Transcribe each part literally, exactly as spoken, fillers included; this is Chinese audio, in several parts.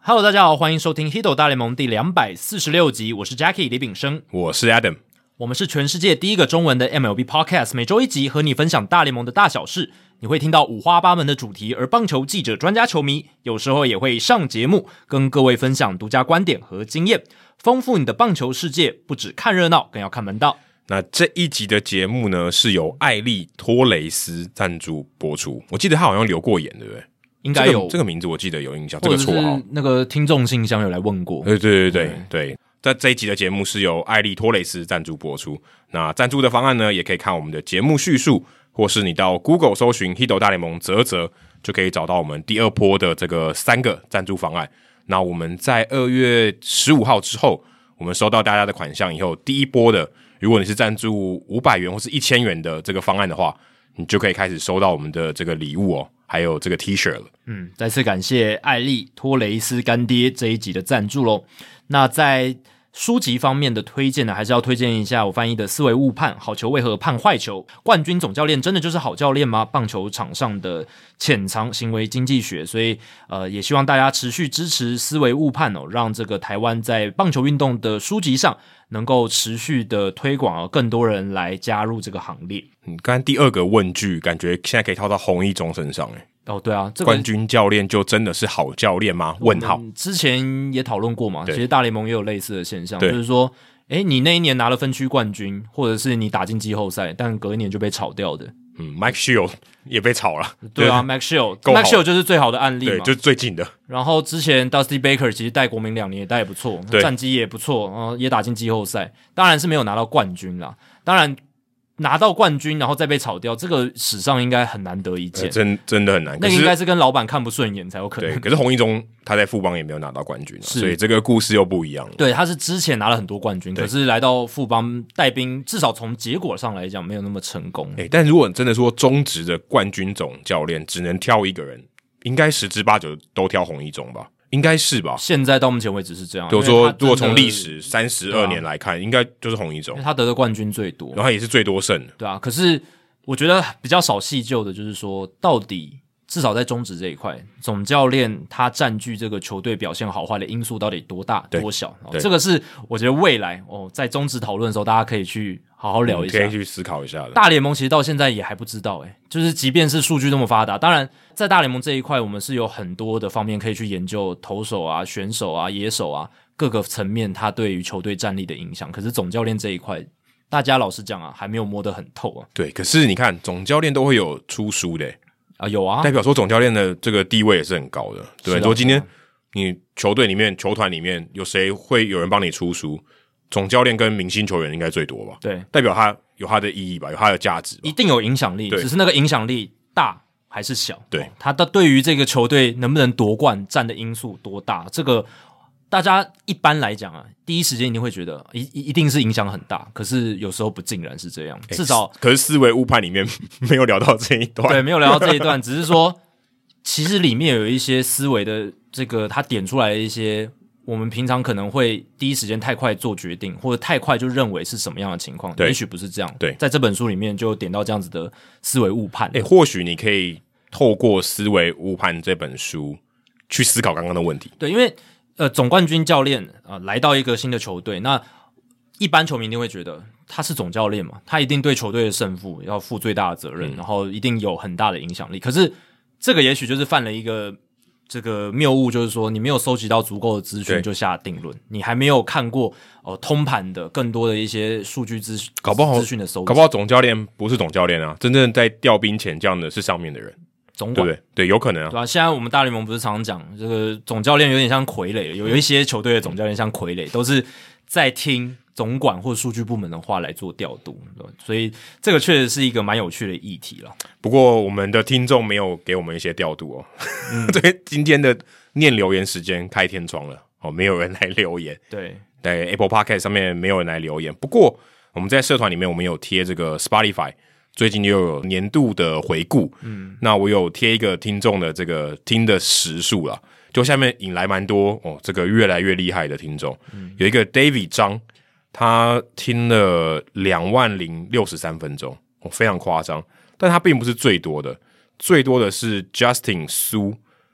Hello， 大家好，欢迎收听《Hito 大联盟》第两百四十六集，我是 Jackie 李炳生， 我是 Adam， 我们是全世界第一个中文的 M L B Podcast， 每周一集和你分享大联盟的大小事，你会听到五花八门的主题，而棒球记者、专家、球迷有时候也会上节目，跟各位分享独家观点和经验，丰富你的棒球世界，不只看热闹，更要看门道。 那这一集的节目呢，是由艾利托雷斯赞助播出，我记得他好像留过言，对不对？ 应该有、 这个、这个名字我记得有印象，这个绰号那个听众信箱有来问过。 对对对对对，在这一集的节目是由艾利托雷斯赞助播出。那赞助的方案呢，也可以看我们的节目叙述，或是你到 Google 搜寻 Hito 大联盟嘖嘖，就可以找到我们第二波的这个三个赞助方案。那我们在二月十五号之后，我们收到大家的款项以后，第一波的，如果你是赞助五百元或是一千元的这个方案的话，你就可以开始收到我们的这个礼物哦。还有这个 T-shirt 了。 嗯，再次感谢艾利托雷斯干爹这一集的赞助咯。那在书籍方面的推荐呢，还是要推荐一下我翻译的《思维误判：好球为何判坏球？冠军总教练真的就是好教练吗？棒球场上的潜藏行为经济学》。所以呃，也希望大家持续支持思维误判哦，让这个台湾在棒球运动的书籍上能够持续的推广，更多人来加入这个行列。 嗯，刚才第二个问句，感觉现在可以套到洪一中身上诶。 哦，对啊，这个冠军教练就真的是好教练吗？问号。 之前也讨论过嘛，其实大联盟也有类似的现象，就是说，诶，你那一年拿了分区冠军，或者是你打进季后赛，但隔一年就被炒掉的。 嗯 ，Mike Shield 也被炒了。 对啊 ，Mike Shield，Mike Shield 就是最好的案例嘛， 对，就是最近的。 然后之前 Dusty Baker 其实带国民两年也带也不错，战绩也不错，然后也打进季后赛，当然是没有拿到冠军啦。当然拿到冠军然后再被炒掉，这个史上应该很难得一见， 呃、真真的很难。 那个应该是跟老板看不顺眼才有可能。 对，可是洪一中他在富邦也没有拿到冠军、啊，所以这个故事又不一样了。 对，他是之前拿了很多冠军，可是来到富邦带兵，至少从结果上来讲没有那么成功。 欸、但如果真的说中职的冠军总教练只能挑一个人，应该十之八九都挑洪一中吧？应该是吧？ 现在到目前为止是这样。 就是说，如果从历史三十二年来看、啊，应该就是洪一中， 因为他得的冠军最多， 然后他也是最多胜的。 对啊，可是我觉得比较少细究的就是说，到底至少在中职这一块，总教练他占据这个球队表现好坏的因素到底多大多小、哦？这个是我觉得未来哦，在中职讨论的时候，大家可以去好好聊一下， 可以去思考一下的。 大联盟其实到现在也还不知道，诶，就是即便是数据那么发达，当然在大联盟这一块，我们是有很多的方面可以去研究投手啊、选手啊、野手啊各个层面他对于球队战力的影响。可是总教练这一块，大家老实讲啊，还没有摸得很透啊。 对，可是你看总教练都会有出书的啊，有啊， 代表说总教练的这个地位也是很高的。对，说、啊、今天你球队里面、球团里面有谁会有人帮你出书？总教练跟明星球员应该最多吧？ 对， 代表他有他的意义吧，有他的价值吧， 一定有影响力，只是那个影响力大还是小？ 对， 哦、他的对于这个球队能不能夺冠占的因素多大？这个大家一般来讲啊，第一时间一定会觉得一一定是影响很大，可是有时候不尽然是这样， 欸、 至少可是思维误判里面没有聊到这一段， 对，没有聊到这一段，只是说其实里面有一些思维的这个他点出来的一些。我们平常可能会第一时间太快做决定，或者太快就认为是什么样的情况，也许不是这样。 对， 在这本书里面就点到这样子的思维误判。 诶，或许你可以透过思维误判这本书去思考刚刚的问题。 对，因为呃，总冠军教练啊、呃、来到一个新的球队，那一般球迷一定会觉得他是总教练嘛，他一定对球队的胜负要负最大的责任、嗯，然后一定有很大的影响力。可是这个也许就是犯了一个。这个谬误就是说，你没有收集到足够的资讯就下定论，你还没有看过哦、呃、通盘的更多的一些数据资搞不好资讯的收集， 搞不好总教练不是总教练啊，真正在调兵遣将的是上面的人， 总管对不对？对，有可能啊。 对啊，现在我们大联盟不是常常讲这个总教练有点像傀儡，有有一些球队的总教练像傀儡，都是在听总管或数据部门的话来做调度，所以这个确实是一个蛮有趣的议题了。 不过我们的听众没有给我们一些调度哦，嗯、这个今天的念留言时间开天窗了哦，没有人来留言。 对， 在 Apple Podcast 上面没有人来留言。不过我们在社团里面，我们有贴这个 Spotify， 最近又有年度的回顾。嗯，那我有贴一个听众的这个听的时数啦，就下面引来蛮多哦，这个越来越厉害的听众、嗯。有一个 David 张，他听了两万零六十三分钟，哦，非常夸张。但他并不是最多的，最多的是 Justin 苏，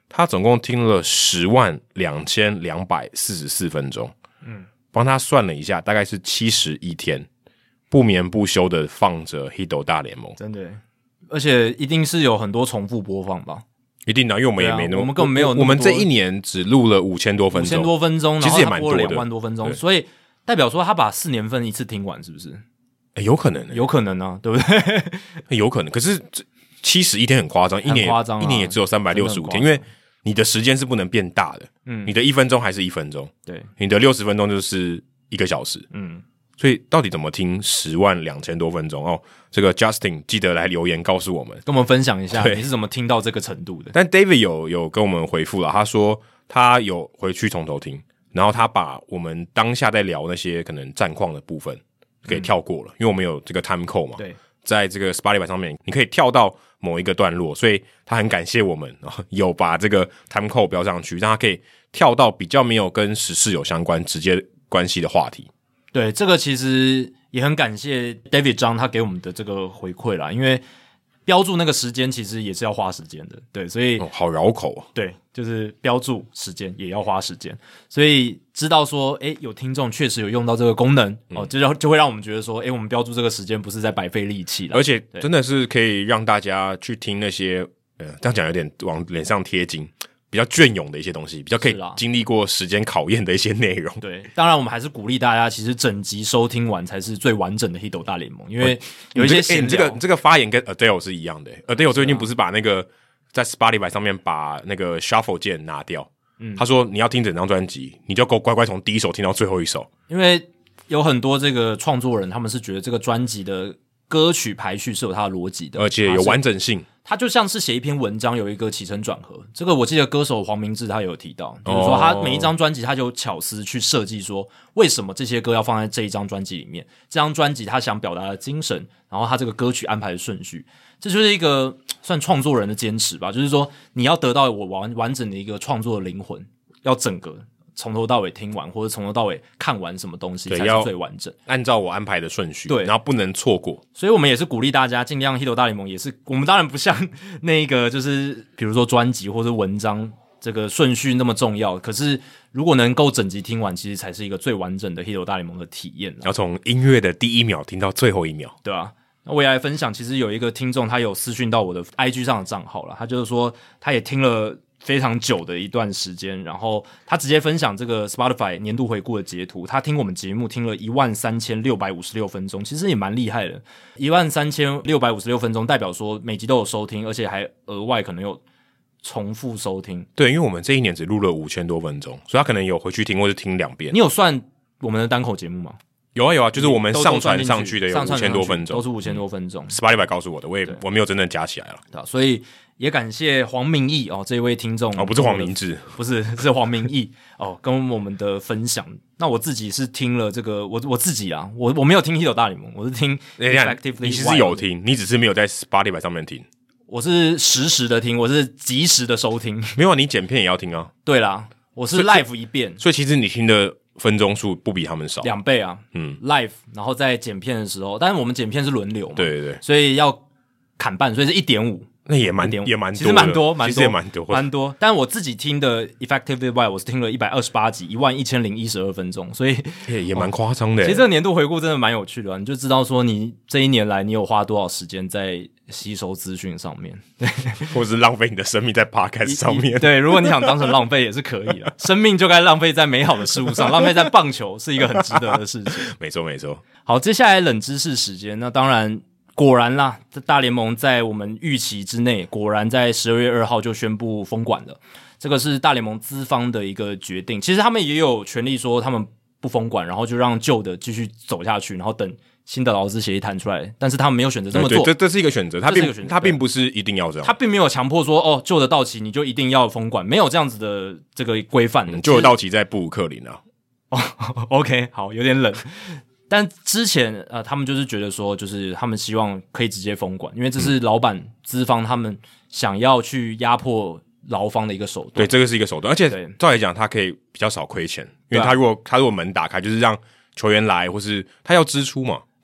他总共听了十万两千两百四十四分钟，嗯，帮他算了一下，大概是七十一天不眠不休的放着《Hito 大联盟》， 真的，而且一定是有很多重复播放吧？ 一定的，因为我们也没那么、 啊，我们根本没有那么多， 我们这一年只录了五千多分钟， 五千多分钟， 其实也蛮多的， 两万多分钟，所以代表说他把四年份一次听完，是不是？ 欸、有可能、欸， 有可能啊，对不对？ 欸、有可能，可是七十一天很夸张，一年夸张、啊， 一年也只有三百六十五天，因为你的时间是不能变大的，嗯，你的一分钟还是一分钟， 对， 你的六十分钟就是一个小时， 嗯， 所以到底怎么听十万两千多分钟哦？这个 Justin 记得来留言告诉我们， 跟我们分享一下你是怎么听到这个程度的。 但 David 有有跟我们回复了，他说他有回去从头听，然后他把我们当下在聊那些可能战况的部分给跳过了，嗯、因为我们有这个 time code 嘛， 对， 在这个 Spotify 上面你可以跳到某一个段落，所以他很感谢我们、哦、有把这个 time code 标上去，让他可以跳到比较没有跟时事有相关直接关系的话题。 对，这个其实也很感谢 David 张他给我们的这个回馈啦，因为标注那个时间其实也是要花时间的，对，所以、 哦、好绕口啊。 对，就是标注时间也要花时间，所以知道说，诶，有听众确实有用到这个功能、嗯、哦，就就会让我们觉得说，诶，我们标注这个时间不是在白费力气啦， 而且真的是可以让大家去听那些，呃，这样讲有点往脸上贴金。比较隽永的一些东西，比较可以经历过时间考验的一些内容。 对，当然我们还是鼓励大家，其实整集收听完才是最完整的 Hito 大联盟，因为有一些闲聊、 欸、你这个你这个发言跟 Adele 是一样的、欸。Adele 最近不是把那个在 Spotify 上面把那个 Shuffle 键拿掉，嗯，他说你要听整张专辑，你就够乖乖从第一首听到最后一首， 因为有很多这个创作人，他们是觉得这个专辑的歌曲排序是有它的逻辑的， 而且有完整性。 他就像是写一篇文章，有一个起承转合。这个我记得歌手黄明志他有提到，就是说他每一张专辑他就有巧思去设计，说为什么这些歌要放在这一张专辑里面，这张专辑他想表达的精神，然后他这个歌曲安排的顺序，这就是一个算创作人的坚持吧。就是说你要得到我完完整的一个创作的灵魂，要整个从头到尾听完，或者从头到尾看完什么东西才是最完整。 按照我安排的顺序， 对， 然后不能错过。 所以我们也是鼓励大家尽量 Hito 大联盟，也是我们当然不像那个就是比如说专辑或者文章这个顺序那么重要，可是如果能够整集听完，其实才是一个最完整的 Hito 大联盟的体验。 要从音乐的第一秒听到最后一秒， 对啊。那我也来分享，其实有一个听众他有私讯到我的 I G 上的账号了，他就是说他也听了非常久的一段时间，然后他直接分享这个 Spotify 年度回顾的截图，他听我们节目听了一万三千六百五十六分钟，其实也蛮厉害的，一万三千六百五十六分钟代表说每集都有收听，而且还额外可能有重复收听。 对，因为我们这一年只录了五千多分钟，所以他可能有回去听或是听两遍。 你有算我们的单口节目吗？ 有啊有啊，就是我们上传上去的有五千多分钟， 都是五千多分钟。 Spotify 告诉我的，我也我没有真正加起来了。 对，所以也感谢黄明义哦，这位听众哦，不是黄明志， 不是是黄明义哦，跟我们的分享。那我自己是听了这个，我我自己啊，我我没有听 Hito 大联盟，我是听 Effectively， 你其实有听，你只是没有在 Spotify 上面听。 我是实时的听，我是即时的收听。 没有，你剪片也要听啊。 对啦，我是 live 一遍， 所以其实你听的分钟数不比他们少， 两倍啊。 嗯 ，live， 然后在剪片的时候，但是我们剪片是轮流嘛， 对对对， 所以要砍半，所以是一点五。 那也蛮也蛮多， 其实蛮多，蛮多， 其实也蛮多， 蛮多。但我自己听的 Effectively Why 我是听了一百二十八集，一万一千零一十二分钟，所以也也蛮夸张的。 其实这个年度回顾真的蛮有趣的、啊，你就知道说你这一年来你有花多少时间在吸收资讯上面，对， 或者是浪费你的生命在 Podcast 上面。 对，如果你想当成浪费也是可以的，生命就该浪费在美好的事物上，浪费在棒球是一个很值得的事情。 没错，没错。 好，接下来冷知识时间，那当然。果然啦，这大联盟在我们预期之内，果然在十二月二号就宣布封馆了。这个是大联盟资方的一个决定。其实他们也有权利说他们不封馆，然后就让旧的继续走下去，然后等新的劳资协议谈出来。但是他们没有选择这么做， 对对，这这是一个选择，他并他并不是一定要这样， 他并没有强迫说哦，旧的到期你就一定要封馆，没有这样子的这个规范的。 旧的到期在布鲁克林啊。 哦 ，OK， 好，有点冷。但之前呃，他们就是觉得说，就是他们希望可以直接封馆，因为这是老板资方他们想要去压迫劳方的一个手段。 对，这个是一个手段，而且照来讲，他可以比较少亏钱，因为他如果、啊、他如果门打开，就是让球员来，或是他要支出嘛，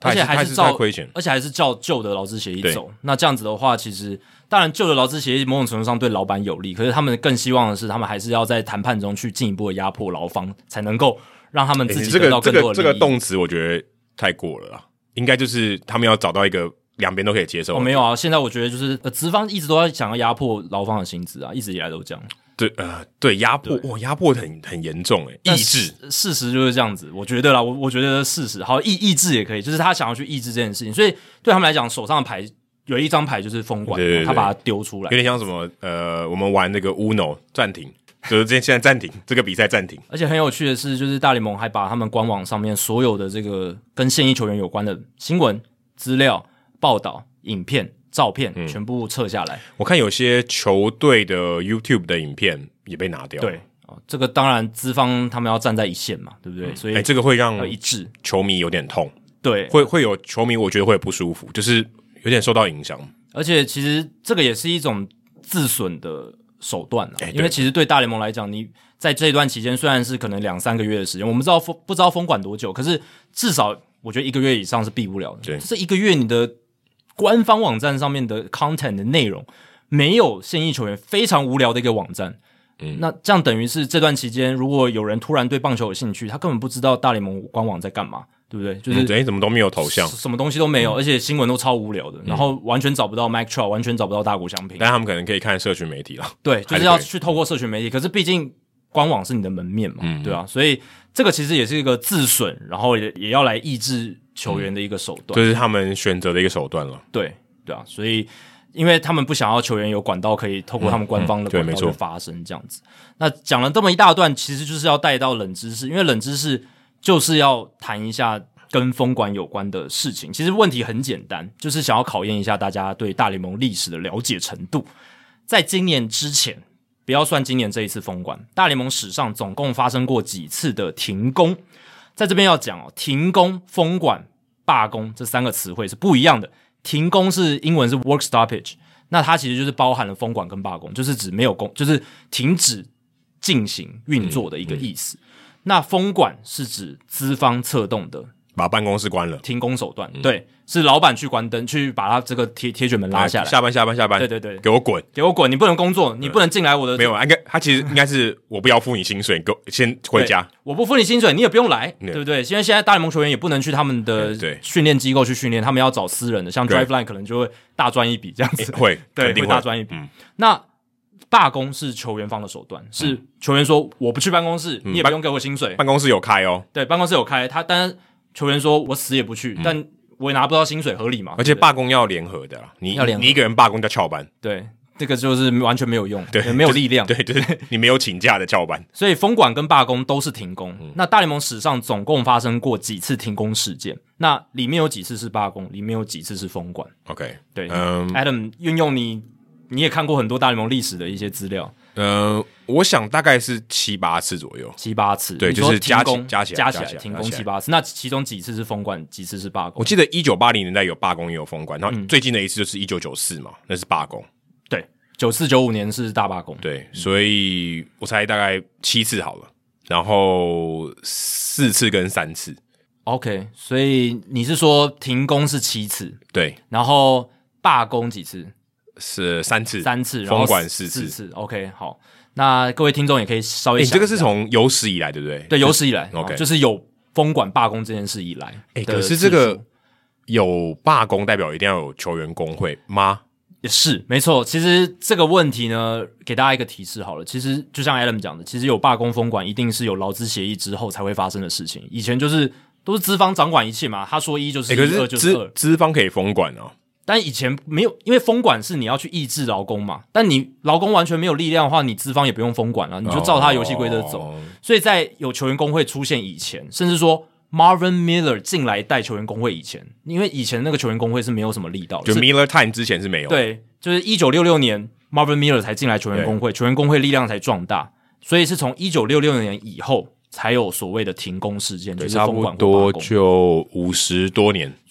而且还是照亏钱， 而且还是照旧的劳资协议走。那这样子的话，其实当然旧的劳资协议某种程度上对老板有利，可是他们更希望的是，他们还是要在谈判中去进一步的压迫劳方，才能够让他们自己得到更多的利益。 欸、这个这个这个动词，我觉得太过了啦，应该就是他们要找到一个两边都可以接受的。 哦，没有啊，现在我觉得就是呃，资方一直都在想要压迫劳方的薪资啊，一直以来都这样。 对，呃，对，压迫，哇，压迫很很严重诶，抑制。 事实就是这样子，我觉得啦，我我觉得事实好，抑抑制也可以，就是他想要去抑制这件事情，所以对他们来讲，手上的牌有一张牌就是封管， 对对对， 他把它丢出来， 有点像什么呃，我们玩那个 Uno 暂停，就是现在暂停这个比赛暂停。 而且很有趣的是，就是大联盟还把他们官网上面所有的这个跟现役球员有关的新闻、资料、报道、影片、照片、嗯、全部撤下来。 我看有些球队的 YouTube 的影片也被拿掉了。 对，哦，这个当然资方他们要站在一线嘛，对不对？嗯、所以、 欸、这个会让一致球迷有点痛。 对， 会会有球迷，我觉得会不舒服，就是有点受到影响。 而且其实这个也是一种自损的手段啊， 欸、 因为其实对大联盟来讲，你在这一段期间虽然是可能两三个月的时间，我们知道封不知道封管多久，可是至少我觉得一个月以上是避不了的。 对， 这一个月你的官方网站上面的 content 的内容没有现役球员，非常无聊的一个网站。嗯，那这样等于是这段期间，如果有人突然对棒球有兴趣，他根本不知道大联盟官网在干嘛，对不对？就是哎、嗯，怎么都没有头像， 什么东西都没有，嗯、而且新闻都超无聊的，然后完全找不到 Mike Trout， 完全找不到大谷翔平。 但他们可能可以看社群媒体了， 对，就是要去透过社群媒体。可是毕竟官网是你的门面嘛，嗯、对啊，所以这个其实也是一个自损，然后也也要来抑制球员的一个手段， 这、嗯就是他们选择的一个手段了。 对，对啊，所以。因为他们不想要球员有管道可以透过他们官方的管道去发生这样子。嗯嗯、那讲了这么一大段，其实就是要带到冷知识，因为冷知识就是要谈一下跟封管有关的事情。其实问题很简单，就是想要考验一下大家对大联盟历史的了解程度。在今年之前，不要算今年这一次封管，大联盟史上总共发生过几次的停工。在这边要讲哦，停工、封管、罢工这三个词汇是不一样的。停工是英文是 work stoppage， 那它其实就是包含了封管跟罢工，就是指没有工，就是停止进行运作的一个意思。嗯嗯、那封管是指资方策动的， 把办公室关了， 停工手段，嗯、对，是老板去关灯，去把他这个铁铁卷门拉下来， 下班下班下班， 对对对， 给我滚， 给我滚，你不能工作，你不能进来我的， 没有，应该他其实应该是我不要付你薪水，给我先回家， 我不付你薪水，你也不用来，对不对？因为现在大联盟球员也不能去他们的训练机构去训练，他们要找私人的，像 Driveline 可能就会大赚一笔这样子， 会， 对， 会会大赚一笔。 嗯、 那罢工是球员方的手段，是球员说我不去办公室，嗯、你也不用给我薪水， 办公室有开哦， 对，办公室有开，他但是球员说我死也不去，嗯、但我也拿不到薪水，合理嘛？ 而且罢工要联合的啦，你你一个人罢工叫翘班， 对，这个就是完全没有用， 对， 没有力量， 对，就是你没有请假的翘班。 所以封管跟罢工都是停工。嗯、那大联盟史上总共发生过几次停工事件？那里面有几次是罢工，里面有几次是封管。 OK， 对，嗯 ，Adam 运用你你也看过很多大联盟历史的一些资料。 呃，我想大概是七八次左右， 七八次， 对，就是加起加起来加起来停工七八次。那其中几次是封管，几次是罢工？ 我记得一九八零年代有罢工也有封管，然后最近的一次就是一九九四嘛，那是罢工。 对，九四九五年是大罢工。 对，所以我猜大概七次好了，然后四次跟三次。 OK， 所以你是说停工是七次？ 对， 然后罢工几次？ 是三次， 三次， 封管四次，四次。OK， 好，那各位听众也可以稍微想一下， 欸，这个是从有史以来，对不对？ 对，有史以来 ，OK， 哦，就是有封管罢工这件事以来。 哎，可是这个有罢工代表一定要有球员工会吗？ 也是，没错。其实这个问题呢，给大家一个提示好了。其实就像 Adam 讲的，其实有罢工封管，一定是有劳资协议之后才会发生的事情。以前就是都是资方掌管一切嘛，他说一就是一， 欸， 二就是二。 资方可以封管哦。 但以前没有，因为封管是你要去抑制劳工嘛，但你劳工完全没有力量的话，你资方也不用封管了，你就照他游戏规则走。Oh. 所以在有球员工会出现以前，甚至说 Marvin Miller 进来带球员工会以前，因为以前那个球员工会是没有什么力道的， 就 Miller Time 之前是没有的。 对，就是一九六六年 Marvin Miller 才进来球员工会，球员工会力量才壮大，所以是从一九六六年以后才有所谓的停工事件，就是封管或罢工， 差不多就五十多年。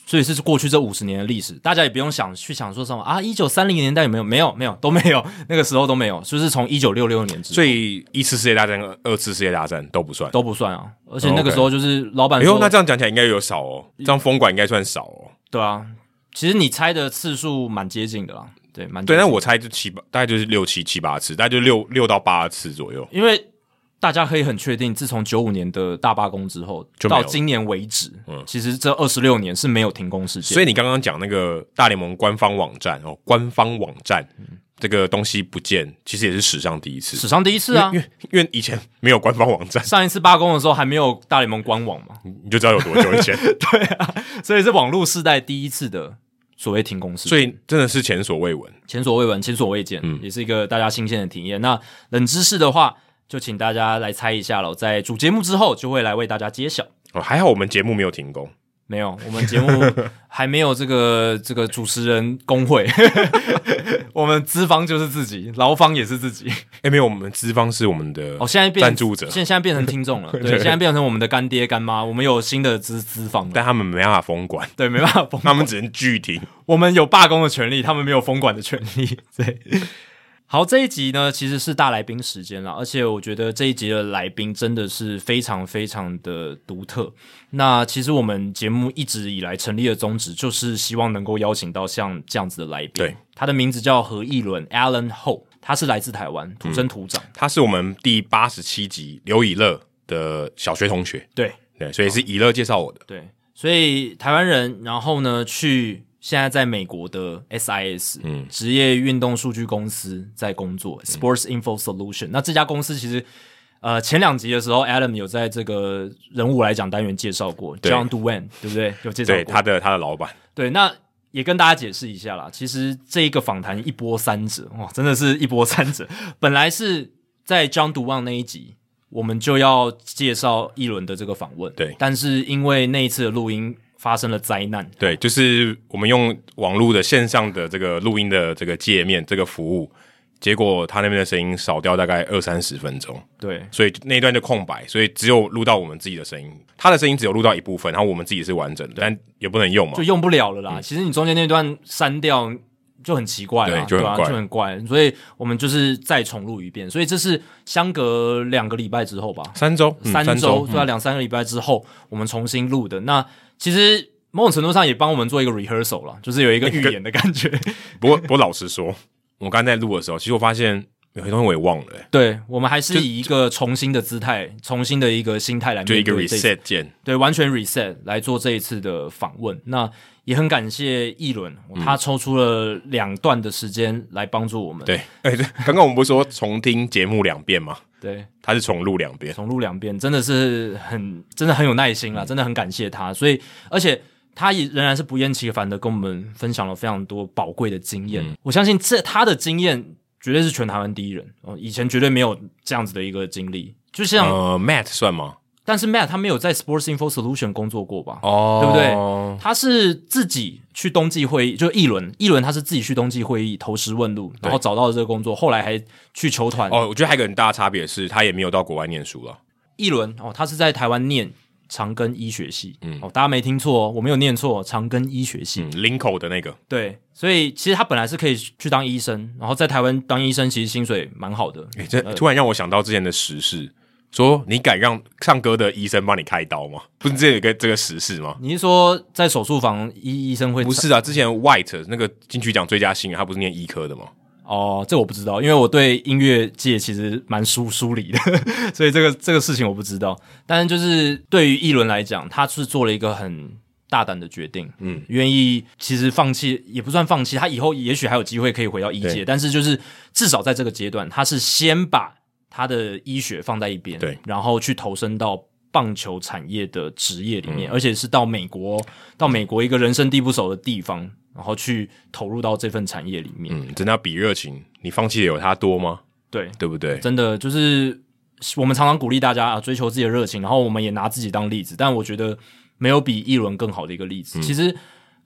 所以是过去这五十年的历史，大家也不用想去想说什么啊，一九三零年代有没有？没有，没有，都没有，那个时候都没有，就是从一九六六年之后， 所以一次世界大战、二次世界大战都不算， 都不算啊。而且那个时候就是老板说， 哎呦，那这样讲起来应该有少哦，这样封馆应该算少哦。 对啊，其实你猜的次数蛮接近的啦，对，蛮对，但我猜就七八，大概就是六七七八次，大概就六六到八次左右， 因为。大家可以很确定，自从九五年的大罢工之后，到今年为止，嗯，其实这二十六年是没有停工事件。 所以你刚刚讲那个大联盟官方网站哦，官方网站、嗯、这个东西不见，其实也是史上第一次。 史上第一次啊， 因为因为以前没有官方网站， 上一次罢工的时候还没有大联盟官网嘛， 你就知道有多久以前。 对啊，所以是网络世代第一次的所谓停工事件， 所以真的是前所未闻， 前所未闻，前所未见，嗯，也是一个大家新鲜的体验。那冷知识的话。就请大家来猜一下咯，在主节目之后就会来为大家揭晓。 哦，还好我们节目没有停工， 没有，我们节目还没有这个这个主持人工会，我们资方就是自己，劳方也是自己。 哎，没有，我们资方是我们的哦， 现在变赞助者， 现在现在变成听众了，对，现在变成我们的干爹干妈，我们有新的资资方， 但他们没办法封管， 对，没办法封管， 他们只能拒停。 我们有罢工的权利，他们没有封管的权利，对。好，这一集呢其实是大来宾时间啦，而且我觉得这一集的来宾真的是非常非常的独特。那其实我们节目一直以来成立的宗旨就是希望能够邀请到像这样子的来宾。 对， 他的名字叫何义伦 Alan Ho， 他是来自台湾，土生土长、嗯。 他是我们第八十七集刘以乐的小学同学。 对对，所以是以乐介绍我的。 对，所以台湾人，然后呢去。现在在美国的 S I S 嗯，职业运动数据公司在工作、嗯、Sports Info Solution。那这家公司其实呃前两集的时候 Adam 有在这个人物来讲单元介绍过 John Duane 对不对？有介绍过。 对，他的他的老板。 对，那也跟大家解释一下啦。其实这一个访谈一波三折，哇，真的是一波三折。本来是在 John Duane 那一集我们就要介绍一轮的这个访问， 对， 但是因为那一次的录音发生了灾难， 对，就是我们用网络的线上的这个录音的这个界面这个服务，结果他那边的声音少掉大概二三十分钟， 对， 所以那一段就空白，所以只有录到我们自己的声音，他的声音只有录到一部分，然后我们自己是完整的，但也不能用嘛， 就用不了了啦。嗯、其实你中间那段删掉就很奇怪啦， 对，就很怪， 对啊，就很怪，所以我们就是再重录一遍。所以这是相隔两个礼拜之后吧， 三周， 嗯、三周，对啊，两三个礼拜之后我们重新录的。那其实某种程度上也帮我们做一个 rehearsal 啦，就是有一个预演的感觉。 不过，不过老实说，我刚才在录的时候，其实我发现有些东西我也忘了、欸。 对，我们还是以一个重新的姿态、重新的一个心态来面对， 就一个 reset 键， 对，完全 reset 来做这一次的访问。那也很感谢议伦，他抽出了两段的时间来帮助我们。 对，哎、欸，刚刚我们不是说重听节目两遍吗？ 对， 他是重录两遍， 重录两遍，真的是很，真的很有耐心啦，嗯、真的很感谢他。所以，而且他也仍然是不厌其烦的跟我们分享了非常多宝贵的经验。嗯、我相信这他的经验绝对是全台湾第一人哦，以前绝对没有这样子的一个经历。就像呃 ，Matt 算吗？ 但是 Matt 他没有在 Sports Info Solution 工作过吧？ 哦， 对不对？他是自己去冬季会议，就一轮一轮，他是自己去冬季会议投石问路，然后找到了这个工作，后来还去球团。 哦，我觉得还有一个很大的差别是，他也没有到国外念书了。 一轮哦，他是在台湾念长庚医学系，嗯，哦，大家没听错，我没有念错，长庚医学系， 嗯，林口的那个。 对，所以其实他本来是可以去当医生，然后在台湾当医生，其实薪水蛮好的。 诶，这突然让我想到之前的时事。说你敢让唱歌的医生帮你开刀吗？不是这有一个这个时事吗？ 你是说在手术房医医生会？ 不是啊，之前 White 那个金曲奖最佳新人，他不是念医科的吗？ 哦，这我不知道，因为我对音乐界其实蛮疏疏离的，所以这个这个事情我不知道。但是就是对于一轮来讲，他是做了一个很大胆的决定，嗯，愿意其实放弃也不算放弃，他以后也许还有机会可以回到医界，但是就是至少在这个阶段，他是先把他的医学放在一边， 对， 然后去投身到棒球产业的职业里面，嗯、而且是到美国，到美国一个人生地不熟的地方，然后去投入到这份产业里面。 嗯，真的要比热情，你放弃的有他多吗？ 对， 对不对？ 真的就是我们常常鼓励大家啊，追求自己的热情，然后我们也拿自己当例子，但我觉得没有比一轮更好的一个例子。嗯、其实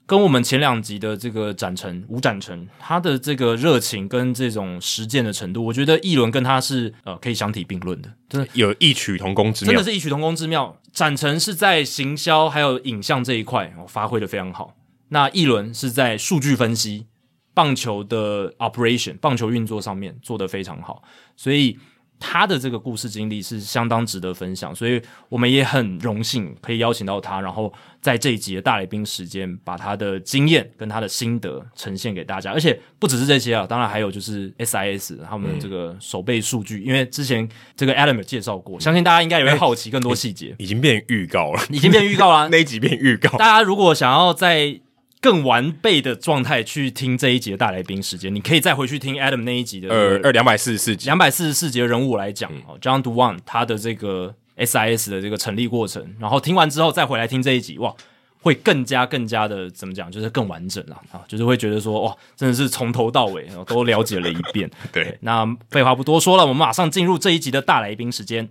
跟我们前两集的这个展成吴展成，他的这个热情跟这种实践的程度，我觉得奕伦跟他是呃可以相提并论的，真的有异曲同工之妙， 真的是异曲同工之妙。展成是在行销还有影像这一块、哦、发挥的非常好，那奕伦是在数据分析、棒球的 operation、棒球运作上面做得非常好，所以他的这个故事经历是相当值得分享，所以我们也很荣幸可以邀请到他，然后在这一集的大来宾时间把他的经验跟他的心得呈现给大家，而且不只是这些啊，当然还有就是 S I S 他们的这个守备数据、嗯、因为之前这个 Adam 有介绍过，相信大家应该也会好奇更多细节、 欸、已经变预告了已经变预告了那一集变预告， 大家如果想要在更完备的状态去听这一集的大来宾时间，你可以再回去听 Adam 那一集的呃二两百四十四集两百四十四集的人物来讲、嗯、John Doowan 他的这个 S I S 的这个成立过程，然后听完之后再回来听这一集，哇，会更加更加的怎么讲，就是更完整啦啊，就是会觉得说哇，真的是从头到尾都了解了一遍对, 对，那废话不多说了，我们马上进入这一集的大来宾时间。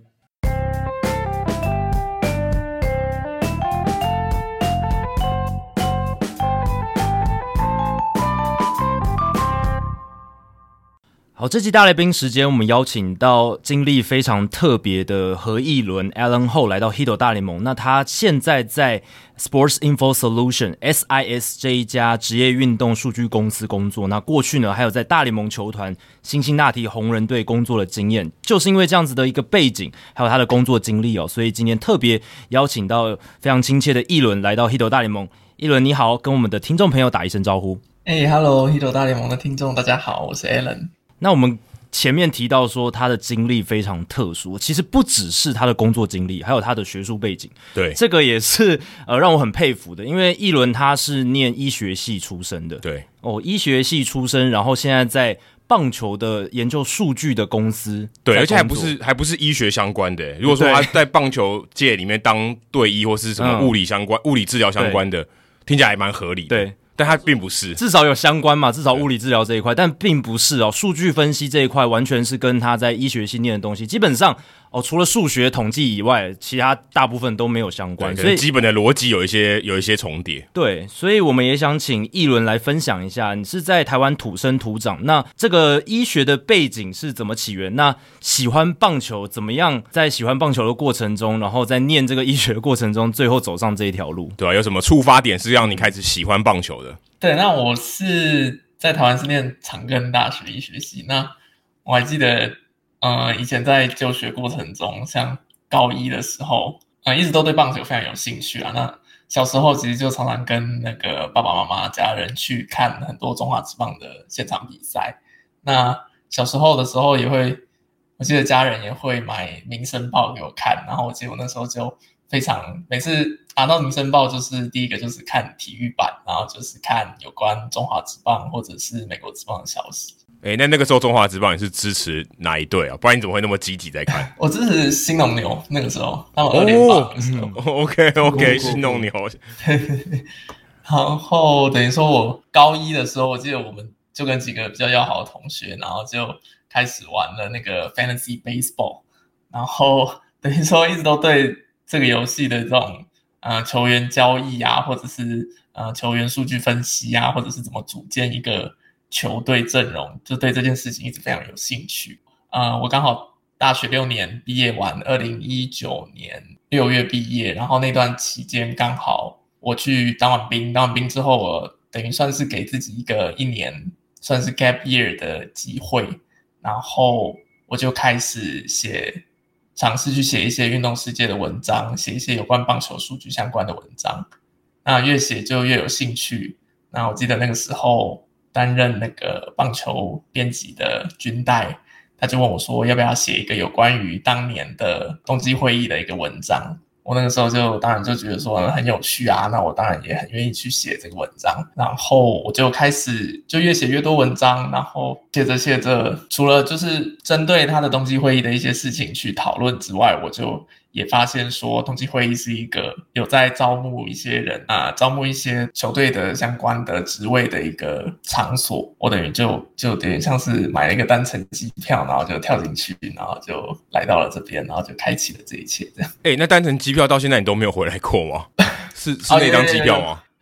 好，这期大来宾时间，我们邀请到经历非常特别的何奕伦 Alan Ho 来到 Hito 大联盟。那他现在在 Sports Info Solution S I S 这一家职业运动数据公司工作。那过去呢，还有在大联盟球团辛辛那提红人队工作的经验。就是因为这样子的一个背景，还有他的工作经历哦，所以今天特别邀请到非常亲切的奕伦来到 Hito 大联盟。奕伦你好，跟我们的听众朋友打一声招呼。 哎、hey, ，Hello Hito 大联盟的听众大家好，我是 Alan。 那我们前面提到说他的经历非常特殊，其实不只是他的工作经历，还有他的学术背景。 对， 这个也是呃让我很佩服的，因为奕伦他是念医学系出身的。 对， 哦，医学系出身，然后现在在棒球的研究数据的公司， 对，而且还不是还不是医学相关的。如果说他在棒球界里面当队医或是什么物理相关、嗯、物理治疗相关的，听起来还蛮合理的。 对。 但它并不是， 至少有相关嘛，至少物理治疗这一块，但并不是哦。数据分析这一块完全是跟他在医学系念的东西，基本上哦，除了数学统计以外，其他大部分都没有相关， 所以基本的逻辑有一些有一些重叠。 对，所以我们也想请奕伦来分享一下，你是在台湾土生土长，那这个医学的背景是怎么起源？那喜欢棒球怎么样？在喜欢棒球的过程中，然后在念这个医学的过程中，最后走上这一条路， 对啊，有什么触发点是让你开始喜欢棒球的？ 对，那我是在台湾是念长庚大学医学系。那我还记得，呃，以前在就学过程中，像高一的时候，呃，一直都对棒球非常有兴趣啊。那小时候其实就常常跟那个爸爸妈妈家人去看很多中华职棒的现场比赛。那小时候的时候也会，我记得家人也会买民生报给我看，然后我记得我那时候就非常每次拿到民生报，就是第一个就是看体育版，然后就是看有关中华职棒或者是美国职棒的消息。 诶，那那个时候中华职棒你是支持哪一队啊？不然你怎么会那么积极在看？ 我支持新农牛，那个时候他们二连霸的时候。 哦、OK OK， 新农牛。 然后等于说我高一的时候，我记得我们就跟几个比较要好的同学，然后就开始玩了那个 Fantasy Baseball， 然后等于说一直都对这个游戏的这种呃球员交易啊，或者是呃球员数据分析啊，或者是怎么组建一个球队阵容，就对这件事情一直非常有兴趣。呃，我刚好大学六年毕业完，二零一九年六月毕业，然后那段期间刚好我去当完兵，当完兵之后，我等于算是给自己一个一年算是 gap year 的机会，然后我就开始写。尝试去写一些运动世界的文章，写一些有关棒球数据相关的文章。那越写就越有兴趣。那我记得那个时候担任那个棒球编辑的军代，他就问我说要不要写一个有关于当年的冬季会议的一个文章。我那个时候就当然就觉得说很有趣啊，那我当然也很愿意去写这个文章，然后我就开始就越写越多文章，然后写着写着，除了就是针对他的冬季会议的一些事情去讨论之外，我就也发现说冬季会议是一个有在招募一些人啊，招募一些球队的相关的职位的一个场所。我等于就就有点像是买了一个单程机票，然后就跳进去，然后就来到了这边，然后就开启了这一切这样。 哎、欸，那单程机票到现在你都没有回来过吗？是是那张机票吗？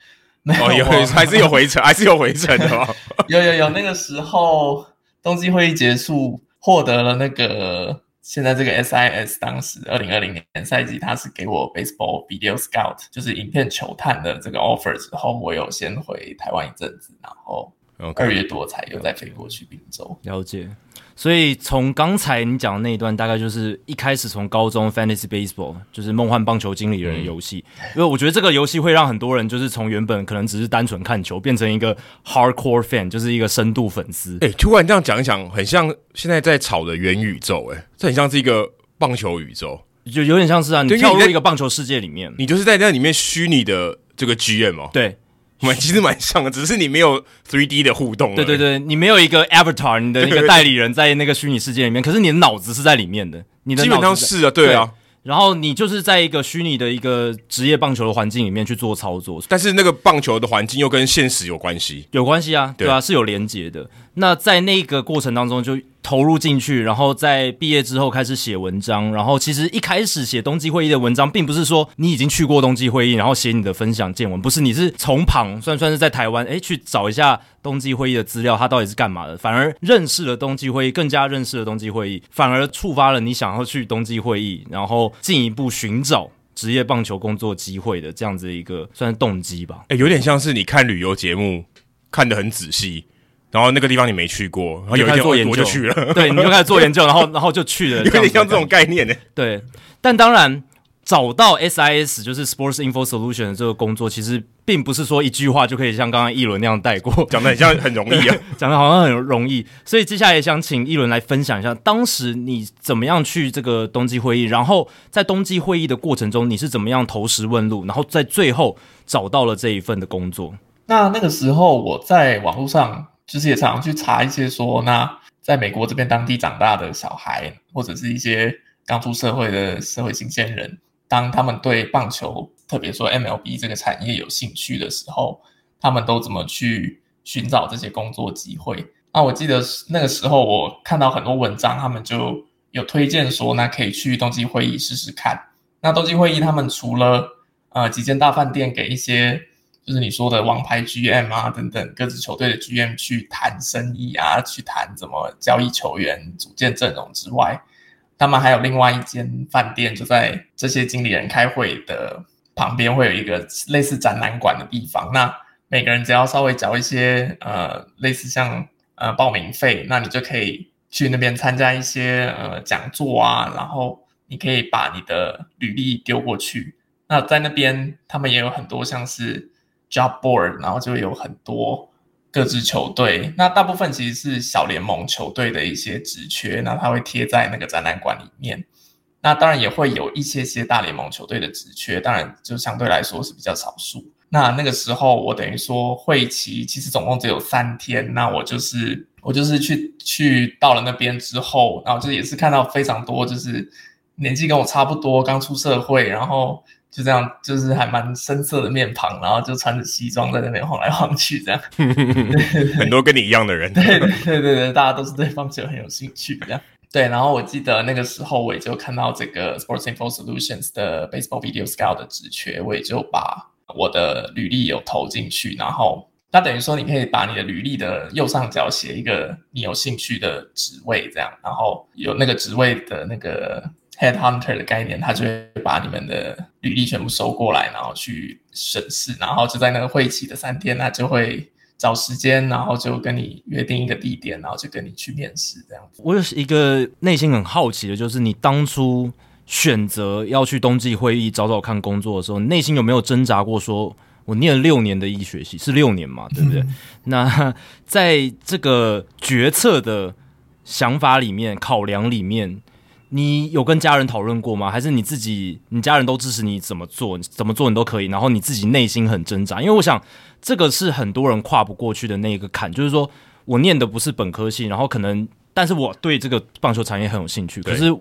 哦，有还是有回程，还是有回程的吧？ 有有有，那个时候冬季会议结束，获得了那个现在这个 S I S 当时二零二零年赛季，他是给我 Baseball Video Scout， 就是影片球探的这个 offer 之后，我有先回台湾一阵子，然后二月多才又再飞过去宾州。 了解。所以从刚才你讲的那一段，大概就是一开始从高中 Fantasy Baseball， 就是梦幻棒球经理人的游戏、嗯，因为我觉得这个游戏会让很多人就是从原本可能只是单纯看球，变成一个 hardcore fan， 就是一个深度粉丝。 哎、欸，突然这样讲一讲，很像现在在炒的元宇宙、欸，哎，这很像是一个棒球宇宙， 就有点像是啊，你跳入一个棒球世界里面， 你就是在那里面虚拟的这个 G M 哦， 对。 其实蛮像的，只是你没有 三 D 的互动。 对对对，你没有一个 avatar， 你的一个代理人在那个虚拟世界里面，可是你的脑子是在里面的。你的基本上是啊，对啊。 对，然后你就是在一个虚拟的一个职业棒球的环境里面去做操作， 但是那个棒球的环境又跟现实有关系， 有关系啊，对啊，是有连结的。那在那个过程当中就投入进去，然后在毕业之后开始写文章，然后其实一开始写冬季会议的文章，并不是说你已经去过冬季会议，然后写你的分享见闻，不是，你是从旁算算是在台湾，诶，去找一下冬季会议的资料，它到底是干嘛的，反而认识了冬季会议，更加认识了冬季会议，反而触发了你想要去冬季会议，然后进一步寻找职业棒球工作机会的这样子一个算是动机吧。 诶，有点像是你看旅游节目看得很仔细，然后那个地方你没去过，然后有一天做研究我就去了， 对，你就开始做研究，然后然后就去了， 有点像这种概念呢。 对，但当然找到 S I S 就是 Sports Info Solution 的这个工作，其实并不是说一句话就可以像刚刚一轮那样带过， 讲得很像很容易啊， 讲得好像很容易。所以接下来也想请一轮来分享一下，当时你怎么样去这个冬季会议，然后在冬季会议的过程中，你是怎么样投石问路，然后在最后找到了这一份的工作。 那那个时候我在网络上就是也常常去查一些说，那在美国这边当地长大的小孩，或者是一些刚出社会的社会新鲜人，当他们对棒球，特别说 M L B 这个产业有兴趣的时候，他们都怎么去寻找这些工作机会。那我记得那个时候我看到很多文章，他们就有推荐说，那可以去冬季会议试试看。那冬季会议他们除了呃几间大饭店给一些就是你说的王牌 G M 啊等等各支球队的 G M 去谈生意啊，去谈怎么交易球员组建阵容之外，他们还有另外一间饭店，就在这些经理人开会的旁边会有一个类似展览馆的地方，那每个人只要稍微缴一些呃类似像呃报名费，那你就可以去那边参加一些呃讲座啊，然后你可以把你的履历丢过去。那在那边他们也有很多像是job board， 然后就有很多各支球队，那大部分其实是小联盟球队的一些职缺，那它会贴在那个展览馆里面。那当然也会有一些些大联盟球队的职缺，当然就相对来说是比较少数。那那个时候我等于说会期其实总共只有三天，那我就是我就是去去到了那边之后，然后就也是看到非常多就是年纪跟我差不多，刚出社会，然后就这样，就是还蛮深色的面庞，然后就穿着西装在那边晃来晃去，这样。对对对， 很多跟你一样的人。 对对对对对，大家都是对棒球很有兴趣，这样。对，然后我记得那个时候我也就看到这个 Sports Info Solutions 的 Baseball Video Scout 的职缺，我也就把我的履历有投进去，然后那等于说你可以把你的履历的右上角写一个你有兴趣的职位，这样，然后有那个职位的那个Headhunter 的概念，他就会把你们的履历全部收过来，然后去审视，然后就在那个会期的三天，他就会找时间，然后就跟你约定一个地点，然后就跟你去面试这样子。 我有一个内心很好奇的，就是你当初选择要去冬季会议找找看工作的时候，内心有没有挣扎过说，我念了六年的医学系，是六年嘛，对不对？嗯、那在这个决策的想法里面、考量里面，你有跟家人讨论过吗？还是你自己，你家人都支持你怎么做，怎么做你都可以，然后你自己内心很挣扎？因为我想，这个是很多人跨不过去的那个坎，就是说我念的不是本科系，然后可能，但是我对这个棒球产业很有兴趣，可是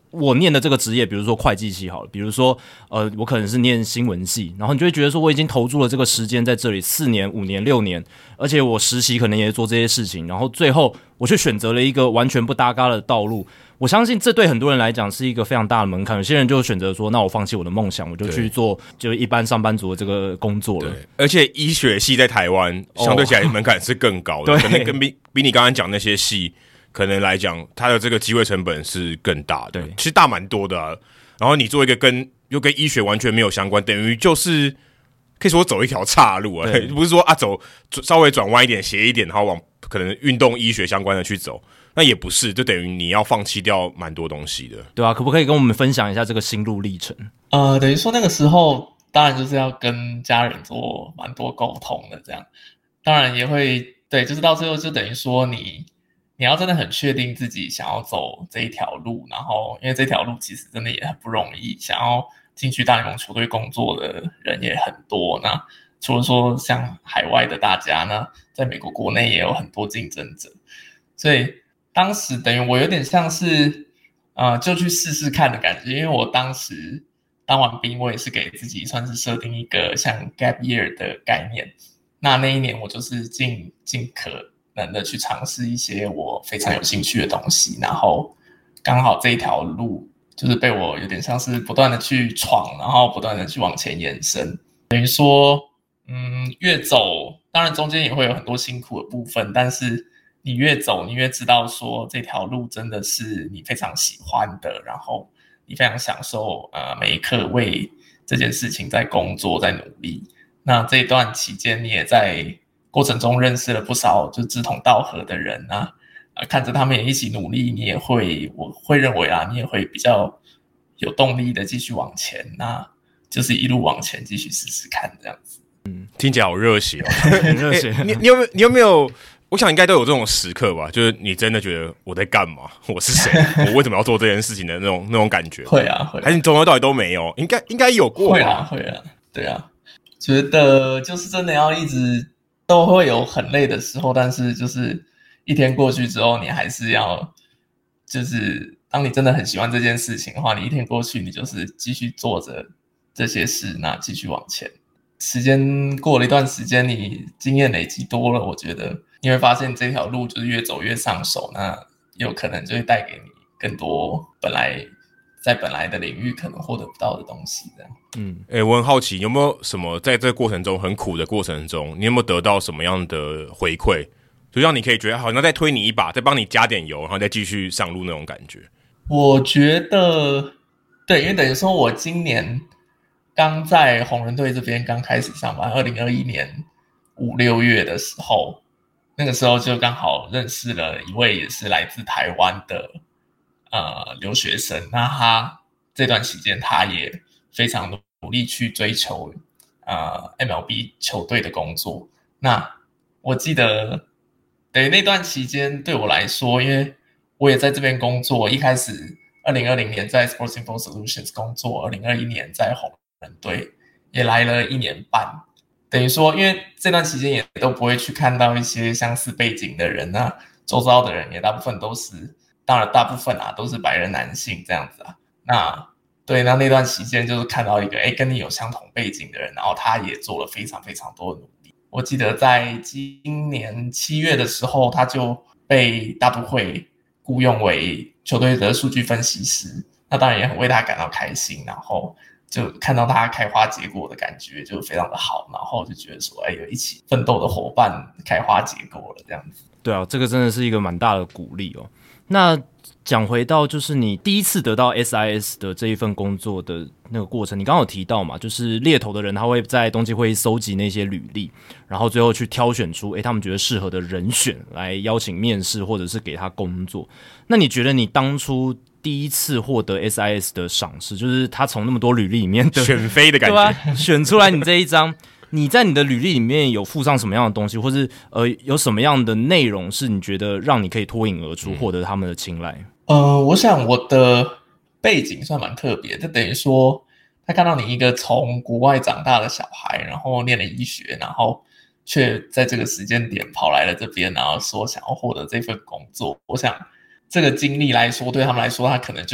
我念的这个职业，比如说会计系好了，比如说呃，我可能是念新闻系，然后你就会觉得说我已经投注了这个时间在这里四年、五年、六年，而且我实习可能也做这些事情，然后最后我却选择了一个完全不搭嘎的道路。我相信这对很多人来讲是一个非常大的门槛，有些人就选择说，那我放弃我的梦想，我就去做就一般上班族的这个工作了。 对，而且医学系在台湾相对起来门槛是更高的，哦、可能跟比比你刚刚讲那些系。可能来讲，它的这个机会成本是更大的，其实大蛮多的啊。然后你做一个跟又跟医学完全没有相关，等于就是可以说走一条岔路啊，不是说啊走稍微转弯一点、斜一点，然后往可能运动医学相关的去走，那也不是，就等于你要放弃掉蛮多东西的， 对啊，可不可以跟我们分享一下这个心路历程？ 呃，等于说那个时候，当然就是要跟家人做蛮多沟通的，这样，当然也会对，就是到最后就等于说你。你要真的很确定自己想要走这一条路，然后因为这条路其实真的也很不容易，想要进去大联盟球队工作的人也很多。那除了说像海外的大家呢，在美国国内也有很多竞争者，所以当时等于我有点像是呃就去试试看的感觉，因为我当时当完兵，我也是给自己算是设定一个像 gap year 的概念。那那一年我就是尽尽可能的去尝试一些我非常有兴趣的东西，然后刚好这一条路就是被我有点像是不断的去闯，然后不断的去往前延伸。等于说，嗯，越走，当然中间也会有很多辛苦的部分，但是你越走，你越知道说这条路真的是你非常喜欢的，然后你非常享受呃每一刻为这件事情在工作，在努力。那这一段期间，你也在过程中认识了不少就志同道合的人啊，呃，看着他们也一起努力，你也会，我会认为啊，你也会比较有动力的继续往前，那就是一路往前继续试试看这样子。 嗯，听起来好热血哦， 很热血。 欸、你你有没有你有没有？我想应该都有这种时刻吧，就是你真的觉得我在干嘛？我是谁？我为什么要做这件事情的那种那种感觉？ 会啊，会啊。 还是你从头到尾都没有？应该应该有过吧？ 会啊，会啊，对啊。觉得就是真的要一直。都会有很累的时候，但是就是一天过去之后，你还是要，就是当你真的很喜欢这件事情的话，你一天过去，你就是继续做着这些事，那继续往前。时间过了一段时间，你经验累积多了，我觉得你会发现这条路就是越走越上手，那有可能就会带给你更多本来在本来的领域可能获得不到的东西，这样。 嗯，哎、欸，我很好奇，有没有什么在这个过程中很苦的过程中，你有没有得到什么样的回馈，就让你可以觉得好像再推你一把，再帮你加点油，然后再继续上路那种感觉？ 我觉得，对，因为等于说我今年刚在红人队这边刚开始上班，二零二一年五六月的时候，那个时候就刚好认识了一位也是来自台湾的呃留学生，那他这段期间他也非常努力去追求呃 M L B 球队的工作。那我记得等于那段期间对我来说，因为我也在这边工作，一开始二零二零年在 Sports Info Solutions 工作，二零二一年在红人队也来了一年半。等于说因为这段期间也都不会去看到一些相似背景的人啊，周遭的人也大部分都是，当然大部分啊都是白人男性这样子啊。那对，那那段期间就是看到一个诶跟你有相同背景的人，然后他也做了非常非常多的努力。我记得在今年七月的时候，他就被大都会雇用为球队的数据分析师，那当然也很为他感到开心，然后就看到他开花结果的感觉就非常的好，然后就觉得说哎，有一起奋斗的伙伴开花结果了这样子。 对啊，这个真的是一个蛮大的鼓励哦。那讲回到就是你第一次得到 S I S 的这一份工作的那个过程，你刚刚有提到嘛，就是猎头的人他会在冬季会搜集那些履历，然后最后去挑选出诶他们觉得适合的人选来邀请面试或者是给他工作。那你觉得你当初第一次获得 S I S 的赏识，就是他从那么多履历里面的选妃的感觉， 对吧？选出来你这一张，你在你的履历里面有附上什么样的东西，或是呃有什么样的内容是你觉得让你可以脱颖而出，获得他们的青睐？ 呃，我想我的背景算蛮特别的，等于说他看到你一个从国外长大的小孩，然后念了医学，然后却在这个时间点跑来了这边，然后说想要获得这份工作。我想这个经历来说，对他们来说，他可能就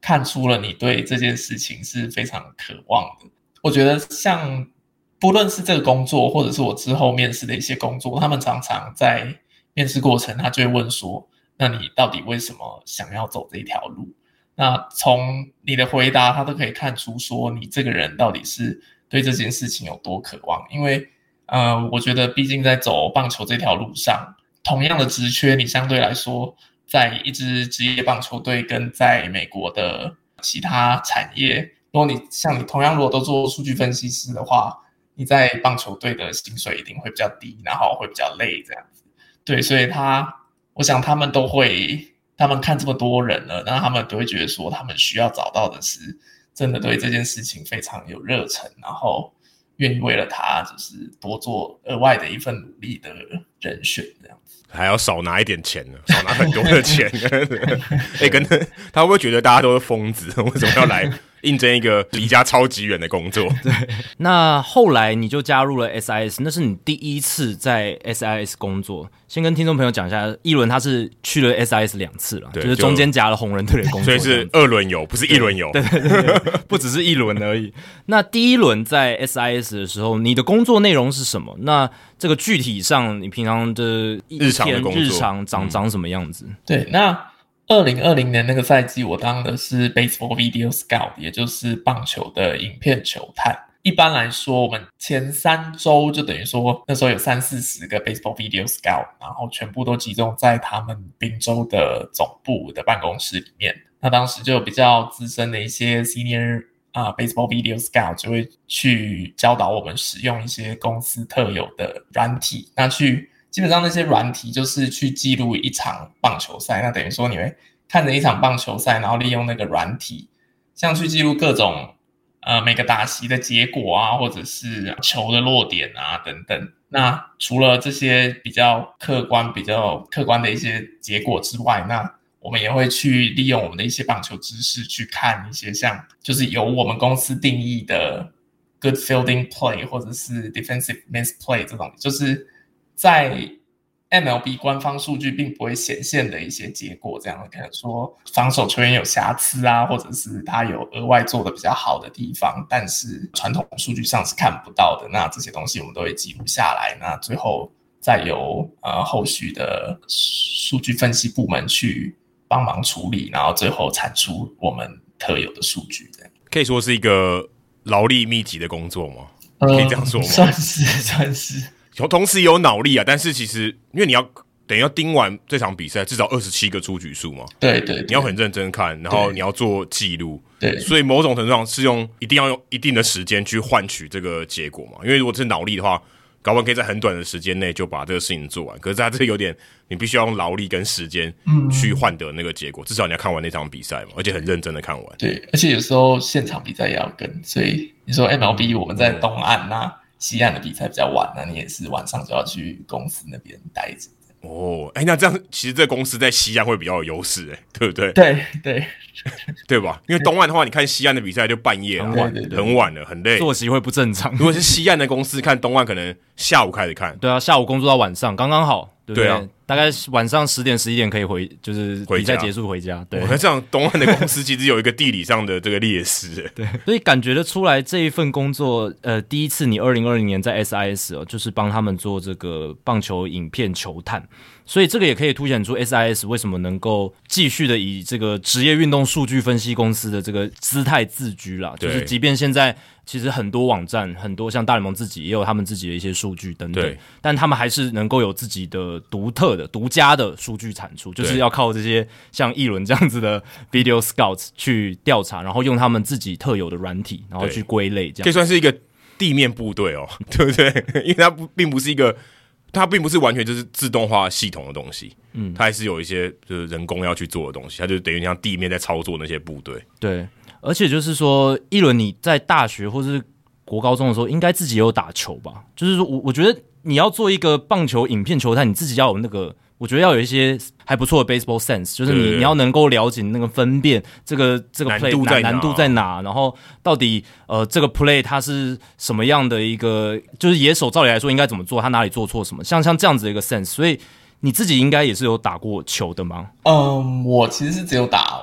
看出了你对这件事情是非常渴望的。我觉得像不论是这个工作，或者是我之后面试的一些工作，他们常常在面试过程，他就会问说，那你到底为什么想要走这一条路？那从你的回答，他都可以看出说你这个人到底是对这件事情有多渴望。因为呃，我觉得毕竟在走棒球这条路上，同样的职缺，你相对来说在一支职业棒球队跟在美国的其他产业，如果你像你同样如果都做数据分析师的话，你在棒球队的薪水一定会比较低，然后会比较累这样子。对，所以他我想他们都会他们看这么多人了，那他们都会觉得说他们需要找到的是真的对这件事情非常有热忱，然后愿意为了他就是多做额外的一份努力的人选这样子。 还要少拿一点钱呢，少拿很多的钱。哎、欸，跟他会不会觉得大家都是疯子？为什么要来应征一个离家超级远的工作？ 对。那后来你就加入了 S I S， 那是你第一次在 S I S 工作。先跟听众朋友讲一下，一轮他是去了 S I S 两次了，就是中间夹了红人队的工作， 所以是二轮游，不是一轮游。 对对对对，不只是一轮而已。那第一轮在 S I S 的时候，你的工作内容是什么？那这个具体上，你平常的日常的工作， 日常长长什么样子？ 对，那二零二零年那个赛季，我当的是 Baseball Video Scout， 也就是棒球的影片球探。一般来说，我们前三周就等于说那时候有三四十个 Baseball Video Scout， 然后全部都集中在他们宾州的总部的办公室里面。那当时就有比较资深的一些 Senior 啊、呃、Baseball Video Scout 就会去教导我们使用一些公司特有的软体，那去基本上那些软体就是去记录一场棒球赛。那等于说你会看着一场棒球赛，然后利用那个软体，像去记录各种呃，每个打席的结果啊，或者是球的落点啊等等。那除了这些比较客观、比较客观的一些结果之外，那我们也会去利用我们的一些棒球知识去看一些像就是由我们公司定义的 good fielding play 或者是 defensive misplay 这种，就是在M L B 官方数据并不会显现的一些结果，这样可能说防守球员有瑕疵啊，或者是他有额外做的比较好的地方，但是传统数据上是看不到的。那这些东西我们都会记录下来，那最后再由呃后续的数据分析部门去帮忙处理，然后最后产出我们特有的数据。这样可以说是一个劳力密集的工作吗？可以这样说吗？ 嗯、算是算是。 同时也有脑力啊，但是其实因为你要等于要盯完这场比赛，至少二十七个出局数嘛， 对 对, 对， 你要很认真看，然后你要做记录， 对， 所以某种程度上是用一定要用一定的时间去换取这个结果嘛。因为如果是脑力的话，搞不好可以在很短的时间内就把这个事情做完，可是它这有点你必须要用劳力跟时间去换得那个结果，嗯、至少你要看完那场比赛嘛，而且很认真的看完。 对，而且有时候现场比赛也要跟，所以你说 M L B 我们在东岸那、啊。西岸的比赛比较晚，那你也是晚上就要去公司那边待着。 哦，哎、欸，那这样其实这个公司在西岸会比较有优势，哎，对不对？ 对对对吧？因为东岸的话，你看西岸的比赛就半夜了， 很晚， 对对对很晚了，很累， 作息会不正常。 如果是西岸的公司看东岸，可能下午开始看。 对啊，下午工作到晚上，刚刚好，对不对？ 对啊， 大概晚上十点十一点可以回，就是比赛结束回家。对， 那这样东岸的公司其实有一个地理上的这个劣势， 对，所以感觉得出来这一份工作，呃，第一次你二零二零年在 S I S 哦，就是帮他们做这个棒球影片球探。所以这个也可以凸显出 S I S 为什么能够继续的以这个职业运动数据分析公司的这个姿态自居啦，就是即便现在其实很多网站，很多像大联盟自己也有他们自己的一些数据等等，但他们还是能够有自己的独特的、独家的数据产出，就是要靠这些像一轮这样子的 Video Scouts 去调查，然后用他们自己特有的软体，然后去归类，这样可以算是一个地面部队哦，对不对？因为它不并不是一个。它并不是完全就是自动化系统的东西，嗯，它还是有一些就是人工要去做的东西，它就等于像地面在操作那些部队。 对，而且就是说，一轮你在大学或是国高中的时候，应该自己也有打球吧？就是说我我觉得你要做一个棒球影片球探，你自己要有那个。我觉得要有一些还不错的 baseball sense， 就是你对对对你要能够了解那个分辨这个这个 play 难度在哪， 难度在哪，然后到底呃这个 play 它是什么样的一个，就是野手照理来说应该怎么做，他哪里做错什么，像像这样子的一个 sense， 所以你自己应该也是有打过球的吗？ 嗯，我其实是只有打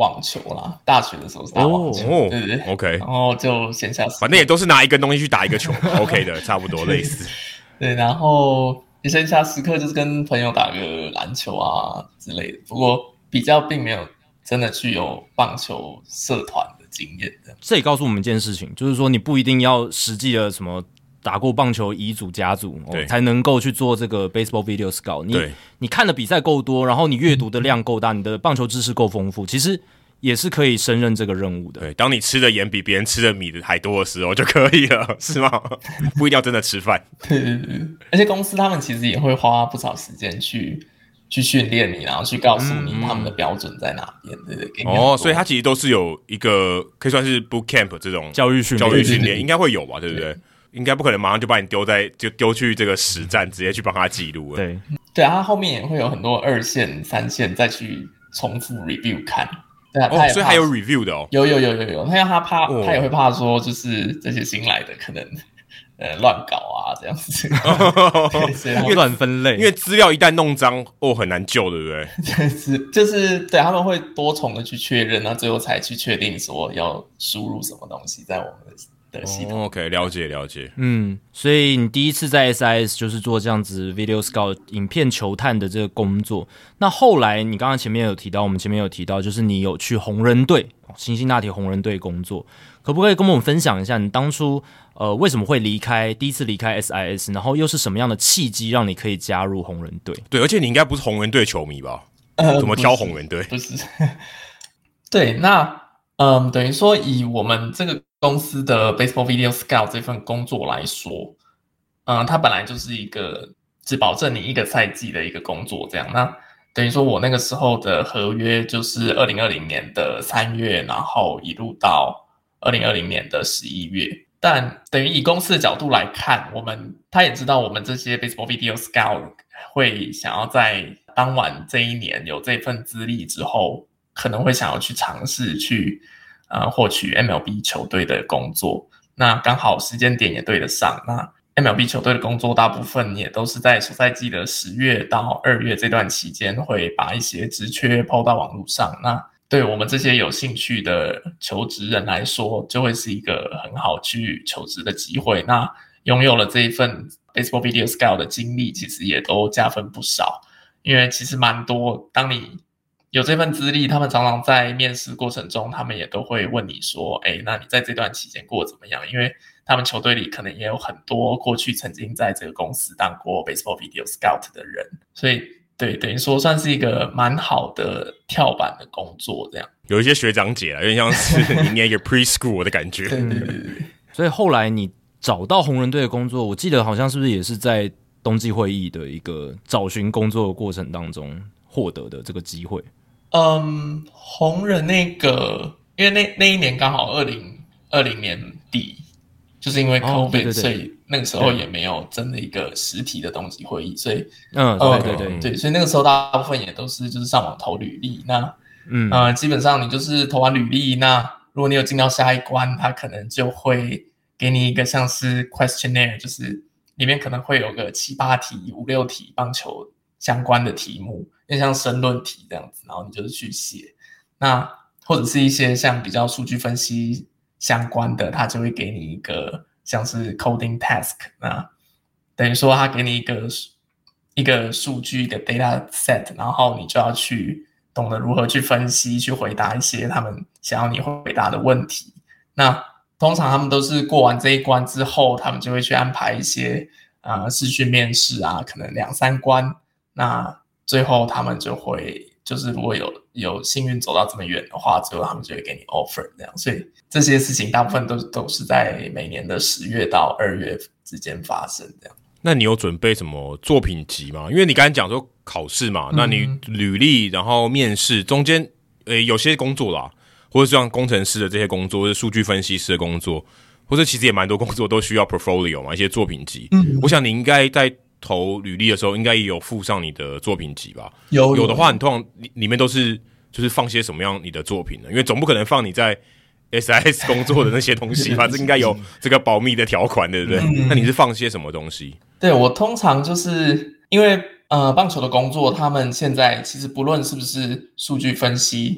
网球啦，大学的时候是打网球， 哦、 对对对 ，OK， 然后就闲暇时反正也都是拿一根东西去打一个球，OK 的，差不多类似。 对，然后闲暇时刻就是跟朋友打个篮球啊之类的，不过比较并没有真的具有棒球社团的经验。 这也告诉我们一件事情，就是说你不一定要实际的什么打过棒球乙组甲组、哦、才能够去做这个 baseball video scout。你你看的比赛够多，然后你阅读的量够大，你的棒球知识够丰富，其实也是可以胜任这个任务的。 对，当你吃的盐比别人吃的米还多的时候就可以了，是吗？不一定要真的吃饭。 对对对，而且公司他们其实也会花不少时间去去训练你，然后去告诉你他们的标准在哪边，对对对。 哦，所以它其实都是有一个可以算是 boot camp 这种教育训练， 教育训练应该会有吧，对不对？应该不可能马上就把你丢在就丢去这个实战，直接去帮他记录了。 对对啊，他后面也会有很多二线、三线再去重复 review 看。对啊， 哦，所以还有 review 的哦。 有有有有有，他他怕、哦、他也会怕说，就是这些新来的可能呃乱搞啊这样子， 因为乱分类， 因为资料一旦弄脏，哦很难救，对不对？ 就是就是对他们会多重的去确认，那最后才去确定说要输入什么东西在我们的。的系统、 oh, OK， 了解了解。 嗯，所以你第一次在 S I S 就是做这样子 Video Scout 影片球探的这个工作。那后来你刚刚前面有提到，我们前面有提到，就是你有去红人队，辛辛那提红人队工作，可不可以跟我们分享一下你当初呃为什么会离开，第一次离开 S I S， 然后又是什么样的契机让你可以加入红人队？ 对，而且你应该不是红人队球迷吧？ 呃， 怎么挑红人队？ 不是，不是对，那嗯，等于说以我们这个公司的 Baseball Video Scout 这份工作来说，嗯，它本来就是一个只保证你一个赛季的一个工作，这样。那等于说我那个时候的合约就是二零二零年的三月，然后一路到二零二零年的十一月。但等于以公司的角度来看，我们他也知道我们这些 Baseball Video Scout 会想要在当晚这一年有这份资历之后，可能会想要去尝试去。呃，获取 M L B 球队的工作，那刚好时间点也对得上。那 M L B 球队的工作大部分也都是在首赛季的十月到二月这段期间，会把一些职缺 po 到网络上。那对我们这些有兴趣的求职人来说，就会是一个很好去求职的机会。那拥有了这一份 Baseball Video Scout 的经历，其实也都加分不少。因为其实蛮多，当你有这份资历，他们常常在面试过程中，他们也都会问你说，哎，那你在这段期间过得怎么样？因为他们球队里可能也有很多过去曾经在这个公司当过 Baseball Video Scout 的人，所以对，等于说算是一个蛮好的跳板的工作这样。 有一些学长姐啦，有点像是你念一个 preschool 的感觉。 对对对对。 所以后来你找到红人队的工作，我记得好像是不是也是在冬季会议的一个找寻工作的过程当中获得的这个机会？ 嗯，红人那个，因为那那一年刚好二零二零年底，就是因为 COVID，、哦、对对对所以那个时候也没有真的一个实体的冬季会议，所以嗯，对对对、 呃、对，所以那个时候大部分也都是就是上网投履历，那嗯呃，基本上你就是投完履历，那如果你有进到下一关，他可能就会给你一个像是 questionnaire， 就是里面可能会有个七八题、五六题棒球相关的题目。像申论题这样子，然后你就是去写，那或者是一些像比较数据分析相关的，他就会给你一个像是 coding task， 那等于说他给你一个一个数据一个 data set， 然后你就要去懂得如何去分析，去回答一些他们想要你回答的问题。那通常他们都是过完这一关之后，他们就会去安排一些呃视讯面试啊，可能两三关，那最后他们就会就是如果有有幸运走到这么远的话，最后他们就会给你 offer 这样。所以这些事情大部分都都是在每年的十月到二月之间发生这样。 那你有准备什么作品集吗？因为你刚才讲说考试嘛，嗯、那你履历然后面试中间诶有些工作啦，或者像工程师的这些工作，或者数据分析师的工作，或者其实也蛮多工作都需要 portfolio 嘛，一些作品集。嗯，我想你应该在投履历的时候应该也有附上你的作品集吧？ 有有的话，你通常里面都是就是放些什么样你的作品呢？因为总不可能放你在 S I S 工作的那些东西吧？这应该有这个保密的条款，对不对？嗯、那你是放些什么东西？ 对，我通常就是因为呃棒球的工作，他们现在其实不论是不是数据分析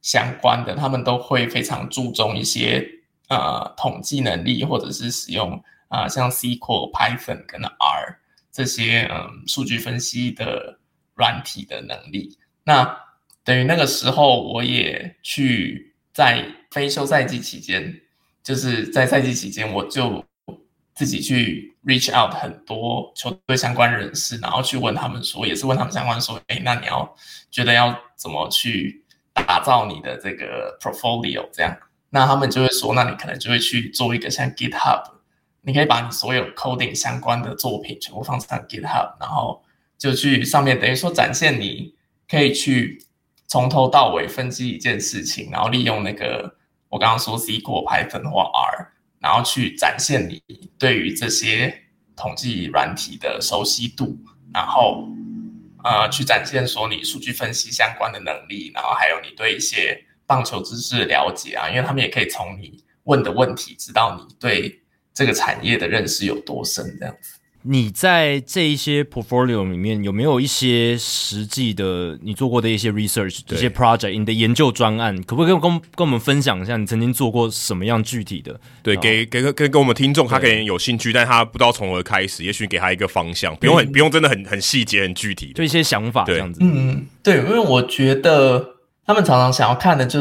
相关的，他们都会非常注重一些呃统计能力，或者是使用啊、呃、像 S Q L、Python 跟 R 这些嗯数据分析的软体的能力。那等于那个时候我也去在非休赛季期间，就是在赛季期间我就自己去 reach out 很多球队相关人士，然后去问他们说，也是问他们相关说，哎，那你要觉得要怎么去打造你的这个 portfolio 这样，那他们就会说，那你可能就会去做一个像 GitHub， 你可以把你所有 coding 相关的作品全部放上 GitHub， 然后就去上面等于说展现你可以去从头到尾分析一件事情，然后利用那个我刚刚说 S Q L、Python 或 R， 然后去展现你对于这些统计软体的熟悉度，然后呃，去展现说你数据分析相关的能力，然后还有你对一些棒球知识的了解啊，因为他们也可以从你问的问题知道你对这个产业的认识有多深这样子。 你在这一些 portfolio 里面有没有一些实际的你做过的一些 research 一些 project 你的研究专案，可不可以跟跟跟我们分享一下你曾经做过什么样具体的？ 对，给给跟跟我们听众，他可能有兴趣，但他不知道从何开始，也许给他一个方向，不用很不用真的很很细节很具体的， 就一些想法这样子。 嗯，对，因为我觉得他们常常想要看的就是，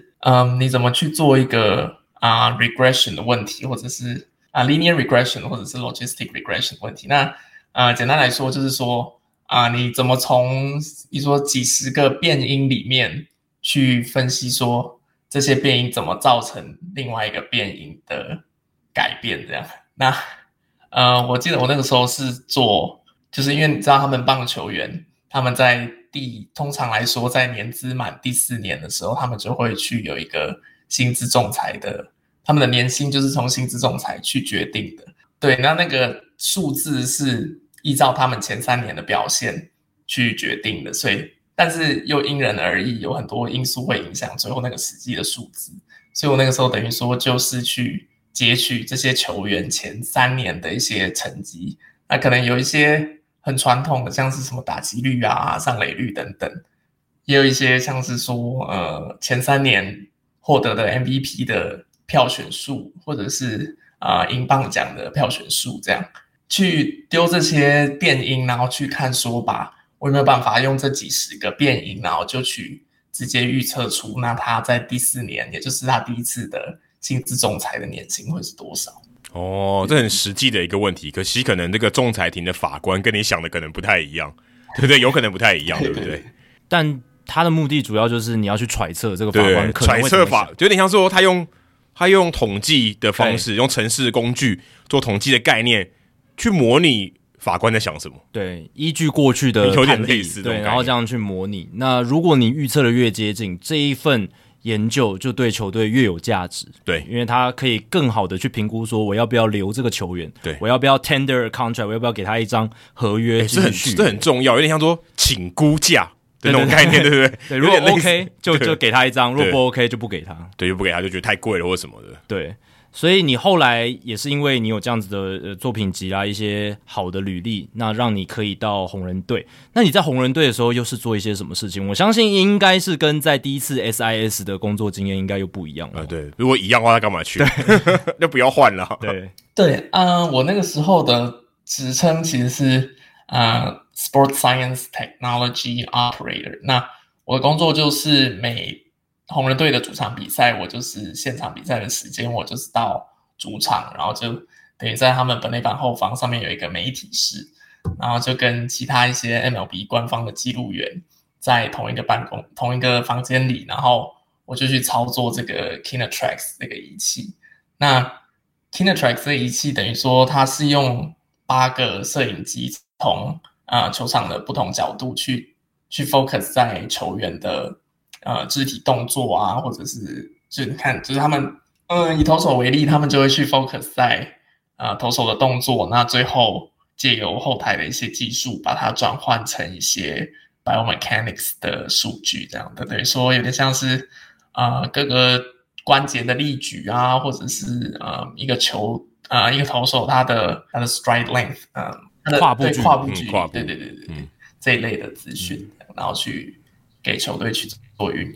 嗯，你怎么去做一个啊、uh, regression 的问题，或者是啊、uh, linear regression 或者是 logistic regression 的问题。那啊、呃，简单来说就是说啊、呃，你怎么从你说几十个变因里面去分析说这些变因怎么造成另外一个变因的改变这样。那呃，我记得我那个时候是做，就是因为你知道他们棒球员他们在第通常来说在年资满第四年的时候，他们就会去有一个薪资仲裁的。他们的年薪就是从薪资仲裁去决定的，对，那那个数字是依照他们前三年的表现去决定的，所以但是又因人而异，有很多因素会影响最后那个实际的数字，所以我那个时候等于说就是去截取这些球员前三年的一些成绩，那可能有一些很传统的，像是什么打击率啊、上垒率等等，也有一些像是说呃前三年获得的 M V P 的票选数，或者是啊、呃、英镑奖的票选数，这样去丢这些变因，然后去看说吧，我有没有办法用这几十个变因，然后就去直接预测出那他在第四年，也就是他第一次的薪资仲裁的年薪会是多少。 哦，这很实际的一个问题，可惜可能这个仲裁庭的法官跟你想的可能不太一样，对不对？有可能不太一样，对不对？ 但他的目的主要就是你要去揣测这个法官可能会揣测法，就有点像说他用他用统计的方式，用程式工具做统计的概念去模拟法官在想什么。 对，依据过去的有点类似， 对，然后这样去模拟。那如果你预测的越接近，这一份研究就对球队越有价值。 对， 因为他可以更好的去评估说我要不要留这个球员， 对， 我要不要 tender contract， 我要不要给他一张合约继续续约。 这很重要，有点像说请估价的那种概念，对不对？ 对，如果 OK 就就给他一张，如果不 OK 就不给他。 对，就不给他，就觉得太贵了或什么的。 对，所以你后来也是因为你有这样子的呃作品集啦，一些好的履历，那让你可以到红人队。那你在红人队的时候又是做一些什么事情？我相信应该是跟在第一次 S I S 的工作经验应该又不一样了。 呃，对，如果一样的话，他干嘛去？就不要换了。 对对，嗯、呃，我那个时候的职称其实是呃 Sports Science Technology Operator。那我的工作就是每红人队的主场比赛，我就是现场比赛的时间，我就是到主场，然后就等于在他们本垒板后方上面有一个媒体室，然后就跟其他一些 M L B 官方的记录员在同一个办公同一个房间里，然后我就去操作这个 Kinetrax 这个仪器。那 Kinetrax 这个仪器等于说它是用八个摄影机从呃球场的不同角度去去 focus 在球员的呃肢体动作啊，或者是就你看就是他们嗯、呃、以投手为例，他们就会去 focus 在呃投手的动作，那最后借由后台的一些技术把它转换成一些 biomechanics 的数据，这样的等于说有点像是呃各个关节的力矩啊，或者是呃一个球呃一个投手他的他的 stride length 嗯、呃、他的跨步距跨步距离、 嗯、 对对对对对、 嗯、 这一类的资讯，然后去给球队去做运用。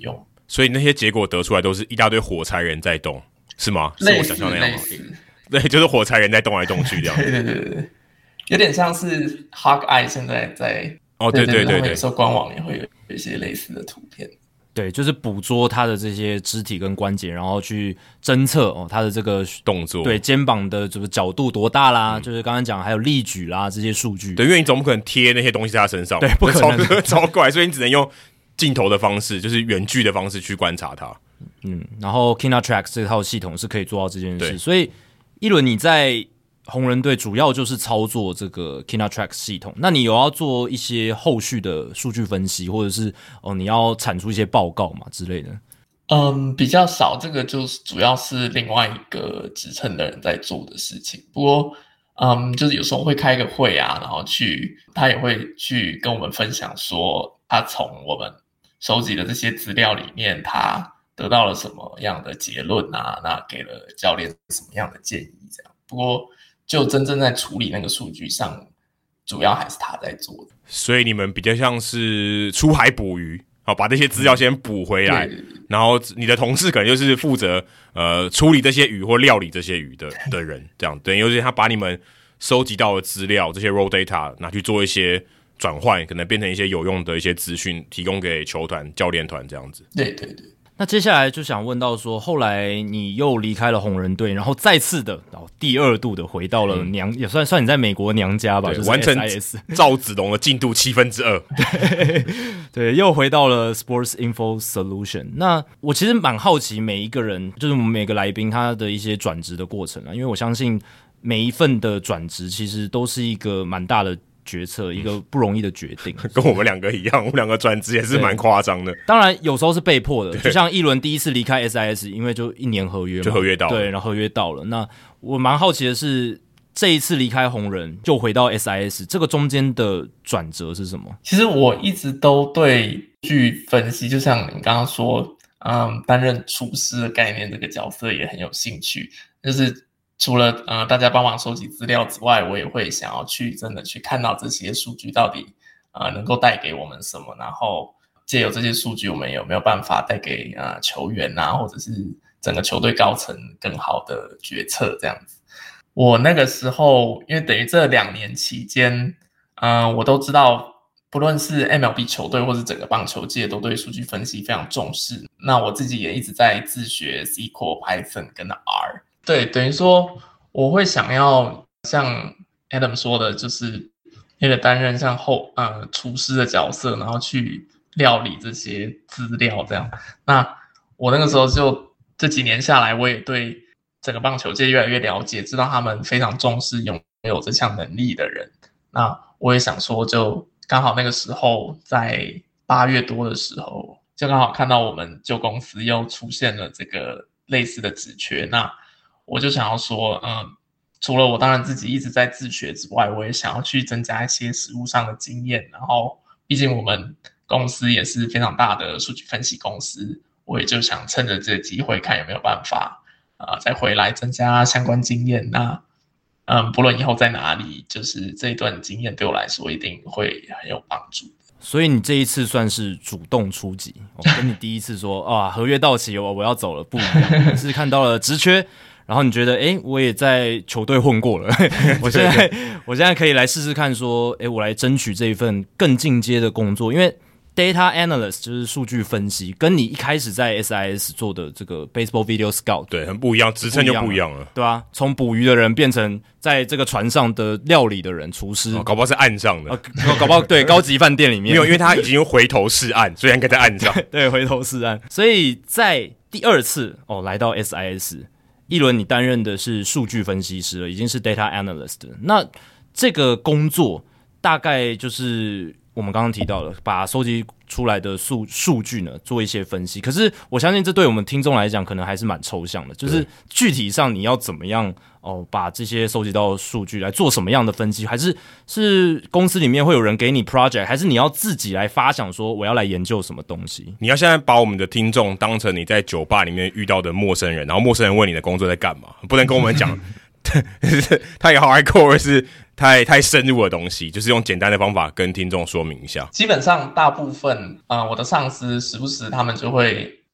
所以那些结果得出来都是一大堆火柴人在动，是吗？是我想象那样吗？对，就是火柴人在动来动去这样。 对对对对，有点像是 Hawkeye 现在在哦，对对对对， 有时候官网也会有一些类似的图片。 对，就是捕捉他的这些肢体跟关节，然后去侦测哦他的这个动作， 对肩膀的这个角度多大啦，嗯、就是刚刚讲还有力举啦这些数据。 对，因为你总不可能贴那些东西在他身上， 对，不可能超怪，所以你只能用镜头的方式，就是远距的方式去观察他。 嗯，然后 KinaTrax 这套系统是可以做到这件事，所以一轮你在红人队主要就是操作这个 KinaTrax 系统，那你有要做一些后续的数据分析，或者是哦你要产出一些报告嘛之类的？ 嗯，比较少，这个就是主要是另外一个职称的人在做的事情。不过，嗯，就是有时候会开个会啊，然后去他也会去跟我们分享说，他从我们收集的这些资料里面，他得到了什么样的结论啊？那给了教练什么样的建议？这样。不过，就真正在处理那个数据上，主要还是他在做的。 所以你们比较像是出海捕鱼，好，把这些资料先补回来，然后你的同事可能就是负责呃处理这些鱼或料理这些鱼的的人，这样对，尤其他把你们收集到的资料这些 raw data 拿去做一些转换，可能变成一些有用的一些资讯，提供给球团、教练团这样子。 对对对。 那接下来就想问到说，后来你又离开了红人队，然后再次的、哦、第二度的回到了娘，嗯、也算算你在美国娘家吧，就是 S I S 完成赵子龙的进度七分之二， 对对，又回到了 Sports Info Solution。那我其实蛮好奇每一个人，就是我们每个来宾他的一些转职的过程啊，因为我相信每一份的转职其实都是一个蛮大的决策，一个不容易的决定， 跟我们两个一样，我们两个转职也是蛮夸张的。 当然有时候是被迫的，就像一轮第一次离开 S I S， 因为就一年合约嘛， 就合约到了， 对，然后合约到了。那我蛮好奇的是，这一次离开红人就回到 S I S， 这个中间的转折是什么？ 其实我一直都对据分析，就像你刚刚说，嗯，担任厨师的概念这个角色也很有兴趣，就是。除了呃大家帮忙收集资料之外，我也会想要去真的去看到这些数据到底呃能够带给我们什么，然后借由这些数据，我们有没有办法带给呃球员啊，或者是整个球队高层更好的决策这样子。我那个时候，因为等于这两年期间，嗯、呃，我都知道，不论是 M L B 球队或是整个棒球界，都对数据分析非常重视。那我自己也一直在自学 S Q L、Python 跟 R。对，等于说我会想要像 Adam 说的，就是那个担任像后呃厨师的角色，然后去料理这些资料这样。那我那个时候就这几年下来，我也对整个棒球界越来越了解，知道他们非常重视拥有这项能力的人。那我也想说，就刚好那个时候在八月多的时候，就刚好看到我们旧公司又出现了这个类似的职缺，那我就想要说，嗯，除了我当然自己一直在自学之外，我也想要去增加一些实务上的经验。然后，毕竟我们公司也是非常大的数据分析公司，我也就想趁着这个机会，看有没有办法啊、呃，再回来增加相关经验。那，嗯，不论以后在哪里，就是这一段经验对我来说一定会很有帮助。 所以你这一次算是主动出击，我跟你第一次说啊，合约到期，我我要走了，不一样，是看到了职缺。然后你觉得，诶，我也在球队混过了，我现在我现在可以来试试看，说，诶，我来争取这一份更进阶的工作，因为 data analyst 就是数据分析，跟你一开始在 S I S 做的这个 baseball video scout 对很不一样，职称就不一样了， 对啊，从捕鱼的人变成在这个船上的料理的人，厨师， 哦、搞不好是岸上的， 哦、搞不好对高级饭店里面没有，因为他已经回头是岸，所以应该在岸上， 对，回头是岸，所以在第二次哦来到 S I S。一轮你担任的是数据分析师了，已经是 data analyst 了。那这个工作大概就是我们刚刚提到了，把收集出来的数数据呢做一些分析。可是我相信这对我们听众来讲，可能还是蛮抽象的，就是具体上你要怎么样哦，把这些收集到的数据来做什么样的分析？还是是公司里面会有人给你 project， 还是你要自己来发想说我要来研究什么东西？ 你要现在把我们的听众当成你在酒吧里面遇到的陌生人，然后陌生人问你的工作在干嘛，不能跟我们讲太 hardcore 是太太深入的东西，就是用简单的方法跟听众说明一下。 基本上大部分呃我的上司时不时他们就会丢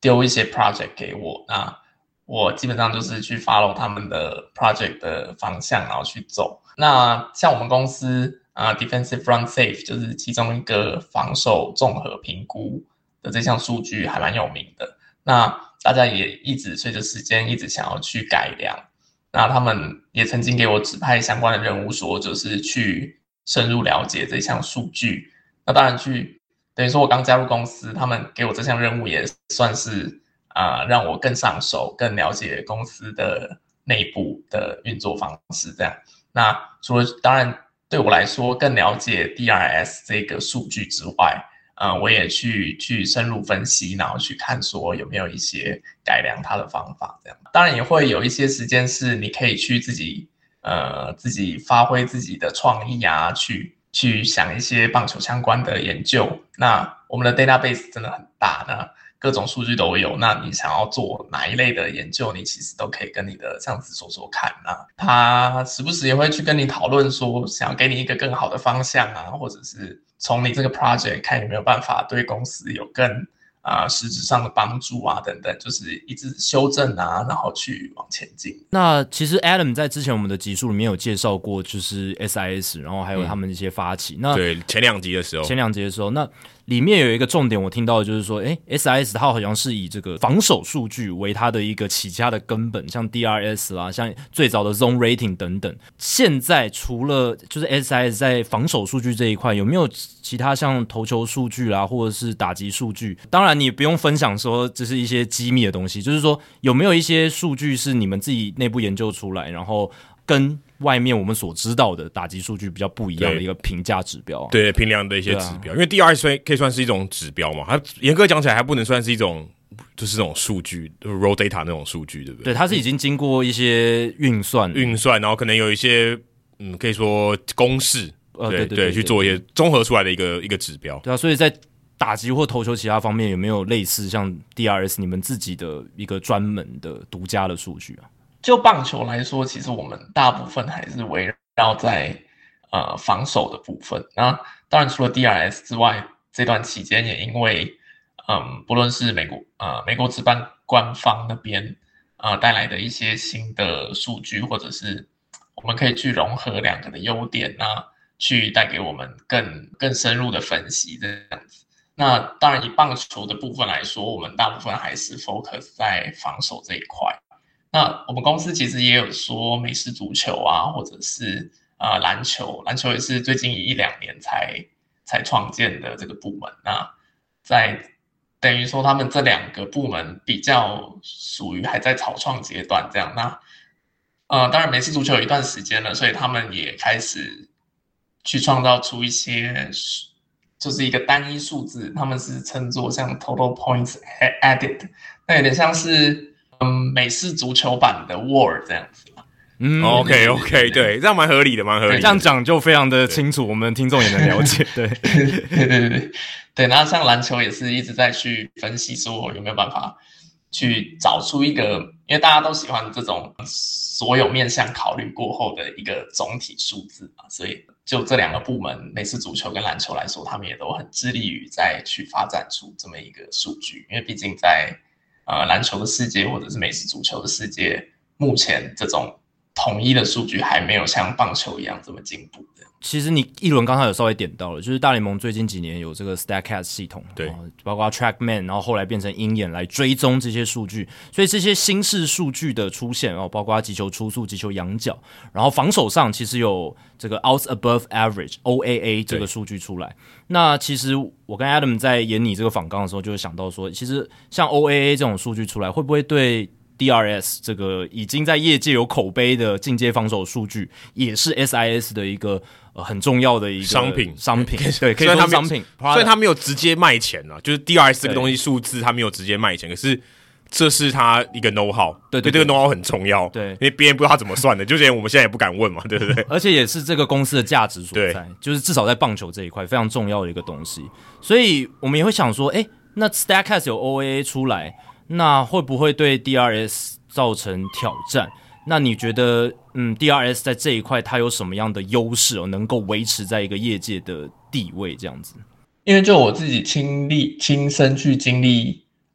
丢一些 project 给我，那我基本上就是去 follow 他们的 project 的方向，然后去走。那像我们公司啊、呃、，defensive run safe 就是其中一个防守综合评估的这项数据还蛮有名的。那大家也一直随着时间一直想要去改良。那他们也曾经给我指派相关的任务，说就是去深入了解这项数据。那当然去等于说我刚加入公司，他们给我这项任务也算是啊、呃、让我更上手，更了解公司的内部的运作方式这样。那除了当然对我来说更了解 D R S 这个数据之外，呃，我也去去深入分析，然后去看说有没有一些改良它的方法这样。当然也会有一些时间是你可以去自己呃自己发挥自己的创意啊，去去想一些棒球相关的研究。那我们的 database 真的很大，那各种数据都有，那你想要做哪一类的研究，你其实都可以跟你的上司说说看啊。他时不时也会去跟你讨论说，想要给你一个更好的方向啊，或者是从你这个 project 看有没有办法对公司有更啊、呃、实质上的帮助啊等等，就是一直修正啊，然后去往前进。 那其实 Adam 在之前我们的集数里面有介绍过，就是 S I S， 然后还有他们一些发起。嗯、那对前两集的时候， 前两集的时候，那里面有一个重点，我听到的就是说，诶 S I S 它好像是以这个防守数据为它的一个起家的根本，像 D R S 啦，像最早的 Zone Rating 等等。现在除了就是 S I S 在防守数据这一块，有没有其他像投球数据啦，或者是打击数据？当然，你不用分享说这是一些机密的东西，就是说有没有一些数据是你们自己内部研究出来，然后跟外面我们所知道的打击数据比较不一样的一个评价指标， 对评量的一些指标、啊，因为 D R S 可以算是一种指标嘛，它严格讲起来还不能算是一种就是那种数据 ，raw data 那种数据，对不对？ 对，它是已经经过一些运算， 运算，然后可能有一些嗯，可以说公式， 呃，对对对, 对, 对， 去做一些综合出来的一个一个指标， 对啊，所以在打击或投球其他方面有没有类似像 D R S 你们自己的一个专门的独家的数据啊？ 就棒球来说，其实我们大部分还是围绕在呃防守的部分。那当然除了 D R S 之外，这段期间也因为嗯，不论是美国呃美国职棒官方那边呃带来的一些新的数据，或者是我们可以去融合两个的优点，那去带给我们更更深入的分析这样子。那当然以棒球的部分来说，我们大部分还是 focus 在防守这一块。那我们公司其实也有说美式足球啊，或者是呃篮球，篮球也是最近一两年才才创建的这个部门。那在等于说他们这两个部门比较属于还在草创阶段这样。那呃当然美式足球有一段时间了，所以他们也开始去创造出一些就是一个单一数字，他们是称作像 total points added， 那有点像是嗯，美式足球版的 W A R 这样子。 嗯 ，OK OK， 对，这样蛮合理的，蛮合理的。 这样讲就非常的清楚，我们听众也能了解。对， 对对对对对。那像篮球也是一直在去分析，说有没有办法去找出一个，因为大家都喜欢这种所有面向考虑过后的一个总体数字嘛，所以就这两个部门，美式足球跟篮球来说，他们也都很致力于在去发展出这么一个数据，因为毕竟在呃，篮球的世界或者是美式足球的世界，目前这种统一的数据还没有像棒球一样这么进步的。 其实你一轮刚才有稍微点到了，就是大联盟最近几年有这个 StatCast 系统， 对， 包括 TrackMan， 然后后来变成鹰眼来追踪这些数据，所以这些新式数据的出现，哦，包括击球出速、击球仰角，然后防守上其实有这个 Outs Above Average O A A 这个数据出来。那其实我跟 Adam 在演你这个访纲的时候，就会想到说，其实像 O A A 这种数据出来，会不会对D R S 这个已经在业界有口碑的进阶防守数据，也是 S I S 的一个、呃、很重要的一个商品商品，对，可以说是商品。 虽然它没有直接卖钱啊，就是 D R S 这个东西数字它没有直接卖钱，可是这是它一个 know how， 对 对, 对， 这个 know how 很重要， 对， 因为别人不知道他怎么算的，就连我们现在也不敢问嘛，对不对？ 而且也是这个公司的价值所在，就是至少在棒球这一块非常重要的一个东西。所以我们也会想说，哎，那 StatCast 有 O A A 出来，那会不会对 D R S 造成挑战？那你觉得，嗯 ，D R S 在这一块它有什么样的优势哦，能够维持在一个业界的地位这样子？ 因为就我自己亲历、亲身去经历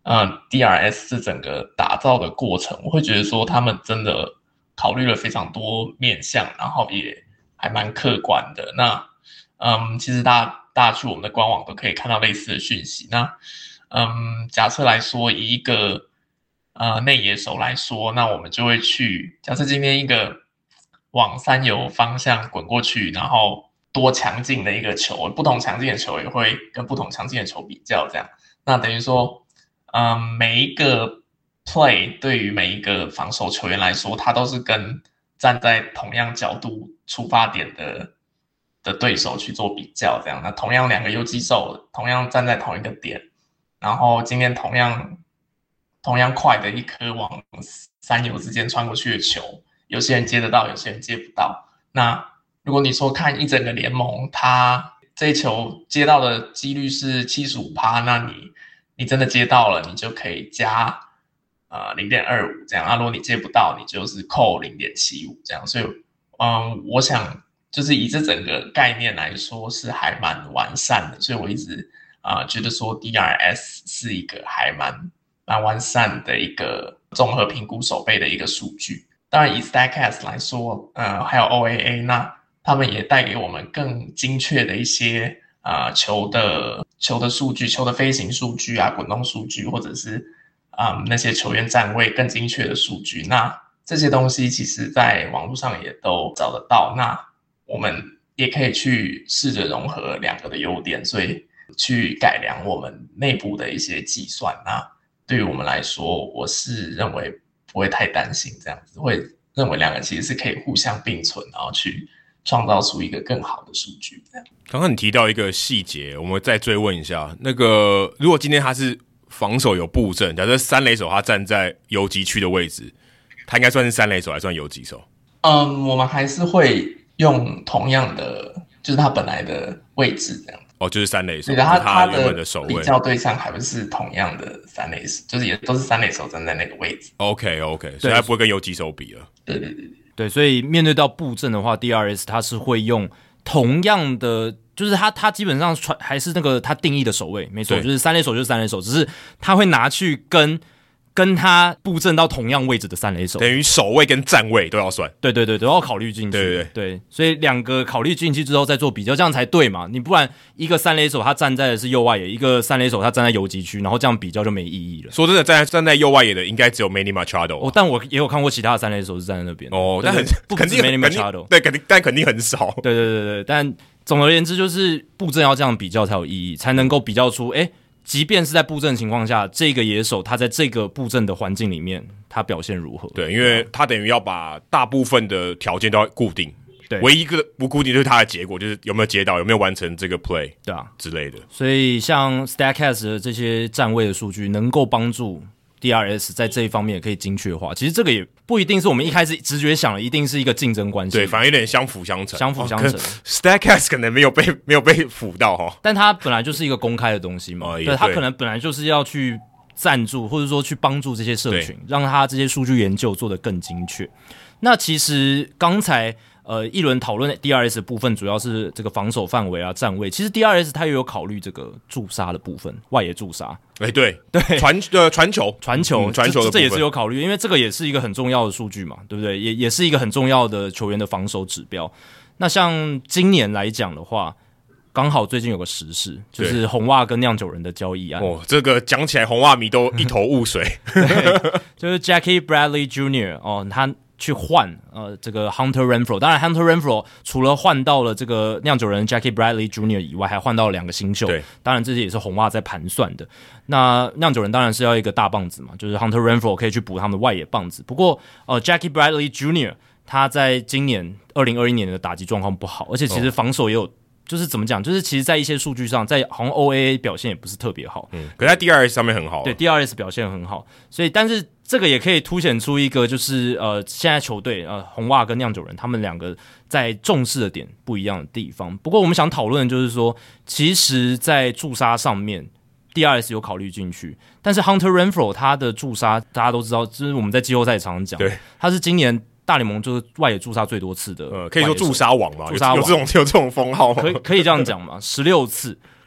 呃 D R S 这整个打造的过程，我会觉得说他们真的考虑了非常多面向，然后也还蛮客观的。那嗯，其实大家大家去我们的官网都可以看到类似的讯息。那嗯，假设来说，以一个呃内野手来说，那我们就会去假设今天一个往三游方向滚过去，然后多强劲的一个球，不同强劲的球也会跟不同强劲的球比较，这样。那等于说，嗯，每一个 play 对于每一个防守球员来说，他都是跟站在同样角度出发点的的对手去做比较，这样。那同样两个游击手，同样站在同一个点，然后今天同样同样快的一颗往三游之间穿过去的球，有些人接得到，有些人接不到。那如果你说看一整个联盟，他这一球接到的几率是 百分之七十五， 那你你真的接到了，你就可以加呃 零点二五 这样。那如果你接不到，你就是扣 零点七五 这样。所以嗯，我想就是以这整个概念来说是还蛮完善的，所以我一直啊、呃、觉得说 D R S 是一个还蛮蛮完善的一个综合评估守备的一个数据。当然以 Statcast 来说，呃，还有 O A A， 那他们也带给我们更精确的一些啊、呃、球的球的数据、球的飞行数据啊、滚动数据，或者是啊、呃、那些球员站位更精确的数据。那这些东西其实在网络上也都找得到。那我们也可以去试着融合两个的优点，所以去改良我们内部的一些计算。那对于我们来说，我是认为不会太担心这样子，会认为两个其实是可以互相并存，然后去创造出一个更好的数据。这样。 刚刚你提到一个细节，我们再追问一下，那个如果今天他是防守有布阵，假设三垒手他站在游击区的位置，他应该算是三垒手还算游击手？ 嗯，我们还是会用同样的，就是他本来的位置这样子。 哦，就是三垒手， 对的，他他原本的守位比较对象还不是同样的三垒手，就是也都是三垒手站在那个位置。 OK OK， 所以他不会跟游击手比了。 对对对对对，所以面对到布阵的话 ，D R S 它是会用同样的，就是他他基本上传还是那个他定义的守卫，没错，就是三垒手就是三垒手，只是他会拿去跟。跟他布阵到同样位置的三垒手， 等于守卫跟站位都要算， 对对对，都要考虑进去。 对对对, 对，所以两个考虑进去之后再做比较，这样才对嘛？你不然一个三垒手他站在的是右外野，一个三垒手他站在游击区，然后这样比较就没意义了。 说真的，站在站在右外野的应该只有 Manny Machado、啊、 哦，但我也有看过其他的三垒手是站在那边哦，但很不肯定 Manny Machado， 对，肯定但肯定很少。 对对对对，但总而言之就是布阵要这样比较才有意义，才能够比较出哎。即便是在布阵情况下，这个野手他在这个布阵的环境里面，他表现如何？ 对，因为他等于要把大部分的条件都要固定，对，唯一一个不固定就是他的结果，就是有没有接到，有没有完成这个 play， 对啊之类的。 所以像 Statcast 的这些站位的数据，能够帮助 D R S 在这一方面也可以精确化。其实这个也不一定是我们一开始直觉想的，一定是一个竞争关系。 对，反而有点相辅相成。 相辅相成。哦、 Statcast 可能没有被没有被辅到哈， 但它本来就是一个公开的东西嘛。哦、对，它可能本来就是要去赞助或者说去帮助这些社群，让它这些数据研究做得更精确。那其实刚才。呃，一轮讨论 D R S 的部分主要是这个防守范围啊、站位。其实 D R S 它也有考虑这个驻杀的部分，外野驻杀。 哎、欸，对对， 传呃传球、 传球、 传、嗯、球的部分， 这也是有考虑，因为这个也是一个很重要的数据嘛，对不对？也也是一个很重要的球员的防守指标。那像今年来讲的话，刚好最近有个时事，就是红袜跟酿酒人的交易案。 哦，这个讲起来红袜迷都一头雾水。 对，就是 Jackie Bradley Junior 哦，他。去换呃这个 Hunter Renfroe， 当然 Hunter Renfroe 除了换到了这个酿酒人 Jackie Bradley Junior 以外，还换到了两个新秀。对，当然这些也是红袜在盘算的。那酿酒人当然是要一个大棒子嘛，就是 Hunter Renfroe 可以去补他们的外野棒子。不过呃 Jackie Bradley Junior 他在今年二零二一年的打击状况不好，而且其实防守也有。哦就是怎么讲？就是其实，在一些数据上，在好像 O A A 表现也不是特别好， 嗯，可是在 D R S 上面很好、啊， 对 D R S 表现很好，所以但是这个也可以凸显出一个，就是呃，现在球队呃红袜跟酿酒人他们两个在重视的点不一样的地方。不过我们想讨论的就是说，其实，在驻杀上面 ，D R S 有考虑进去，但是 Hunter Renfroe 他的驻杀大家都知道，就是我们在季后赛常常讲， 对， 他是今年。大联盟就是外野驻杀最多次的， 呃，可以说驻杀王嘛， 驻杀王有这种有这种封号吗？ 可以可以这样讲嘛，十六次。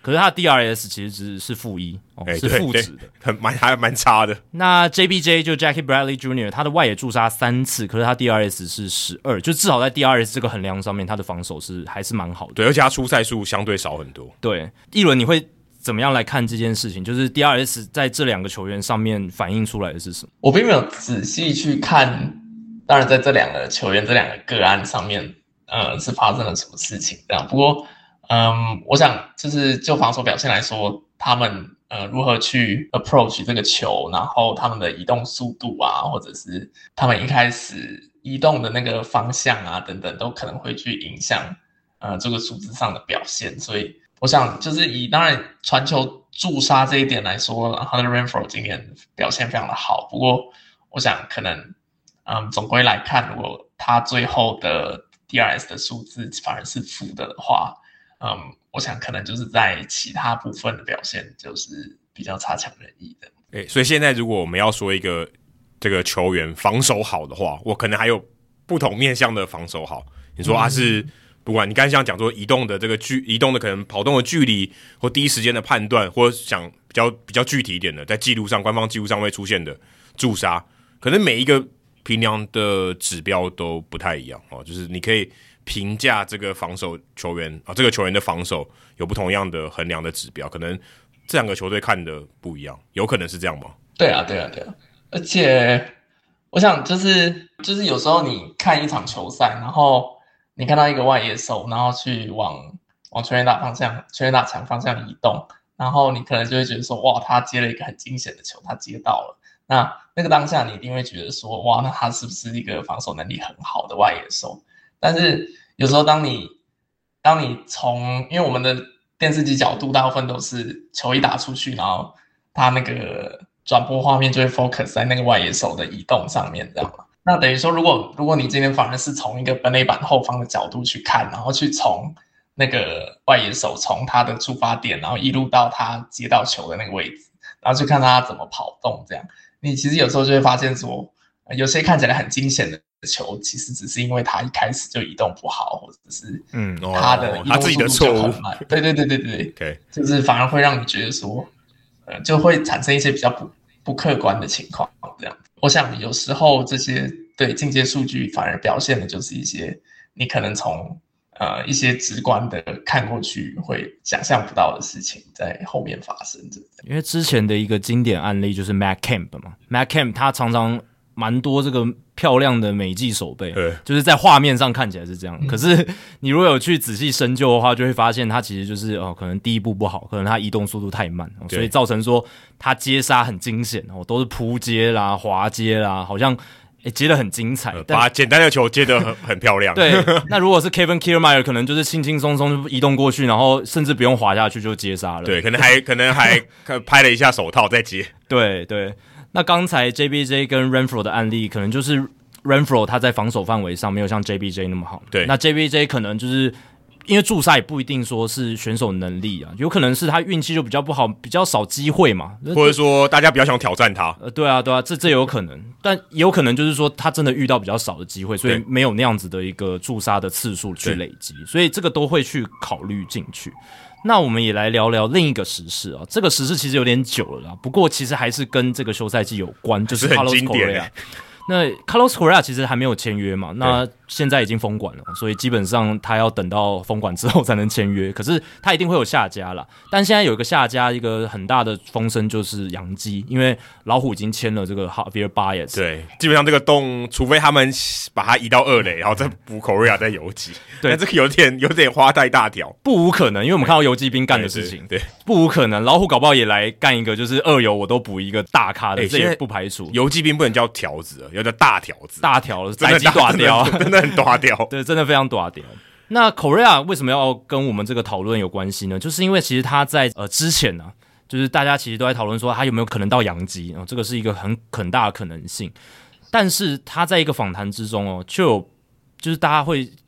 可是他的 D R S 其实只是负一、哦欸、是负值的， 很蛮还蛮差的。 那 J B J 就 Jackie Bradley Junior 他的外野驻杀三次，可是他 D R S 是十二，就至少在 D R S 这个衡量上面，他的防守是还是蛮好的。 对，而且他出赛数相对少很多。 对，一轮你会怎么样来看这件事情？就是 D R S 在这两个球员上面反映出来的是什么？ 我并没有仔细去看，当然在这两个球员这两个个案上面，呃，是发生了什么事情这样。不过，嗯，我想就是就防守表现来说，他们呃如何去 approach 这个球，然后他们的移动速度啊，或者是他们一开始移动的那个方向啊等等，都可能会去影响呃这个数字上的表现。所以我想就是以当然传球驻杀这一点来说 Hunter Renfroe 今年表现非常的好。不过我想可能嗯总归来看，如果他最后的 D R S 的数字反而是负的的话，嗯，我想可能就是在其他部分的表现就是比较差强人意的。 欸，所以现在如果我们要说一个这个球员防守好的话，我可能还有不同面向的防守好。你说他是、嗯、不管你刚才想讲说移动的这个距移动的可能跑动的距离，或第一时间的判断，或者想比较比较具体一点的，在记录上官方记录上会出现的驻杀，可能每一个评量的指标都不太一样哦，就是你可以评价这个防守球员啊，这个球员的防守有不同样的衡量的指标，可能这两个球队看的不一样，有可能是这样吗？ 对啊，对啊，对啊，而且我想就是就是有时候你看一场球赛，然后你看到一个外野手，然后去往往全垒打方向、全垒打墙方向移动，然后你可能就会觉得说，哇，他接了一个很惊险的球，他接到了。那那个当下你一定会觉得说，哇，那他是不是一个防守能力很好的外野手？但是有时候当你当你从因为我们的电视机角度大部分都是球一打出去，然后他那个转播画面就会 focus 在那个外野手的移动上面，这样嘛？那等于说，如果如果你今天反而是从一个本垒板后方的角度去看，然后去从那个外野手从他的出发点，然后一路到他接到球的那个位置，然后去看他怎么跑动，这样你其实有时候就会发现说，有些看起来很惊险的球，其实只是因为他一开始就移动不好，或者是嗯他的移动速度就很慢。对对对对对， okay. 就是反而会让你觉得说，呃，就会产生一些比较不不客观的情况。这样，我想有时候这些对进阶数据反而表现的就是一些你可能从呃一些直观的看过去会想象不到的事情在后面发生着。 因为之前的一个经典案例就是 Matt Kemp 嘛 ，Matt Kemp 他常常蛮多这个漂亮的美技手背，就是在画面上看起来是这样、嗯、可是你如果有去仔细深究的话，就会发现他其实就是哦，可能第一步不好，可能他移动速度太慢、哦、所以造成说他接杀很惊险哦，都是扑接啦、滑接啦，好像诶接得很精彩、呃、 把简单的球接得很很漂亮。 对，那如果是 Kevin Kiermaier 可能就是轻轻松松就移动过去，然后甚至不用滑下去就接杀了。 对，可能还可能还拍了一下手套再接。 对对。那刚才 J B J 跟 Renfroe 的案例，可能就是 Renfroe 他在防守范围上没有像 J B J 那么好。 对， 那 J B J 可能就是因为驻杀也不一定说是选手能力啊，有可能是他运气就比较不好，比较少机会嘛， 或者说大家比较想挑战他。 呃，对啊，对啊，这这有可能，但也有可能就是说他真的遇到比较少的机会，所以没有那样子的一个驻杀的次数去累积，所以这个都会去考虑进去。那我们也来聊聊另一个时事啊，这个时事其实有点久了啦，不过其实还是跟这个休赛季有关，就是 Carlos Correa。那 Carlos Correa 其实还没有签约嘛，那现在已经封管了，所以基本上他要等到封管之后才能签约。可是他一定会有下家啦，但现在有一个下家，一个很大的风声就是洋基，因为老虎已经签了这个 Javier Baez。 对，基本上这个洞，除非他们把它移到二垒，然后再补 Correa 再游击，对，但这个有点有点花太大条， 不无可能，因为我们看到游击兵干的事情，对，对对不无可能。老虎搞不好也来干一个，就是二游我都补一个大咖的，欸、这也不排除。 游击兵不能叫条子了，要叫大条子， 大条宅基大条， 真的很大条。 对，真的非常大条。那 Correa 为什么要跟我们这个讨论有关系呢？就是因为其实他在呃之前呢、啊，就是大家其实都在讨论说他有没有可能到洋基、哦、这个是一个很很大的可能性。但是他在一个访谈之中哦，就有就是大家会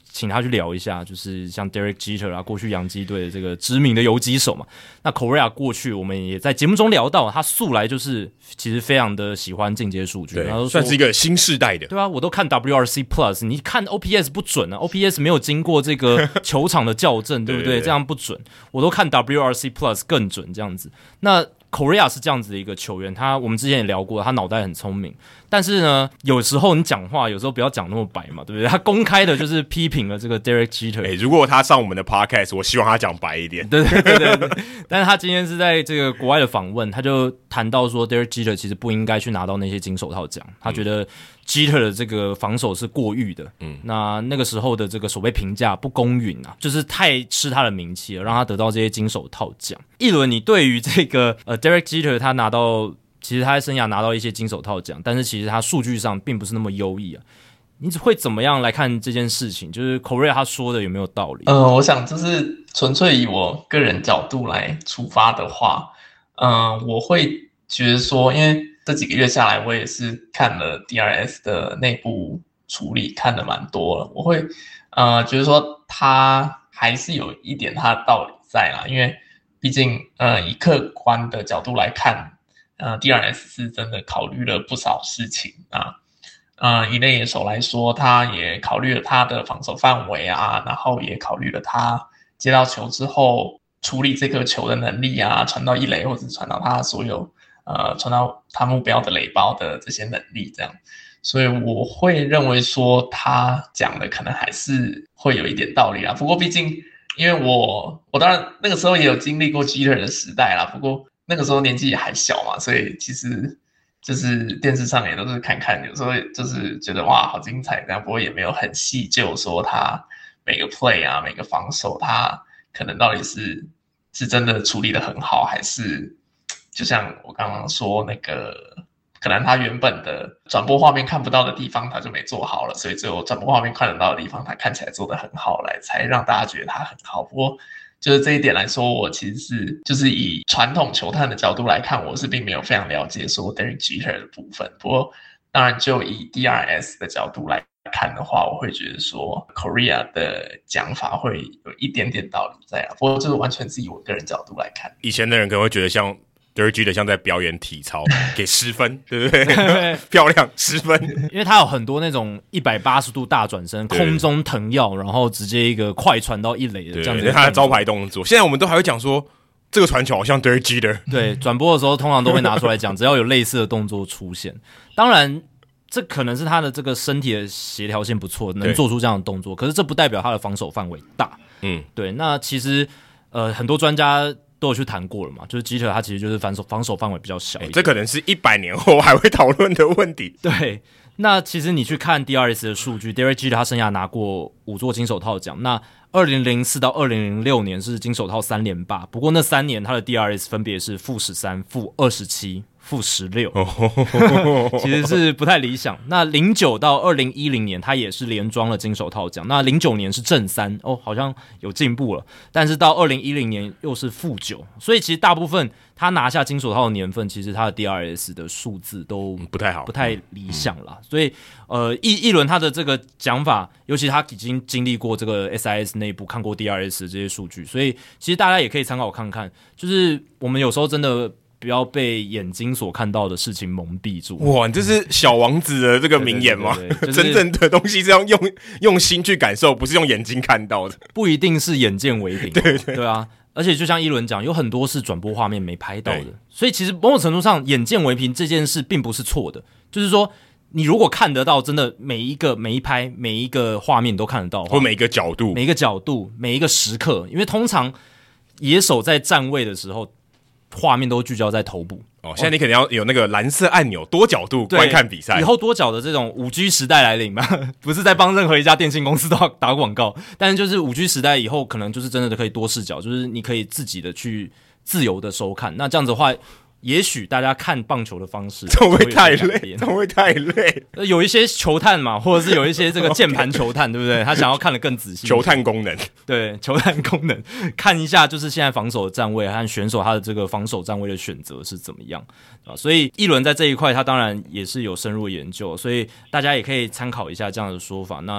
请他去聊一下，就是像 Derek Jeter 啊，过去洋基队的这个知名的游击手嘛。那 Correa 过去我们也在节目中聊到，他素来就是其实非常的喜欢进阶数据，然后算是一个新世代的。 对啊，我都看 W R C Plus， 你看 O P S 不准啊 ，O P S 没有经过这个球场的校正，对不对？这样不准，我都看 W R C Plus 更准这样子。那Correa 是这样子的一个球员，他我们之前也聊过，他脑袋很聪明，但是呢，有时候你讲话有时候不要讲那么白嘛，对不对？他公开的就是批评了这个 Derek Jeter。 欸，如果他上我们的 podcast， 我希望他讲白一点。 对对对对对。但是他今天是在这个国外的访问，他就谈到说 Derek Jeter 其实不应该去拿到那些金手套奖，他觉得 Jeter 的这个防守是过誉的，嗯，那那个时候的这个守备评价不公允啊，就是太吃他的名气了，让他得到这些金手套奖。一轮，你对于这个呃 Derek Jeter 他拿到，其实他在生涯拿到一些金手套奖，但是其实他数据上并不是那么优异啊。你会怎么样来看这件事情？就是 Correa 他说的有没有道理？ 嗯、呃，我想就是纯粹以我个人角度来出发的话，嗯、呃，我会觉得说，因为这几个月下来，我也是看了 D R S 的内部处理，看的蛮多了。我会呃觉得说，他还是有一点他的道理在啦，因为毕竟呃以客观的角度来看，呃 D R S 是真的考虑了不少事情啊。呃，以内野手来说，他也考虑了他的防守范围啊，然后也考虑了他接到球之后处理这颗球的能力啊，传到一垒或者传到他所有呃传到他目标的垒包的这些能力，这样，所以我会认为说他讲的可能还是会有一点道理啦。不过毕竟，因为我我当然那个时候也有经历过 Jeter 的时代啦，不过那个时候年纪也还小嘛，所以其实。就是电视上也都是看看，有时候就是觉得哇好精彩，但不过也没有很细究说他每个 play 啊每个防守他可能到底是是真的处理得很好，还是就像我刚刚说那个可能他原本的转播画面看不到的地方他就没做好了，所以只有转播画面看得到的地方他看起来做得很好来才让大家觉得他很好。不过就是这一点来说，我其实是就是以传统球探的角度来看，我是并没有非常了解说 Derek Jeter 的部分。不过当然就以 D R S 的角度来看的话，我会觉得说 Correa 的讲法会有一点点道理在啊。不过这是完全是以我个人角度来看。 以前的人可能会觉得像Derek Jeter 像在表演体操，给十分，对不对？漂亮，十分。 因为他有很多那种一百八十度大转身，空中腾跃，然后直接一个快传到一垒的这样子。 他的招牌动作，现在我们都还会讲说这个传球好像 Derek Jeter。 对，转播的时候通常都会拿出来讲，只要有类似的动作出现。当然，这可能是他的这个身体的协调性不错，能做出这样的动作。可是这不代表他的防守范围大。嗯，对。那其实呃，很多专家都有去谈过了嘛，就是 Jeter 他其实就是防守防守范围比较小一点， 欸，这可能是一百年后还会讨论的问题。 对，那其实你去看 D R S 的数据 ，Derek Jeter 他生涯拿过五座金手套奖，那二零零四到二零零六年是金手套三连霸，不过那三年他的 D R S 分别是负十三、负二十七、负十六，其实是不太理想。那零九到二零一零年他也是连庄了金手套奖，那零九年是正三，哦，好像有进步了，但是到二零一零年又是负九，所以其实大部分他拿下金手套的年份，其实他的 D R S 的数字都不太好， 不太理想啦。嗯、所以呃，一一轮他的这个讲法，尤其他已经经历过这个 S I S 内部看过 D R S 的这些数据，所以其实大家也可以参考看看，就是我们有时候真的不要被眼睛所看到的事情蒙蔽住。 哇，这是小王子的这个名言吗？ 对对对对、 就是、真正的东西是要用用心去感受，不是用眼睛看到的。 不一定是眼见为凭， 对对对啊。而且就像一轮讲，有很多是转播画面没拍到的，所以其实某种程度上，眼见为凭这件事并不是错的。就是说，你如果看得到，真的每一个每一拍每一个画面你都看得到， 或每一个角度、 每一个角度、每一个时刻，因为通常野手在站位的时候，画面都聚焦在头部。 哦，现在你可能要有那个蓝色按钮，多角度观看比赛。 以后多角的这种 五 G 时代来临嘛，不是在帮任何一家电信公司都要打广告，但是就是 五 G 时代以后，可能就是真的可以多视角，就是你可以自己的去自由的收看。那这样子的话，也许大家看棒球的方式这会太累，这会太累。 有一些球探嘛，或者是有一些这个键盘球探，对不对？他想要看得更仔细。 球探功能， 对，球探功能，看一下就是现在防守的站位和选手他的这个防守站位的选择是怎么样啊？所以一轮在这一块，他当然也是有深入研究，所以大家也可以参考一下这样的说法。那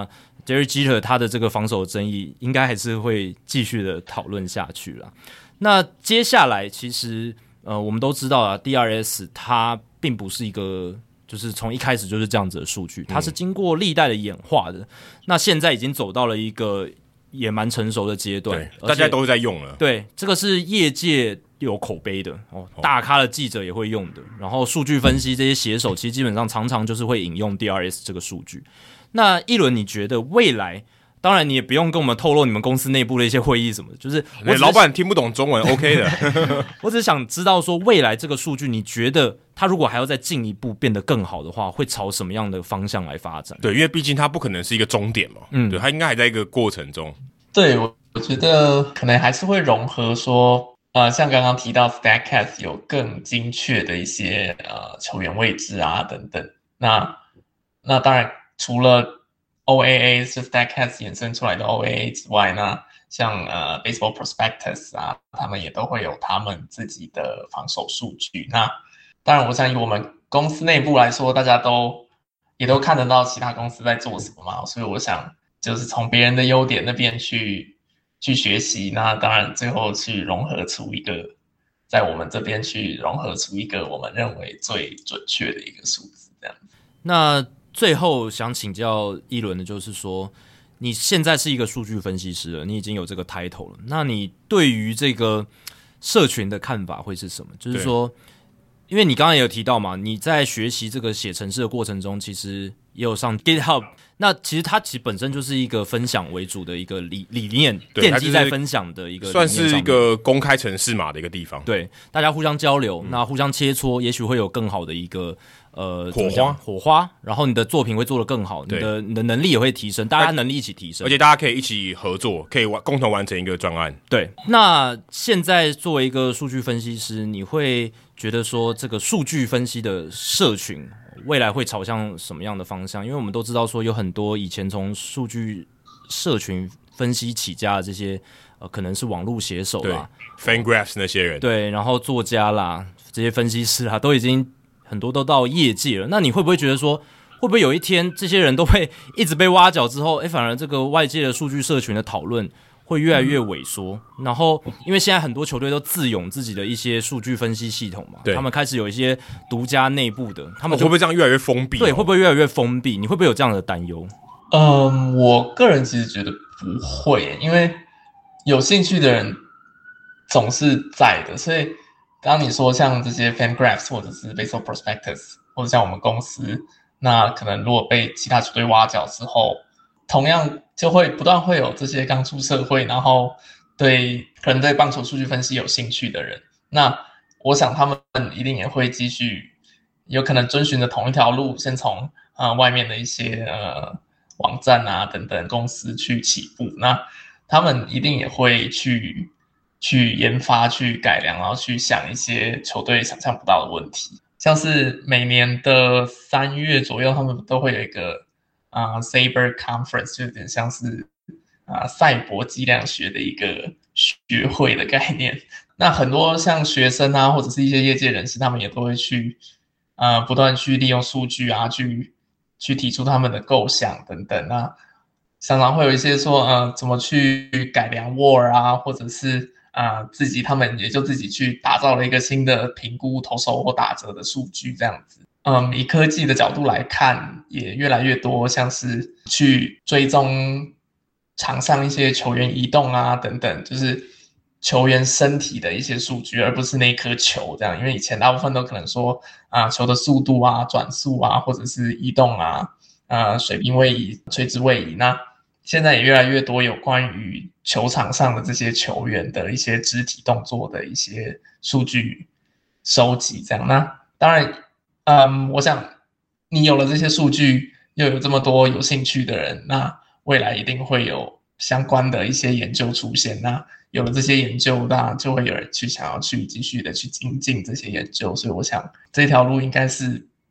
Derek Jeter 他的这个防守争议应该还是会继续的讨论下去啦。那接下来其实呃我们都知道啊 D R S 它并不是一个就是从一开始就是这样子的数据，它是经过历代的演化的，嗯、那现在已经走到了一个也蛮成熟的阶段， 对，大家都在用了。 对，这个是业界有口碑的哦，大咖的记者也会用的，然后数据分析这些写手其实基本上常常就是会引用 D R S 这个数据。那一轮你觉得未来？当然，你也不用跟我们透露你们公司内部的一些会议什么的，就是我老板听不懂中文 ，OK 的。 我只是想知道说，未来这个数据，你觉得它如果还要再进一步变得更好的话，会朝什么样的方向来发展？ 对，因为毕竟它不可能是一个终点嘛，嗯，对，它应该还在一个过程中。 对，我我觉得可能还是会融合说，呃，像刚刚提到 Statcast 有更精确的一些呃球员位置啊等等。那那当然除了O A A 是 Statcast 衍生出来的 O A A 之外，那像呃 Baseball Prospectus 啊，他们也都会有他们自己的防守数据。那当然，我想以我们公司内部来说，大家都也都看得到其他公司在做什么嘛，所以我想就是从别人的优点那边去去学习，那当然最后去融合出一个，在我们这边去融合出一个我们认为最准确的一个数字，这样子。 那最后想请教一轮的就是说，你现在是一个数据分析师了，你已经有这个 title 了，那你对于这个社群的看法会是什么？就是说，因为你刚刚也有提到嘛，你在学习这个写程式的过程中，其实也有上 GitHub， 那其实它其实本身就是一个分享为主的一个理理念，奠基在分享的一个理念上面， 算是一个公开程式码的一个地方。 对，大家互相交流，嗯、那互相切磋，也许会有更好的一个。呃， 火花， 火花，然后你的作品会做得更好，你的你的能力也会提升，大家能力一起提升， 而且大家可以一起合作，可以共同完成一个专案。 对，那现在作为一个数据分析师，你会觉得说这个数据分析的社群未来会朝向什么样的方向？因为我们都知道说有很多以前从数据社群分析起家的这些呃，可能是网络写手啦 ，FanGraphs 那些人， 对，然后作家啦，这些分析师啦，都已经。很多都到业界了，那你会不会觉得说，会不会有一天这些人都会一直被挖角之后，诶，反而这个外界的数据社群的讨论会越来越萎缩？嗯、然后，因为现在很多球队都自拥自己的一些数据分析系统嘛，他们开始有一些独家内部的，他们会不会这样越来越封闭？ 对，会不会越来越封闭？你会不会有这样的担忧？ 嗯，我个人其实觉得不会，因为有兴趣的人总是在的，所以。当你说像这些 FanGraphs 或者是 Baseball Prospectus 或者像我们公司，那可能如果被其他球队挖角之后，同样就会不断会有这些刚出社会，然后对可能对棒球数据分析有兴趣的人，那我想他们一定也会继续有可能遵循着同一条路，先从呃外面的一些呃网站啊等等公司去起步，那他们一定也会去。去研发、去改良，然后去想一些球队想象不到的问题，像是每年的三月左右，他们都会有一个啊、呃、Saber Conference， 就有点像是啊、呃、赛博计量学的一个学会的概念。那很多像学生啊，或者是一些业界人士，他们也都会去啊、呃、不断去利用数据啊，去去提出他们的构想等等。那常常会有一些说，呃，怎么去改良 W A R 啊，或者是。啊、呃，自己他们也就自己去打造了一个新的评估投手或打者的数据，这样子。嗯，以科技的角度来看，也越来越多像是去追踪场上一些球员移动啊等等，就是球员身体的一些数据，而不是那颗球这样。因为以前大部分都可能说啊、呃，球的速度啊、转速啊，或者是移动啊、呃，水平位移、垂直位移，那现在也越来越多有关于球场上的这些球员的一些肢体动作的一些数据收集，这样。那当然，嗯，我想你有了这些数据，又有这么多有兴趣的人，那未来一定会有相关的一些研究出现。那有了这些研究，那就会有人去想要去继续的去精进这些研究。所以我想这条路应该是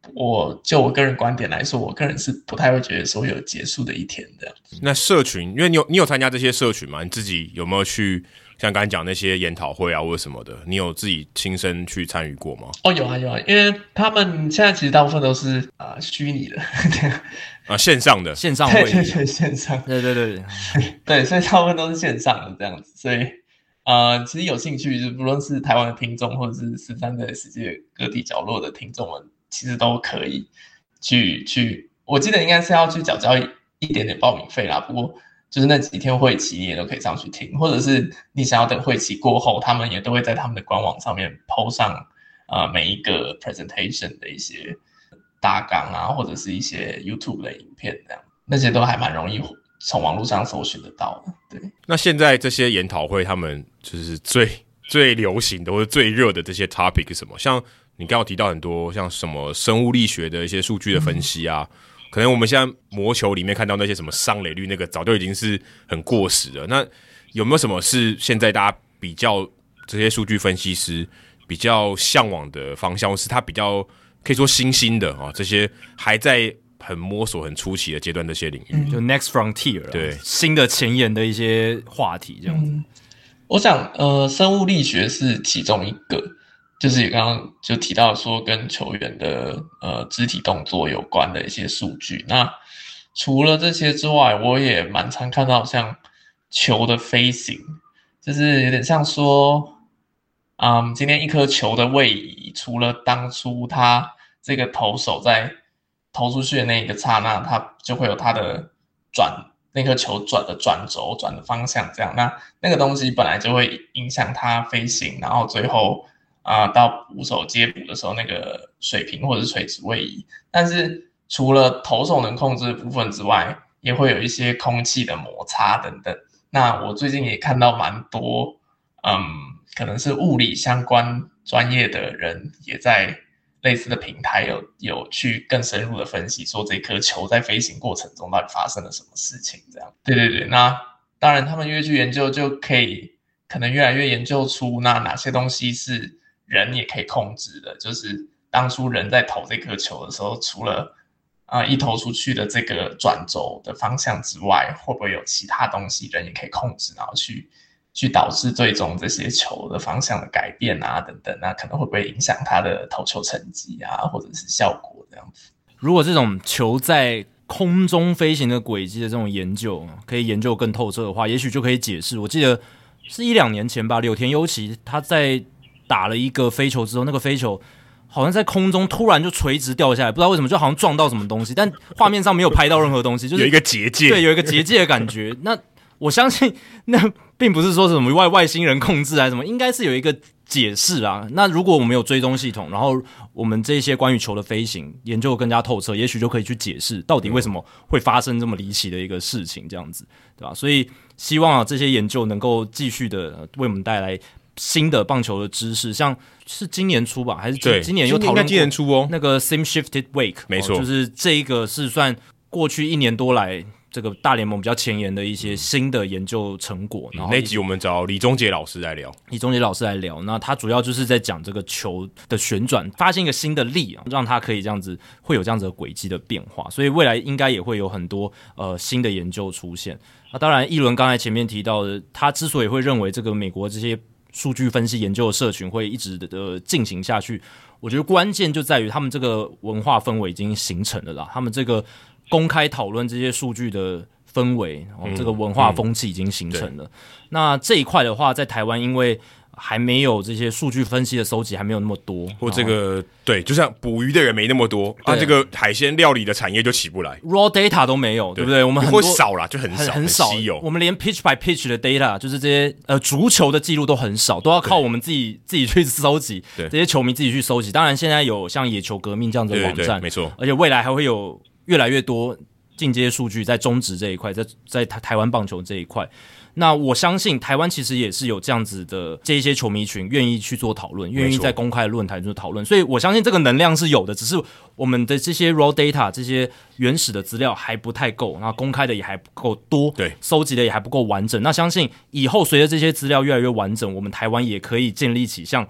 我就我个人观点来说，我个人是不太会觉得说有结束的一天的。 那社群，因为你有你有参加这些社群嘛，你自己有没有去像刚才讲那些研讨会啊或者什么的，你有自己亲身去参与过吗？ 哦，有啊有啊，因为他们现在其实大部分都是啊、呃、虚拟的啊，线上的线上会议， 对对对，线上， 对对对对，所以大部分都是线上的这样子，所以呃，其实有兴趣，就不论是台湾的听众，或者是十三在世界各地角落的听众们，其实都可以去去，我记得应该是要去缴交一一点点报名费啦，不过就是那几天会期你也都可以上去听，或者是你想要等会期过后，他们也都会在他们的官网上面 po 上呃每一个 presentation 的一些大纲啊，或者是一些 YouTube 的影片这样，那些都还蛮容易从网络上搜寻得到的。对， 那现在这些研讨会，他们就是最最流行的或者最热的这些 topic 是什么？像你刚刚有提到很多像什么生物力学的一些数据的分析啊，嗯、可能我们现在魔球里面看到那些什么上垒率，那个早就已经是很过时了。那有没有什么是现在大家比较这些数据分析师比较向往的方向，或是他比较可以说新兴的啊？这些还在很摸索、很初期的阶段，这些领域、 嗯、就 next frontier， 对， 新的前沿的一些话题这样子。 嗯、我想，呃，生物力学是其中一个，就是也刚刚就提到说跟球员的呃肢体动作有关的一些数据。那除了这些之外，我也蛮常看到像球的飞行，就是有点像说，嗯，今天一颗球的位移，除了当初他这个投手在投出去的那一个刹那，它就会有它的转那颗球转的转轴、转的方向，这样。那那个东西本来就会影响它飞行，然后最后啊、呃、到捕手接捕的时候，那个水平或者是垂直位移。但是除了投手能控制的部分之外，也会有一些空气的摩擦等等。那我最近也看到蛮多，嗯，可能是物理相关专业的人也在类似的平台有有去更深入的分析，说这颗球在飞行过程中到底发生了什么事情，这样。对对对，那当然他们越去研究，就可以可能越来越研究出那哪些东西是人也可以控制的，就是当初人在投这颗球的时候，除了啊、呃、一投出去的这个转轴的方向之外，会不会有其他东西人也可以控制，然后去去导致最终这些球的方向的改变啊，等等，那可能会不会影响他的投球成绩啊，或者是效果这样子？ 如果这种球在空中飞行的轨迹的这种研究可以研究更透彻的话，也许就可以解释。我记得是一两年前吧，柳田优起他在打了一个飞球之后，那个飞球好像在空中突然就垂直掉下来，不知道为什么，就好像撞到什么东西，但画面上没有拍到任何东西，就是有一个结界， 对，有一个结界的感觉。那我相信那并不是说什么外外星人控制还是什么，应该是有一个解释啊。那如果我们有追踪系统，然后我们这些关于球的飞行研究更加透彻，也许就可以去解释到底为什么会发生这么离奇的一个事情，这样子，对吧？所以希望啊这些研究能够继续的为我们带来新的棒球的知识，像是今年初吧，还是今今年又讨论过今年初哦， 那个 Sim Shifted Wake， 没错、 哦，就是这一个是算过去一年多来这个大联盟比较前沿的一些新的研究成果。然后那集我们找李宗杰老师来聊， 李宗杰老师来聊，那他主要就是在讲这个球的旋转，发现一个新的力啊，让它可以这样子会有这样子的轨迹的变化，所以未来应该也会有很多呃新的研究出现。那当然，一轮刚才前面提到的，他之所以会认为这个美国这些数据分析研究的社群会一直的进行下去，我觉得关键就在于他们这个文化氛围已经形成了啦，他们这个公开讨论这些数据的氛围、哦、这个文化风气已经形成了、嗯嗯、那这一块的话在台湾因为还没有这些数据分析的收集还没有那么多， 或这个对，就像捕鱼的人没那么多啊，这个海鲜料理的产业就起不来 ，raw data 都没有， 对, 对不对？我们很多会少啦，就很少， 很少， 很稀有。 我们连 pitch by pitch 的 data， 就是这些呃足球的记录都很少，都要靠我们自己自己去收集，这些球迷自己去收集。当然，现在有像野球革命这样子的网站， 对对对没错， 而且未来还会有越来越多进阶数据在中职这一块，在在台湾棒球这一块。那我相信台湾其实也是有这样子的这一些球迷群愿意去做讨论，愿意在公开的论坛做讨论，所以我相信这个能量是有的，只是我们的这些 raw data 这些原始的资料还不太够，那公开的也还不够多， 对，收集的也还不够完整。那相信以后随着这些资料越来越完整，我们台湾也可以建立起像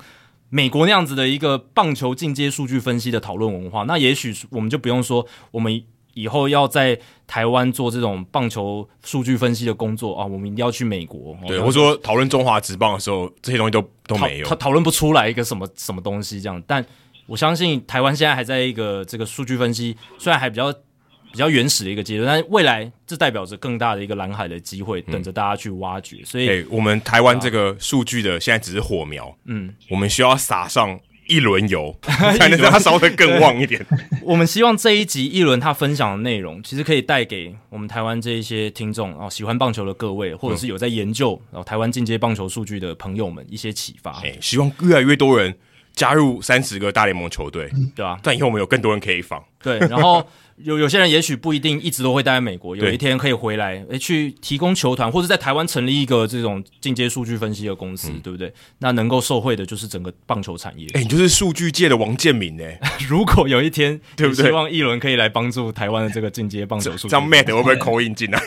美国那样子的一个棒球进阶数据分析的讨论文化，那也许我们就不用说我们以后要在台湾做这种棒球数据分析的工作啊，我们一定要去美国。 对，或者说讨论中华职棒的时候，这些东西都都没有， 讨讨论不出来一个什么什么东西这样。但我相信台湾现在还在一个这个数据分析，虽然还比较比较原始的一个阶段，但未来这代表着更大的一个蓝海的机会，等着大家去挖掘。所以， 欸、我们台湾这个数据的现在只是火苗，嗯，我们需要撒上一轮油，才能让它烧得更旺一点。 我们希望这一集一轮他分享的内容，其实可以带给我们台湾这一些听众哦，喜欢棒球的各位，或者是有在研究、嗯、台湾进阶棒球数据的朋友们一些启发。 欸、希望越来越多人加入三十个大联盟球队， 对吧、啊？ 但以后我们有更多人可以访。 对，然后有有些人也许不一定一直都会待在美国，有一天可以回来，诶，去提供球团，或者在台湾成立一个这种进阶数据分析的公司，嗯、对不对？那能够受惠的就是整个棒球产业。 哎、欸，你就是数据界的王建民哎！ 如果有一天， 对不对？ 希望一轮可以来帮助台湾的这个进阶棒球数据， 这样 Matt 会不会call in进来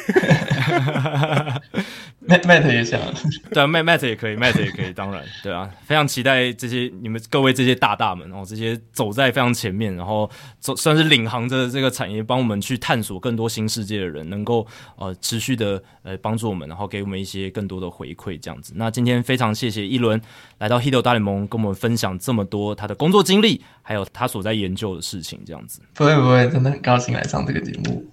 ？Matt Matt 也想， 对啊 ，Matt Matt 也可以 ，Matt 也可以，当然，对啊，非常期待这些你们各位这些大大们哦，这些走在非常前面，然后走算是领航着这个产业，帮我们去探索更多新世界的人，能够呃持续的呃帮助我们，然后给我们一些更多的回馈，这样子。那今天非常谢谢一轮来到 Hito 大联盟，跟我们分享这么多他的工作经历，还有他所在研究的事情，这样子。 不会不会，真的很高兴来上这个节目。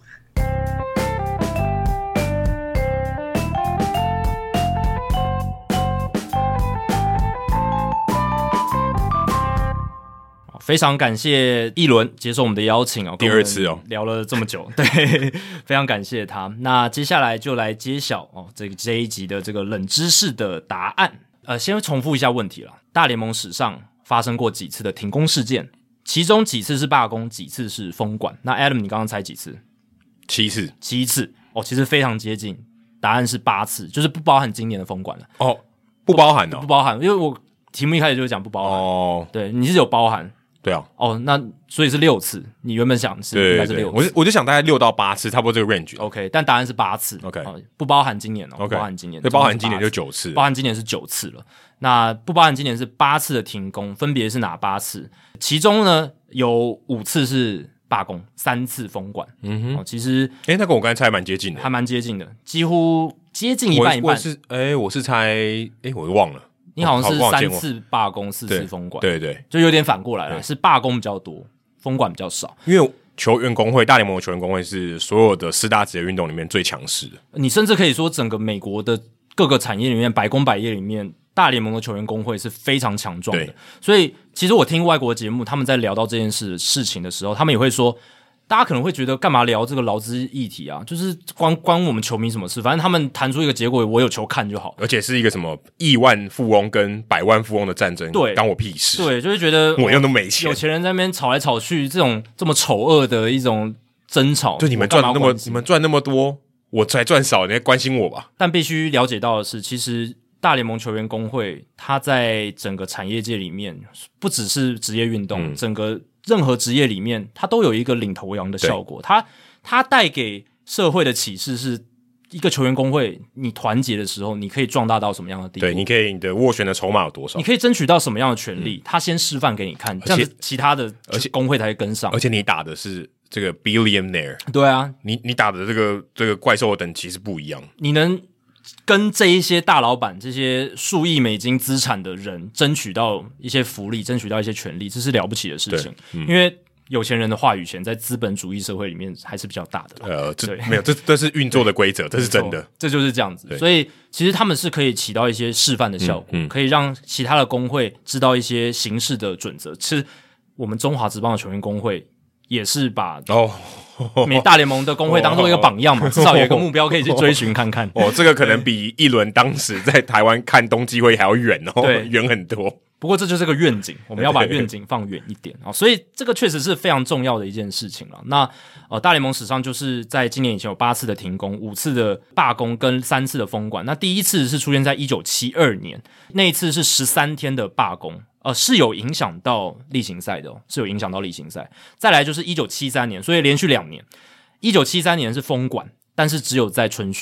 非常感谢一轮接受我们的邀请哦， 第二次哦， 聊了这么久，对，非常感谢他。那接下来就来揭晓哦，这个这一集的这个冷知识的答案。呃，先重复一下问题了：大联盟史上发生过几次的停工事件？其中几次是罢工，几次是封管？那 Adam， 你刚刚猜几次？ 七次， 七次哦，其实非常接近，答案是八次，就是不包含今年的封管了。 哦，不包含哦， 不包含，因为我题目一开始就讲不包含。哦，对，你是有包含。 对啊， 哦，那所以是六次。你原本想是应该是六次， 我就我就想大概六到八次，差不多这个 range。OK， 但答案是八次。 OK，、 哦、不包含今年哦， okay, 不包含今年， 对，包含今年就九次， 包含今年是九次了。那不包含今年是八次的停工，分别是哪八次？其中呢有五次是罢工，三次封管。嗯哼，哦、其实诶、欸，那跟我刚才猜蛮接近的， 还蛮接近的，几乎接近一半一半。 我, 我是诶、欸，我是猜诶、欸，我都忘了。 你好像是三次罢工，四次封管， 对 对, 对， 就有点反过来了，是罢工比较多，封管比较少。 因为球员工会，大联盟的球员工会是所有的四大职业运动里面最强势的。 你甚至可以说，整个美国的各个产业里面，百工百业里面，大联盟的球员工会是非常强壮的。所以，其实我听外国节目，他们在聊到这件事事情的时候，他们也会说。大家可能会觉得干嘛聊这个劳资议题啊？就是关关我们球迷什么事？反正他们谈出一个结果，我有球看就好。 而且是一个什么亿万富翁跟百万富翁的战争， 对， 关我屁事。 对，就是觉得我又都没钱， 有钱人在那边吵来吵去，这种这么丑恶的一种争吵， 就你们赚那么你们赚那么多，我才赚少，你还关心我吧？ 但必须了解到的是，其实大联盟球员工会，它在整个产业界里面，不只是职业运动，嗯、整个。任何职业里面，它都有一个领头羊的效果。它它带给社会的启示是，一个球员工会，你团结的时候，你可以壮大到什么样的地步？ 对，你可以你的斡旋的筹码有多少？ 你可以争取到什么样的权利？嗯、他先示范给你看，这样子其他的工会才会跟上。 而且你打的是这个 billionaire， 对啊， 你你打的这个这个怪兽的等级是不一样。 你能跟这一些大老板、这些数亿美金资产的人争取到一些福利，争取到一些权利，这是了不起的事情。嗯、因为有钱人的话语权在资本主义社会里面还是比较大的。 呃，这没有，这这是运作的规则，这是真的， 这就是这样子。所以其实他们是可以起到一些示范的效果，嗯嗯、可以让其他的工会知道一些行事的准则。其实我们中华职棒的球员工会也是把哦。美大联盟的工会当做一个榜样嘛，至少有一个目标可以去追寻看看。 哦，这个可能比一轮当时在台湾看冬季会还要远哦， 对， 远很多。 不过这就是个愿景，我们要把愿景放远一点啊，所以这个确实是非常重要的一件事情了。那呃，大联盟史上就是在今年以前有八次的停工，五次的罢工跟三次的封管。那第一次是出现在一九七二年，那一次是十三天的罢工。呃，是有影响到例行赛的哦，是有影响到例行赛。再来就是一九七三年，所以连续两年，一九七三年是封管，但是只有在春训，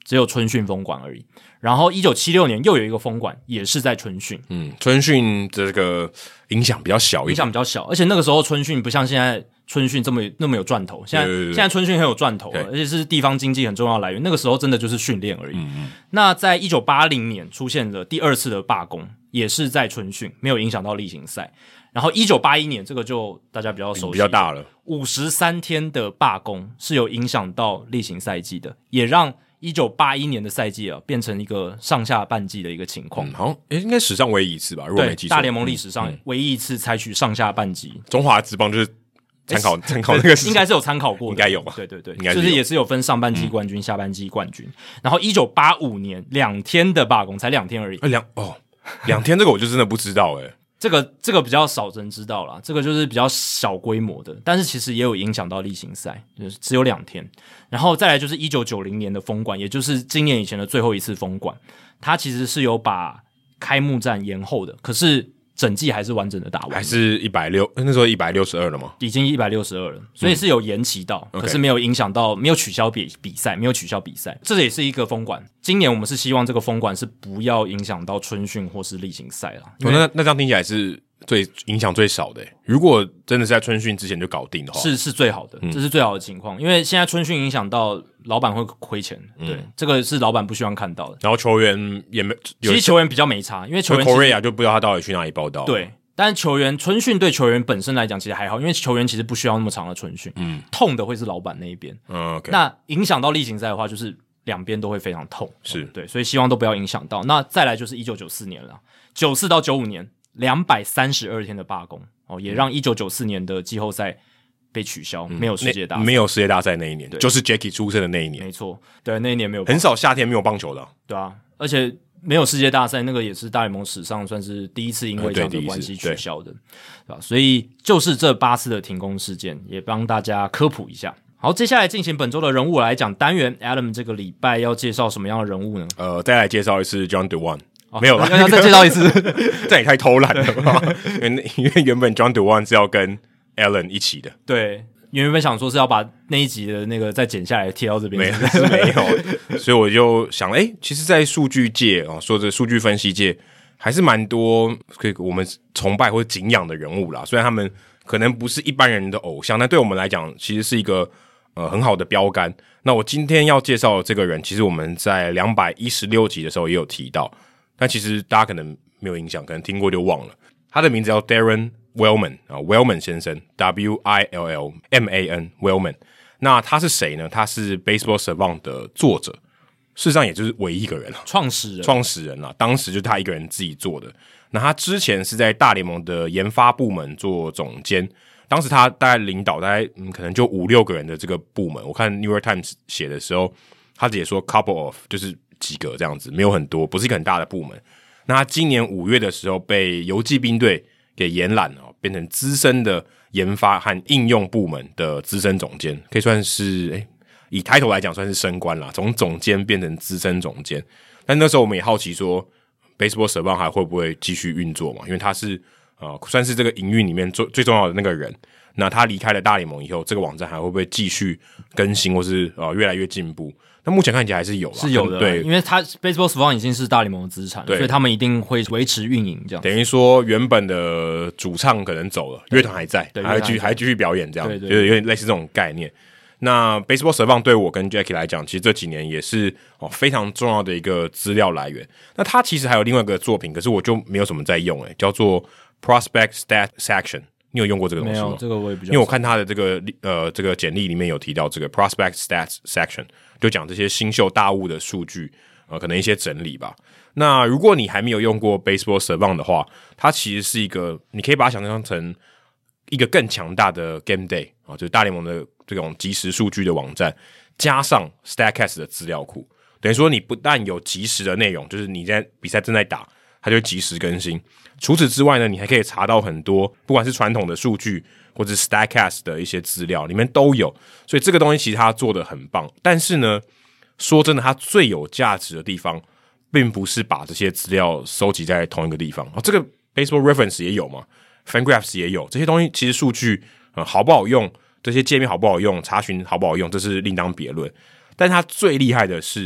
只有春训封馆而已。然后一九七六年又有一个封馆，也是在春训。 嗯，春训这个影响比较小一点， 影响比较小，而且那个时候春训不像现在春训这么那么有赚头。现在对对对现在春训很有赚头，而且是地方经济很重要的来源。那个时候真的就是训练而已。 嗯嗯， 那在一九八零年出现了第二次的罢工，也是在春训，没有影响到例行赛。然后一九八一年这个就大家比较熟悉， 比较大了， 五十三天的罢工是有影响到例行赛季的，也让一九八一年的赛季啊变成一个上下半季的一个情况。 嗯，好像诶应该史上唯一一次吧，如果没记错， 大联盟历史上嗯唯一一次采取上下半季。 中华职棒就是参考参考那个应该是有参考过的， 应该有吧？ 对对对， 应该是有就是也是有分上半季冠军、嗯、下半季冠军。然后一九八五年两天的罢工，才两天而已。 欸、两哦，两天这个我就真的不知道诶、欸。 这个这个比较少人知道啦，这个就是比较小规模的，但是其实也有影响到例行赛，就是只有两天。然后再来就是一九九零年的封馆，也就是今年以前的最后一次封馆，它其实是有把开幕战延后的，可是整季还是完整的打完， 还是一百六，那时候一百六十二了吗？ 已经一百六十二了，所以是有延期到，嗯、可是没有影响到，没有取消比比赛，没有取消比赛，这也是一个封馆。今年我们是希望这个封馆是不要影响到春训或是例行赛啦。 哦、那那这样听起来是最影响最少的诶。如果真的是在春训之前就搞定的话， 是是最好的，嗯、这是最好的情况。因为现在春训影响到老板会亏钱，嗯、对，这个是老板不希望看到的。 然后球员也没， 其实球员比较没差，因为球员 Korea 就不知道他到底去哪里报道。 对。但是球员春训对球员本身来讲其实还好，因为球员其实不需要那么长的春训，嗯，痛的会是老板那一边， 嗯 ，okay. 那影响到例行赛的话，就是两边都会非常痛， 是、 嗯、对，所以希望都不要影响到。那再来就是一九九四年了，九四到九五年两百三十二天的罢工哦，也让一九九四年的季后赛被取消，嗯、没有世界大赛， 没有世界大赛那一年，就是 Jackie 出生的那一年， 没错，对，那一年没有， 很少夏天没有棒球的、啊， 对啊，而且。没有世界大赛，那个也是大联盟史上算是第一次因为这样的关系取消的，对吧？所以就是这八次的停工事件，也帮大家科普一下。好，接下来进行本周的人物来讲单元 ，Adam 这个礼拜要介绍什么样的人物呢？ 呃，再来介绍一次 John DeWan，、哦、没有了， 要要再介绍一次， 这也太偷懒了吧？因为因为原本 John DeWan 是要跟 Allen 一起的， 对。原本想说是要把那一集的那个再剪下来贴到这边， 没是没有，所以我就想，哎、欸，其实，在数据界啊，说这数据分析界还是蛮多可以我们崇拜或者敬仰的人物啦。虽然他们可能不是一般人的偶像，但对我们来讲，其实是一个呃很好的标杆。那我今天要介绍的这个人，其实我们在两百一十六集的时候也有提到，但其实大家可能没有印象，可能听过就忘了。他的名字叫 Darren。Wellman 啊 ，Wellman 先生 ，W I L L M A N Wellman。那他是谁呢？他是 Baseball Savant 的作者，事实上也就是唯一一个人了， 创始人， 创始人啦。当时就是他一个人自己做的。那他之前是在大联盟的研发部门做总监，当时他大概领导大概嗯可能就五六个人的这个部门。我看 New York Times 写的时候，他只也说 couple of 就是几个这样子，没有很多，不是一个很大的部门。那他今年五月的时候被游骑兵队给延揽哦，变成资深的研发和应用部门的资深总监，可以算是诶，以 title 来讲算是升官啦，从总监变成资深总监。但那时候我们也好奇说 ，Baseball Savant 还会不会继续运作嘛？因为他是呃算是这个营运里面最最重要的那个人。那他离开了大联盟以后，这个网站还会不会继续更新，或是呃越来越进步？那目前看起来还是有啦， 是有的， 对， 因为他 Baseball Savant 已经是大联盟的资产，所以他们一定会维持运营这样。 等于说原本的主唱可能走了，乐团还在，还继续还继续表演这样， 对对对， 就是有点类似这种概念。那 Baseball Savant 对我跟 Jackie 来讲，其实这几年也是哦非常重要的一个资料来源。那他其实还有另外一个作品，可是我就没有什么在用，诶，叫做 Prospect Stat Section。你有用过这个东西吗？ 没有，这个我也比较。 因为我看他的这个呃这个简历里面有提到这个 Prospect Stats Section， 就讲这些新秀大物的数据，呃，可能一些整理吧。那如果你还没有用过 Baseball Savant 的话，它其实是一个，你可以把它想象成一个更强大的 Game Day 啊，就是大联盟的这种即时数据的网站，加上 Statcast 的资料库，等于说你不但有即时的内容，就是你在比赛正在打，它就会即时更新。除此之外呢，你还可以查到很多，不管是传统的数据或者是 Statcast 的一些资料，里面都有。所以这个东西其实它做得很棒，但是呢，说真的，它最有价值的地方，并不是把这些资料收集在同一个地方。哦，这个 Baseball Reference 也有嘛 ，FanGraphs 也有，这些东西其实数据呃好不好用，这些界面好不好用，查询好不好用，这是另当别论。但它最厉害的是，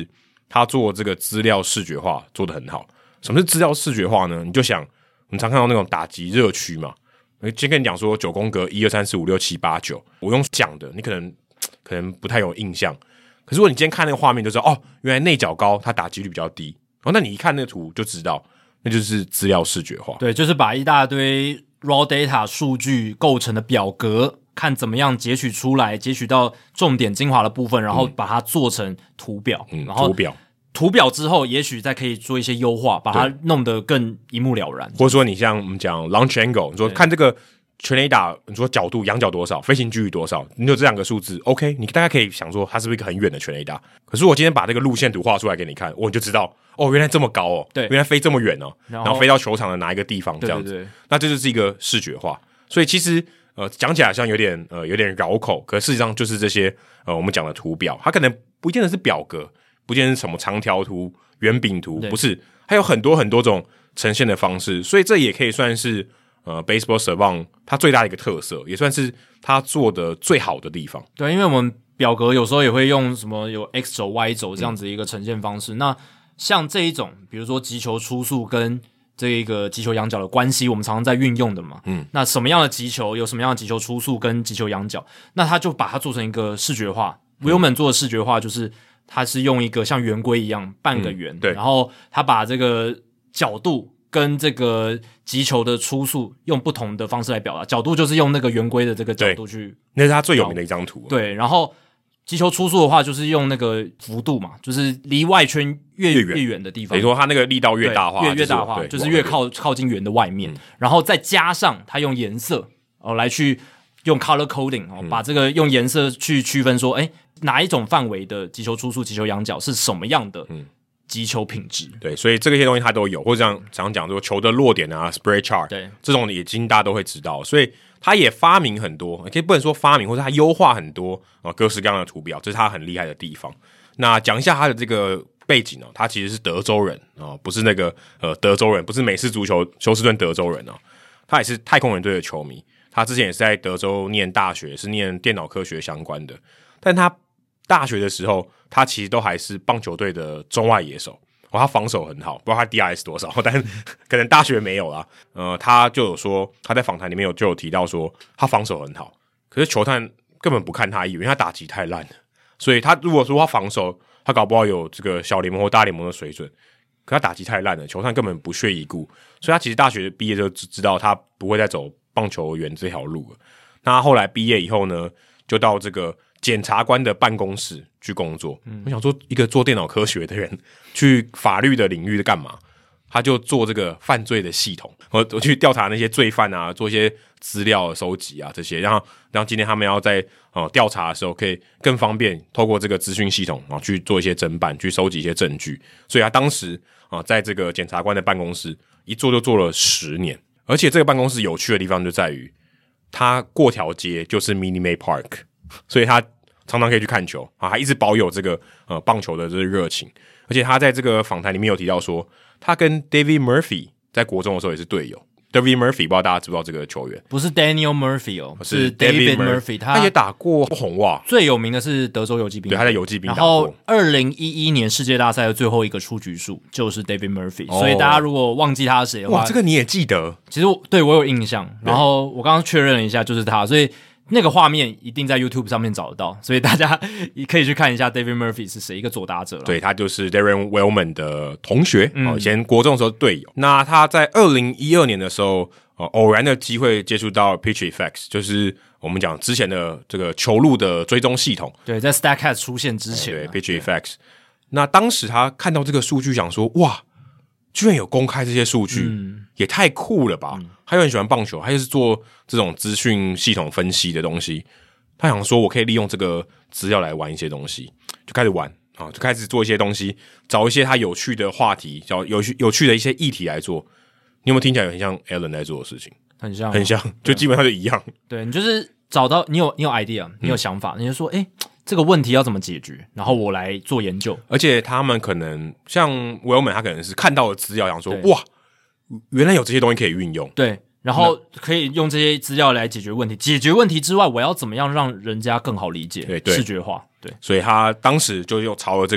他做这个资料视觉化做得很好。什么是资料视觉化呢？你就想，我们常看到那种打击热区嘛，先跟你讲说九宫格一二三四五六七八九，我用讲的，你可能可能不太有印象。可是如果你今天看那个画面，就知道哦，原来内角高，它打击率比较低。哦，那你一看那个图就知道，那就是资料视觉化。 对，就是把一大堆 raw data 数据构成的表格，看怎么样截取出来，截取到重点精华的部分，然后把它做成图表， 嗯， 然后图表。 图表之后，也许再可以做一些优化，把它弄得更一目了然。 或者说，你像我们讲 launch angle， 你说看这个全垒打，你说角度、仰角多少，飞行距离多少，你有这两个数字 ，OK， 你大概可以想说它是不是一个很远的全垒打。可是我今天把这个路线图画出来给你看，我就知道哦，原来这么高哦， 对， 原来飞这么远哦，然后, 然后飞到球场的哪一个地方这样子， 对对对， 那这就是一个视觉化。所以其实呃讲起来好像有点呃有点绕口，可事实上就是这些呃我们讲的图表，它可能不见得是表格，不见得是什么长条图。圆饼图不是，还有很多很多种呈现的方式，所以这也可以算是呃 Baseball Savant 它最大的一个特色，也算是它做的最好的地方。 对，因为我们表格有时候也会用什么有 X 轴、Y 轴这样子一个呈现方式。嗯、那像这一种，比如说击球初速跟这个击球仰角的关系，我们常常在运用的嘛。嗯，那什么样的击球有什么样的击球初速跟击球仰角，那他就把它做成一个视觉化。Willman 做的视觉化就是。他是用一个像圆规一样半个圆、嗯，对，然后他把这个角度跟这个击球的初速用不同的方式来表达。角度就是用那个圆规的这个角度去， 那是他最有名的一张图。 对，然后击球初速的话，就是用那个幅度嘛，就是离外圈越越远, 越远的地方。 等于说他那个力道越大化， 越越大化，就是越靠靠近圆的外面、嗯，然后再加上他用颜色哦来去用 color coding 哦、嗯，把这个用颜色去区分说，哎。哪一种范围的击球初速、击球仰角是什么样的击球品质、嗯？ 对，所以这些东西它都有，或者像常讲说球的落点啊 ，spray chart， 对，这种已经大家都会知道。所以他也发明很多，可以不能说发明，或者他优化很多啊各式各样的图表，这是他很厉害的地方。那讲一下他的这个背景哦，他其实是德州人哦，不是那个呃德州人，不是美式足球休斯顿德州人哦，他也是太空人队的球迷。他之前也是在德州念大学，是念电脑科学相关的，但他。大学的时候，他其实都还是棒球队的中外野手，哦，他防守很好，不知道他 D R S 多少，但可能大学没有啦。呃，他就有说，他在访谈里面有就有提到说，他防守很好，可是球探根本不看他一眼，因为他打击太烂了。所以他如果说他防守，他搞不好有这个小联盟或大联盟的水准，可他打击太烂了，球探根本不屑一顾。所以他其实大学毕业就知道他不会再走棒球员这条路了。那他后来毕业以后呢，就到这个。检察官的办公室去工作、嗯，我想说，一个做电脑科学的人去法律的领域干嘛？他就做这个犯罪的系统，我我去调查那些罪犯啊，做一些资料收集啊，这些，然后让今天他们要在呃调查的时候，可以更方便透过这个资讯系统啊去做一些侦办，去收集一些证据。所以他当时啊，在这个检察官的办公室一做就做了十年，而且这个办公室有趣的地方就在于，他过条街就是 Minute Maid Park。所以他常常可以去看球啊，还一直保有这个呃棒球的这个热情，而且他在这个访谈里面有提到说，他跟 David Murphy 在国中的时候也是队友。David Murphy 不知道大家知不知道这个球员？ 不是 Daniel Murphy 哦， 是 David Murphy， Murphy， 他, 他也打过红袜， 最有名的是德州游骑兵， 对，他在游骑兵打过。然后二零一一年世界大赛的最后一个出局数就是 David Murphy，、哦、所以大家如果忘记他是谁的话， 哇，这个你也记得？ 其实我对我有印象，然后我刚刚确认了一下，就是他，所以。那个画面一定在 YouTube 上面找得到，所以大家也可以去看一下 David Murphy 是谁，一个左打者。 对，他就是 Darren Wellman 的同学，嗯、以前国中的时候队友。那他在二零一二年的时候，呃，偶然的机会接触到 Pitch Effects， 就是我们讲之前的这个球路的追踪系统。 对，在 StatCast 出现之前、 啊，对 Pitch Effects。那当时他看到这个数据，想说哇，居然有公开这些数据、嗯，也太酷了吧！嗯、他又很喜欢棒球，他又是做这种资讯系统分析的东西。他想说，我可以利用这个资料来玩一些东西，就开始玩啊，就开始做一些东西，找一些他有趣的话题，找有趣有趣的一些议题来做。你有没有听起来很像 Alan 在做的事情？ 很像， 很像，就基本上就一样。 对，你就是找到你有你有 idea， 你有想法，嗯、你就说，哎、欸，这个问题要怎么解决，然后我来做研究。 而且他们可能像 Wellman， 他可能是看到了资料，想说，哇，原来有这些东西可以运用。 对。然后可以用这些资料来解决问题，解决问题之外，我要怎么样让人家更好理解？ 对对， 视觉化。对， 所以他当时就又朝了这个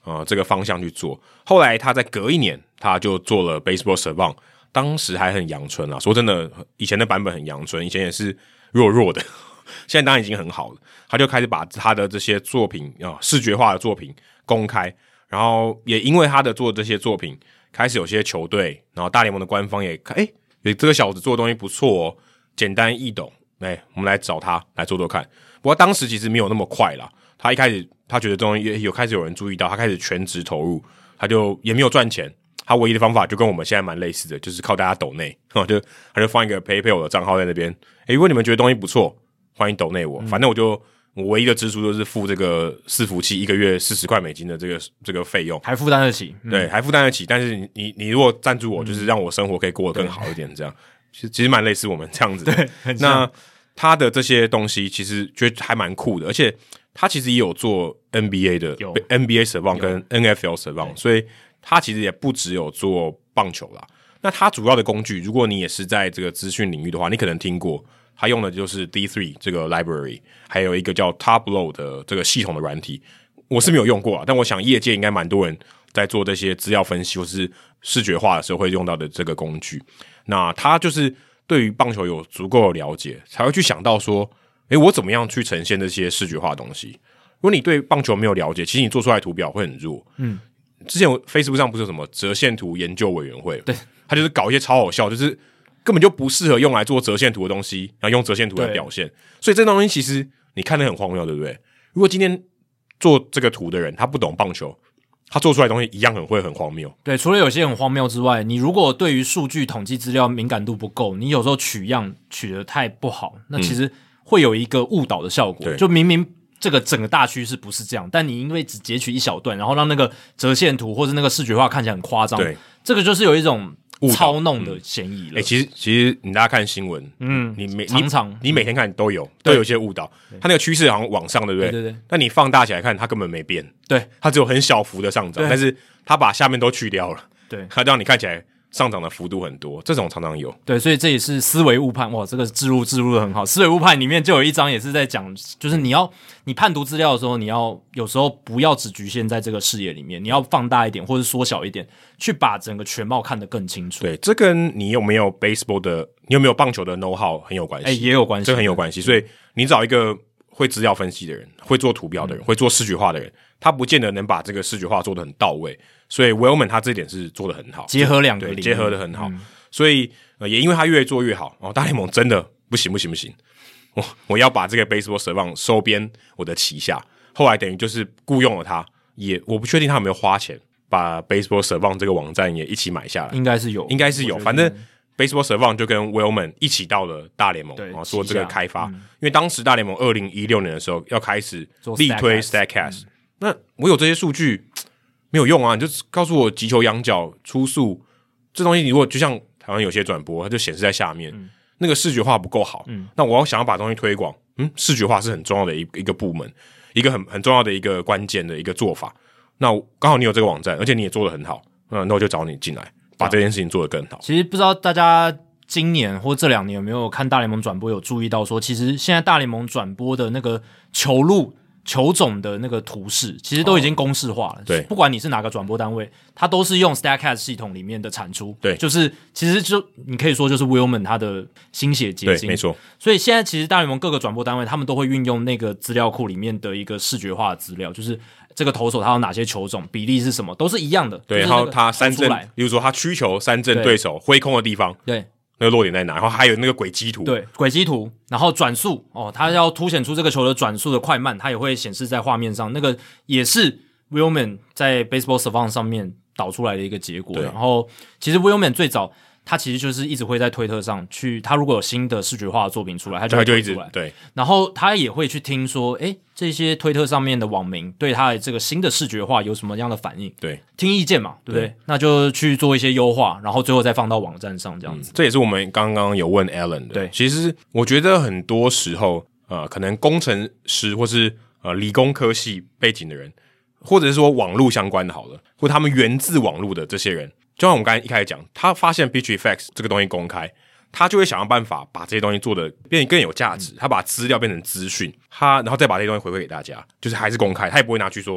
呃这个方向去做。后来他在隔一年，他就做了 Baseball Savant， 当时还很阳春啊。说真的，以前的版本很阳春，以前也是弱弱的，现在当然已经很好了。他就开始把他的这些作品啊、呃，视觉化的作品公开，然后也因为他的做这些作品，开始有些球队，然后大联盟的官方也看，哎，有这个小子做的东西不错哦，简单易懂，哎，我们来找他来做做看。不过当时其实没有那么快啦，他一开始他觉得这东西有开始有人注意到，他开始全职投入，他就也没有赚钱，他唯一的方法就跟我们现在蛮类似的，就是靠大家抖内，就他就放一个 PayPal 的账号在那边，哎，如果你们觉得东西不错，欢迎抖内我，反正我就。我唯一的支出就是付这个伺服器一个月四十块美金的这个这个费用， 还负担得起， 嗯、对，还负担得起。但是你你你如果赞助我，嗯、就是让我生活可以过得更好一点，这样其实其实蛮类似我们这样子的。 对，很像。 那他的这些东西其实觉得还蛮酷的，而且他其实也有做 N B A 的 N B A Savant 跟 N F L Savant， 所以他其实也不只有做棒球啦。那他主要的工具，如果你也是在这个资讯领域的话，你可能听过。他用的就是 D 三 这个 library， 还有一个叫 Tableau 的这个系统的软体，我是没有用过啊，但我想业界应该蛮多人在做这些资料分析或是视觉化的时候会用到的这个工具。那他就是对于棒球有足够的了解，才会去想到说，诶，我怎么样去呈现这些视觉化的东西？如果你对棒球没有了解，其实你做出来的图表会很弱。嗯，之前 Facebook 上不是有什么折线图研究委员会？对，他就是搞一些超好笑，就是。根本就不适合用来做折线图的东西，然后用折线图来表现，所以这东西其实你看得很荒谬，对不对？如果今天做这个图的人他不懂棒球，他做出来的东西一样很会很荒谬。 对，除了有些很荒谬之外，你如果对于数据统计资料敏感度不够，你有时候取样取得太不好，那其实会有一个误导的效果。嗯、就明明这个整个大趋势不是这样，但你因为只截取一小段，然后让那个折线图或是那个视觉化看起来很夸张，对，这个就是有一种。操弄的嫌疑了。 哎、嗯欸，其实其实你大家看新闻，嗯，你每常常你, 你每天看都有都有一些误导，它那个趋势好像往上，对不对？ 对对对。 那你放大起来看，它根本没变， 对， 它只有很小幅的上涨，但是它把下面都去掉了， 对， 它让你看起来上涨的幅度很多，这种常常有。 对，所以这也是思维误判。哇，这个置入置入的很好。思维误判里面就有一章也是在讲，就是你要你判读资料的时候，你要有时候不要只局限在这个视野里面，你要放大一点或者缩小一点，去把整个全貌看得更清楚。 对，这跟你有没有 baseball 的，你有没有棒球的 know how 很有关系。 哎、欸，也有关系， 这很有关系。所以你找一个会资料分析的人，会做图表的人，嗯、会做视觉化的人，他不见得能把这个视觉化做得很到位。所以 Wellman 他这一点是做得很好， 结合两个领域， 结合得很好。嗯、所以、呃、也因为他越做越好，哦，大联盟真的不行不行不行，我我要把这个 Baseball Savant 收编我的旗下。后来等于就是雇佣了他，也我不确定他有没有花钱把 Baseball Savant 这个网站也一起买下来， 应该是有， 应该是有。反正 Baseball Savant 就跟 Wellman 一起到了大联盟，哦，做这个开发。嗯、因为当时大联盟二零一六年的时候要开始力推 Statcast，、嗯、那我有这些数据没有用啊！你就告诉我击球仰角、初速这东西，如果就像台湾有些转播，它就显示在下面，嗯、那个视觉化不够好。嗯、那我要想要把东西推广，嗯，视觉化是很重要的一一个部门，一个很很重要的一个关键的一个做法。那刚好你有这个网站，而且你也做得很好，嗯，那我就找你进来，把这件事情做得更好。 其实不知道大家今年或这两年有没有看大联盟转播，有注意到说，其实现在大联盟转播的那个球路。球种的那个图示其实都已经公式化了， 对、哦， 不管你是哪个转播单位，它都是用 Statcast 系统里面的产出， 对， 就是其实就你可以说就是 Wellman 他的心血结晶， 对，没错。 所以现在其实大联盟各个转播单位，他们都会运用那个资料库里面的一个视觉化的资料，就是这个投手他有哪些球种，比例是什么，都是一样的。 对， 就是、 然后他三振，比如说他曲球三振对手挥空的地方， 对。 那个落点在哪？然后还有那个轨迹图， 对，轨迹图，然后转速哦，它要凸显出这个球的转速的快慢，它也会显示在画面上。那个也是 Wellman 在 Baseball Savant 上面导出来的一个结果。然后其实 Wellman 最早他其实就是一直会在推特上去，他如果有新的视觉化的作品出来，他就会就一直对， 然后他也会去听说，诶，这些推特上面的网民对他的这个新的视觉化有什么样的反应？ 对， 听意见嘛，对不对？对，那就去做一些优化，然后最后再放到网站上这样子。 嗯、这也是我们刚刚有问 Alan 的。 对， 其实我觉得很多时候，呃，可能工程师或是呃理工科系背景的人，或者是说网络相关的好了，或他们源自网络的这些人。就像我们刚才一开始讲，他发现 Pitch Effects 这个东西公开，他就会想要办法把这些东西做得变得更有价值。他把资料变成资讯，他然后再把这些东西回馈给大家，就是还是公开，他也不会拿去说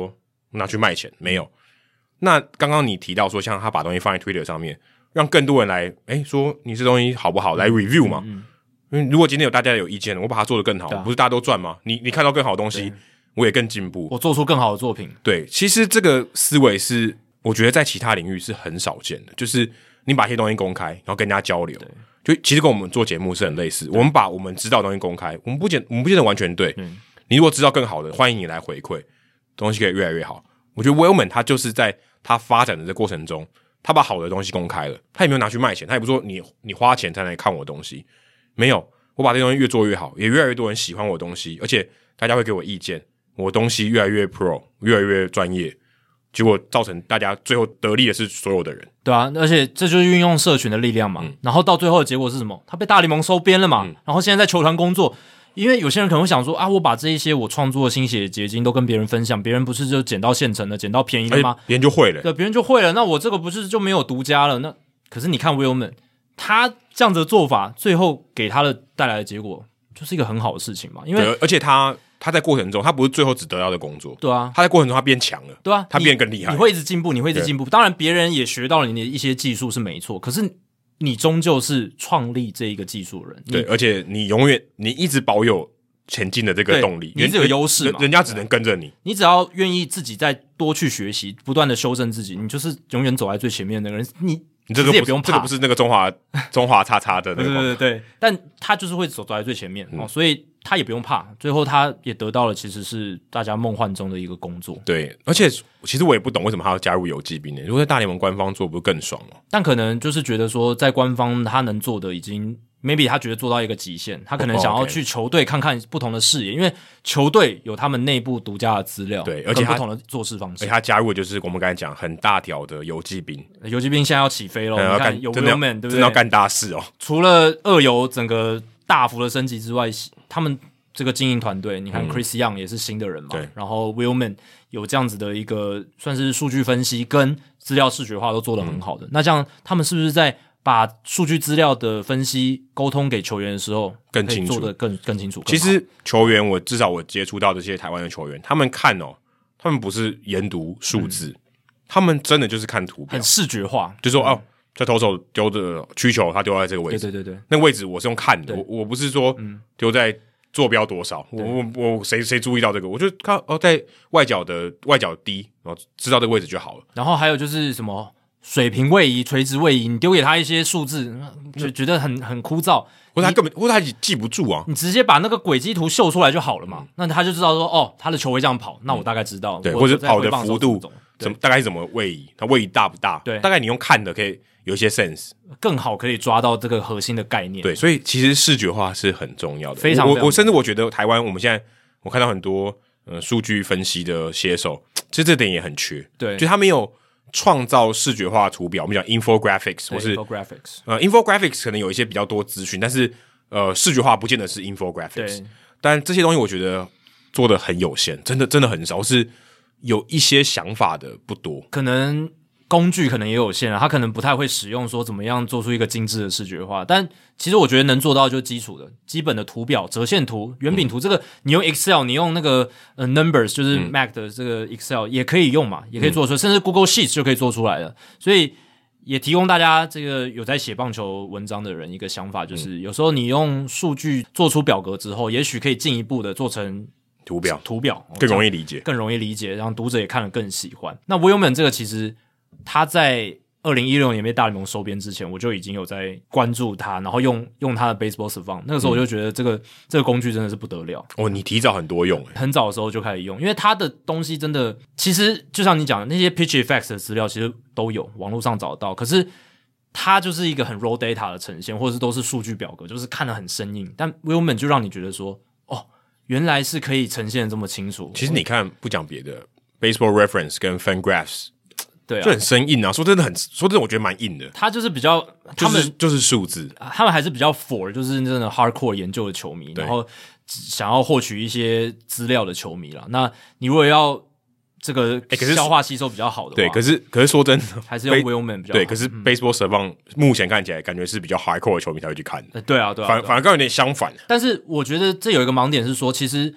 拿去卖钱，没有。那刚刚你提到说，像他把东西放在 Twitter 上面，让更多人来，诶说你这东西好不好，来 review 嘛。嗯嗯、因为如果今天有大家有意见，我把它做得更好，啊、不是大家都赚吗？你你看到更好的东西，我也更进步， 我做出更好的作品。 对，其实这个思维是我觉得在其他领域是很少见的，就是你把一些东西公开，然后跟人家交流，就其实跟我们做节目是很类似。我们把我们知道的东西公开，我们不见我们不见得完全对。嗯、你如果知道更好的，欢迎你来回馈，东西可以越来越好。我觉得 Willman 他就是在他发展的这过程中，他把好的东西公开了，他也没有拿去卖钱，他也不说你你花钱才来看我的东西，没有，我把这东西越做越好，也越来越多人喜欢我的东西，而且大家会给我意见，我东西越来越 pro， 越来越专业，结果造成大家最后得利的是所有的人。 对啊，而且这就是运用社群的力量嘛。嗯、然后到最后的结果是什么？他被大联盟收编了嘛。嗯、然后现在在球团工作。因为有些人可能会想说啊，我把这一些我创作的心血结晶都跟别人分享，别人不是就捡到现成的、捡到便宜的吗？ 别人就会了， 对，别人就会了。那我这个不是就没有独家了？那可是你看 Willman， 他这样子的做法，最后给他的带来的结果就是一个很好的事情嘛。因为而且他他在过程中，他不是最后只得到的工作， 对啊， 他在过程中他变强了， 对啊， 他变更厉害， 你会一直进步，你会一直进步。当然，别人也学到了你的一些技术是没错，可是你终究是创立这一个技术的人， 对，而且你永远你一直保有前进的这个动力， 你是有优势嘛？ 人家只能跟着你， 你只要愿意自己再多去学习，不断的修正自己，你就是永远走在最前面的那个人。你你这个也不用怕， 这个不是那个中华中华叉叉的那个， 对对对对，但他就是会走走在最前面、嗯、哦，所以他也不用怕。最后他也得到了其实是大家梦幻中的一个工作。 对，而且其实我也不懂为什么他要加入游击兵呢？如果在大联盟官方做，不是更爽吗？ 但可能就是觉得说，在官方他能做的已经。maybe 他觉得做到一个极限，他可能想要去球队看看不同的视野，因为球队有他们内部独家的资料， 对，而且不同的做事方式。 而且他加入的就是我们刚才讲很大条的游击兵， 游击兵现在要起飞了，你看有 Willman 对不对？ 真的要干大事哦！ 除了二游整个大幅的升级之外，他们这个经营团队，你看 Chris Young 也是新的人嘛， 对， 然后 Willman 有这样子的一个算是数据分析跟资料视觉化都做得很好的，嗯、那这样他们是不是在把数据资料的分析沟通给球员的时候更清楚， 做得更更清楚。 其实球员，我至少我接触到这些台湾的球员，他们看哦，他们不是研读数字，嗯、他们真的就是看图表， 很视觉化， 就说、嗯、哦，这投手丢的曲球，他丢在这个位置， 对对对对， 那个位置我是用看的，我我不是说丢在坐标多少，我我我谁谁注意到这个，我就看哦，在外角的外角低，然后知道这个位置就好了。 然后还有就是什么？水平位移、垂直位移，你丢给他一些数字，就觉得很很枯燥， 或者他根本或者他记不住啊。 你直接把那个轨迹图秀出来就好了嘛，嗯、那他就知道说，哦，他的球会这样跑，那我大概知道。 对，或者跑的幅度怎么大概是怎么位移，他位移大不大？ 对， 大概你用看的可以有一些 sense， 更好可以抓到这个核心的概念。 对，所以其实视觉化是很重要的。 非常， 我我甚至我觉得台湾我们现在我看到很多呃数据分析的写手，其实这点也很缺。 对， 就他没有。创造视觉化图表，我们讲 infographics 或是 infographics， 呃 infographics 可能有一些比较多资讯，但是呃视觉化不见得是 infographics， 但这些东西我觉得做的很有限，真的真的很少，是有一些想法的不多， 可能工具可能也有限啊，他可能不太会使用说怎么样做出一个精致的视觉化，但其实我觉得能做到就是基础的基本的图表、折线图、圆饼图，嗯、这个你用 Excel， 你用那个呃 Numbers 就是 Mac 的这个 Excel 也可以用嘛，也可以做出来，嗯、甚至 Google Sheets 就可以做出来了。所以也提供大家这个有在写棒球文章的人一个想法，就是有时候你用数据做出表格之后，也许可以进一步的做成图表， 图表更容易理解， 更容易理解，让读者也看得更喜欢。那 Willman 这个其实。他在二零一六年被大联盟收编之前，我就已经有在关注他，然后用用他的 Baseball Savant， 那个时候我就觉得这个、嗯、这个工具真的是不得了哦。你提早很多用， 很早的时候就开始用，因为他的东西真的，其实就像你讲的那些 Pitch Effects 的资料，其实都有网络上找得到，可是它就是一个很 raw data 的呈现，或者是都是数据表格，就是看得很生硬。但 Willman 就让你觉得说，哦，原来是可以呈现得这么清楚。 其实你看，不讲别的 ，Baseball Reference 跟 FanGraphs。 对啊， 就很生硬啊！说真的很，说真的，我觉得蛮硬的。 他就是比较，他们、 就是、就是数字， 他们还是比较 for， 就是真的 hardcore 研究的球迷，然后想要获取一些资料的球迷啦。那你如果要这个消化吸收比较好的话， 对，可是可是说真的， 还是用 Willman 比较好。 对，可是 Baseball Savant、嗯、目前看起来感觉是比较 hardcore 的球迷才会去看的。 呃、对啊，对啊， 反反而刚有点相反。 但是我觉得这有一个盲点是说，其实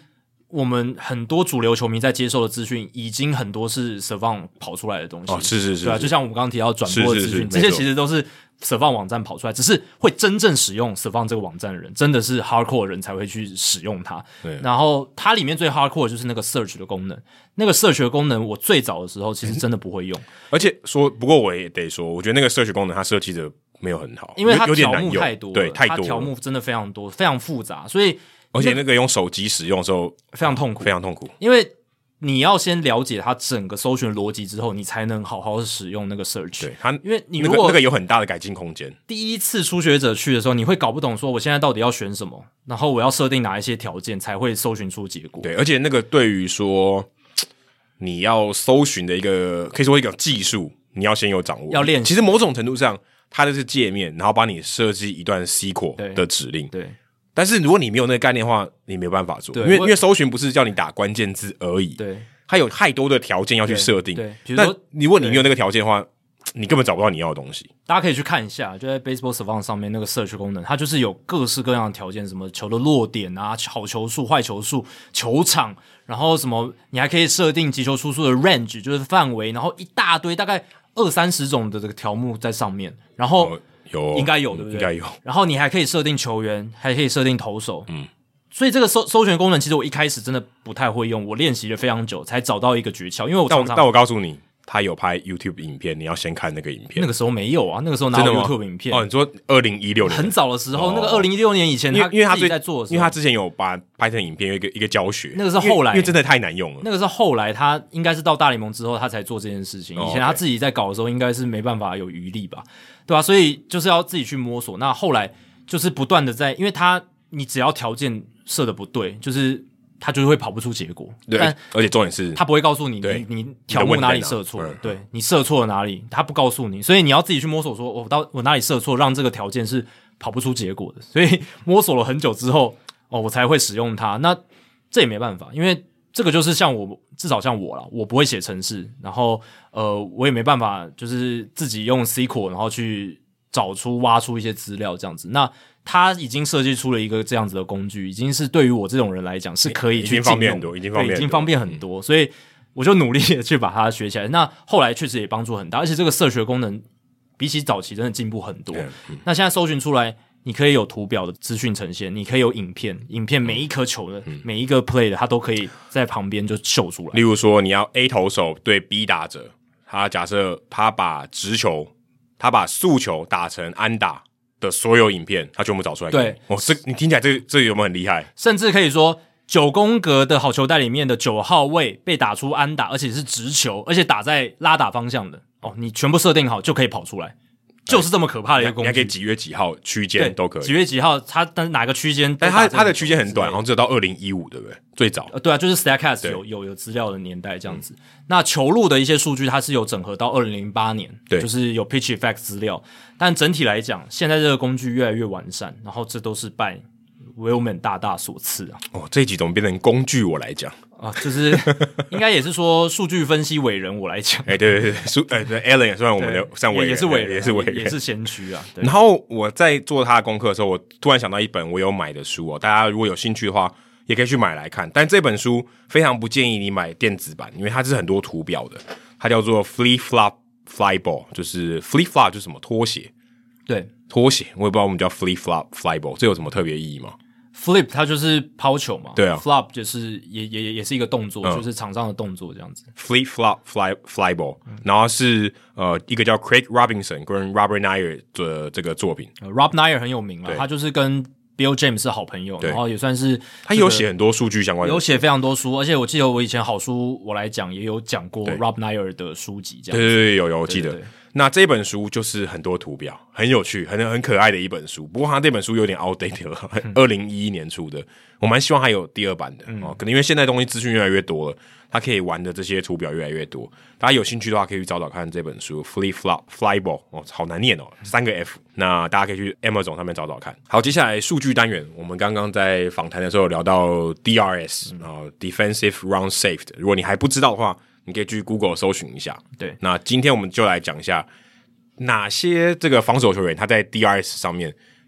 我们很多主流球迷在接受的资讯，已经很多是 Savant 跑出来的东西。 哦，是是是， 对啊，就像我们刚刚提到转播的资讯，这些其实都是 Savant 网站跑出来，只是会真正使用 Savant 这个网站的人，真的是 hardcore 的人才会去使用它。 对， 然后它里面最 hardcore 的就是那个 search 的功能，那个 search 的功能，我最早的时候其实真的不会用。 而且说，不过我也得说，我觉得那个 search 功能它设计的没有很好， 因为它有点条目太多了， 对，太多了， 它条目真的非常多，非常复杂，所以。 而且那个用手机使用的时候非常痛苦， 非常痛苦， 因为你要先了解它整个搜寻逻辑之后，你才能好好使用那个 search。 对，它因为你如果、 那个、那个有很大的改进空间。 第一次初学者去的时候，你会搞不懂说我现在到底要选什么，然后我要设定哪一些条件才会搜寻出结果。 对，而且那个对于说你要搜寻的一个可以说一个技术，你要先有掌握， 要练习。 其实某种程度上，它就是界面，然后帮你设计一段 S Q L 的指令。 对。对但是如果你没有那个概念的话，你没有办法做，因为因为搜寻不是叫你打关键字而已， 对， 它有太多的条件要去设定。 对，比如说， 如果你没有那个条件的话，你根本找不到你要的东西。 大家可以去看一下，就在 Baseball Savant 上面那个 search 功能，它就是有各式各样的条件，什么球的落点啊、好球数、坏球数、球场，然后什么，你还可以设定击球出速的 range， 就是范围，然后一大堆，大概二三十种的这个条目在上面，然后。 哦有应该有，对不对？ 应该有。 然后你还可以设定球员，还可以设定投手。嗯，所以这个搜搜寻功能，其实我一开始真的不太会用，我练习了非常久才找到一个诀窍。因为我常常但我但我告诉你，他有拍 YouTube 影片，你要先看那个影片。 那个时候没有啊，那个时候哪有 YouTube 影片？ 哦，你说二零一六年很早的时候，哦、那个二零一六年以前他， 因为他自己在做的时候， 因为他之前有把拍成影片，有一个一个教学。 那个是后来， 因为真的太难用了。 那个是后来，他应该是到大联盟之后，他才做这件事情。以前他自己在搞的时候，应该是没办法有余力吧。对啊，所以就是要自己去摸索。那后来就是不断的在，因为他你只要条件设的不对，就是他就是会跑不出结果。 对， 但而且重点是， 他不会告诉你你你条目哪里设错了，对你设错了哪里，他不告诉你，所以你要自己去摸索说，我到我哪里设错，让这个条件是跑不出结果的。所以摸索了很久之后，哦，我才会使用它。那这也没办法，因为这个就是像我，至少像我啦，我不会写程式，然后呃，我也没办法就是自己用 S Q L 然后去找出挖出一些资料这样子。那他已经设计出了一个这样子的工具，已经是对于我这种人来讲是可以去已经方便很多，已经方便已经方便很多，所以我就努力的去把它学起来。那后来确实也帮助很大，而且这个search功能比起早期真的进步很多。嗯、那现在搜寻出来。你可以有图表的资讯呈现，你可以有影片，影片每一颗球的、嗯、每一个 play 的，它都可以在旁边就秀出来。 例如说，你要 A 投手对 B 打者，他假设他把直球，他把速球打成安打的所有影片，他全部找出来。 对， 哦，这你听起来这这有没有很厉害？ 甚至可以说，九宫格的好球带里面的九号位被打出安打，而且是直球，而且打在拉打方向的，哦，你全部设定好就可以跑出来。就是这么可怕的一个工具， 你还可以几月几号区间都可以， 几月几号，它但是哪个区间？ 但它它的区间很短，好像只有到二零一五，对不对？最早， 呃，对啊，就是 Statcast 有有有资料的年代这样子。嗯、那球路的一些数据，它是有整合到二零零八年， 对， 就是有 Pitch Effect 资料。但整体来讲，现在这个工具越来越完善，然后这都是拜 Willman 大大所赐啊。 哦，这一集怎么变成工具我来讲？ 啊，就是应该也是说数据分析伟人，我来讲， 哎、欸，对对对，数哎对 ，Alan 也算我们的算伟人， 也是伟人， 也是伟人， 也是先驱啊。 然后我在做他的功课的时候，我突然想到一本我有买的书哦，大家如果有兴趣的话，也可以去买来看。但这本书非常不建议你买电子版，因为它是很多图表的。它叫做 Flip Flop Fly Ball， 就是 Flip Flop 就是什么拖鞋， 对， 拖鞋，我也不知道我们叫 Flip Flop Fly Ball， 这有什么特别意义吗 ？Flip 它就是抛球嘛， 对啊 ，Flop 就是也也也是一个动作， 嗯、 就是场上的动作这样子。 Flip Flop Fly Fly Ball，、嗯、然后是呃一个叫 Craig Robinson 跟 Robert Nair 的这个作品。 呃、Rob Nair 很有名了，他就是跟 Bill James 是好朋友，然后也算是、这个、 他有写很多数据相关的， 有写非常多书，而且我记得我以前好书我来讲也有讲过 Rob Nair 的书籍，这样子。 对对对，有有我记得。 对对对， 那这本书就是很多图表，很有趣，很很可爱的一本书。不过它这本书有点 outdated 了，二零一一年出的。我蛮希望它有第二版的、嗯、哦，可能因为现在东西资讯越来越多了，它可以玩的这些图表越来越多。大家有兴趣的话，可以去找找看这本书 Flip Flop Fly Ball 哦，好难念哦，三个 F。那大家可以去 Amazon 上面找找看。好，接下来数据单元，我们刚刚在访谈的时候有聊到 D R S 啊、嗯、，Defensive Run Saved。如果你还不知道的话，你可以去 Google 搜寻一下。 对， 那今天我们就来讲一下哪些这个防守球员他在 D R S 上面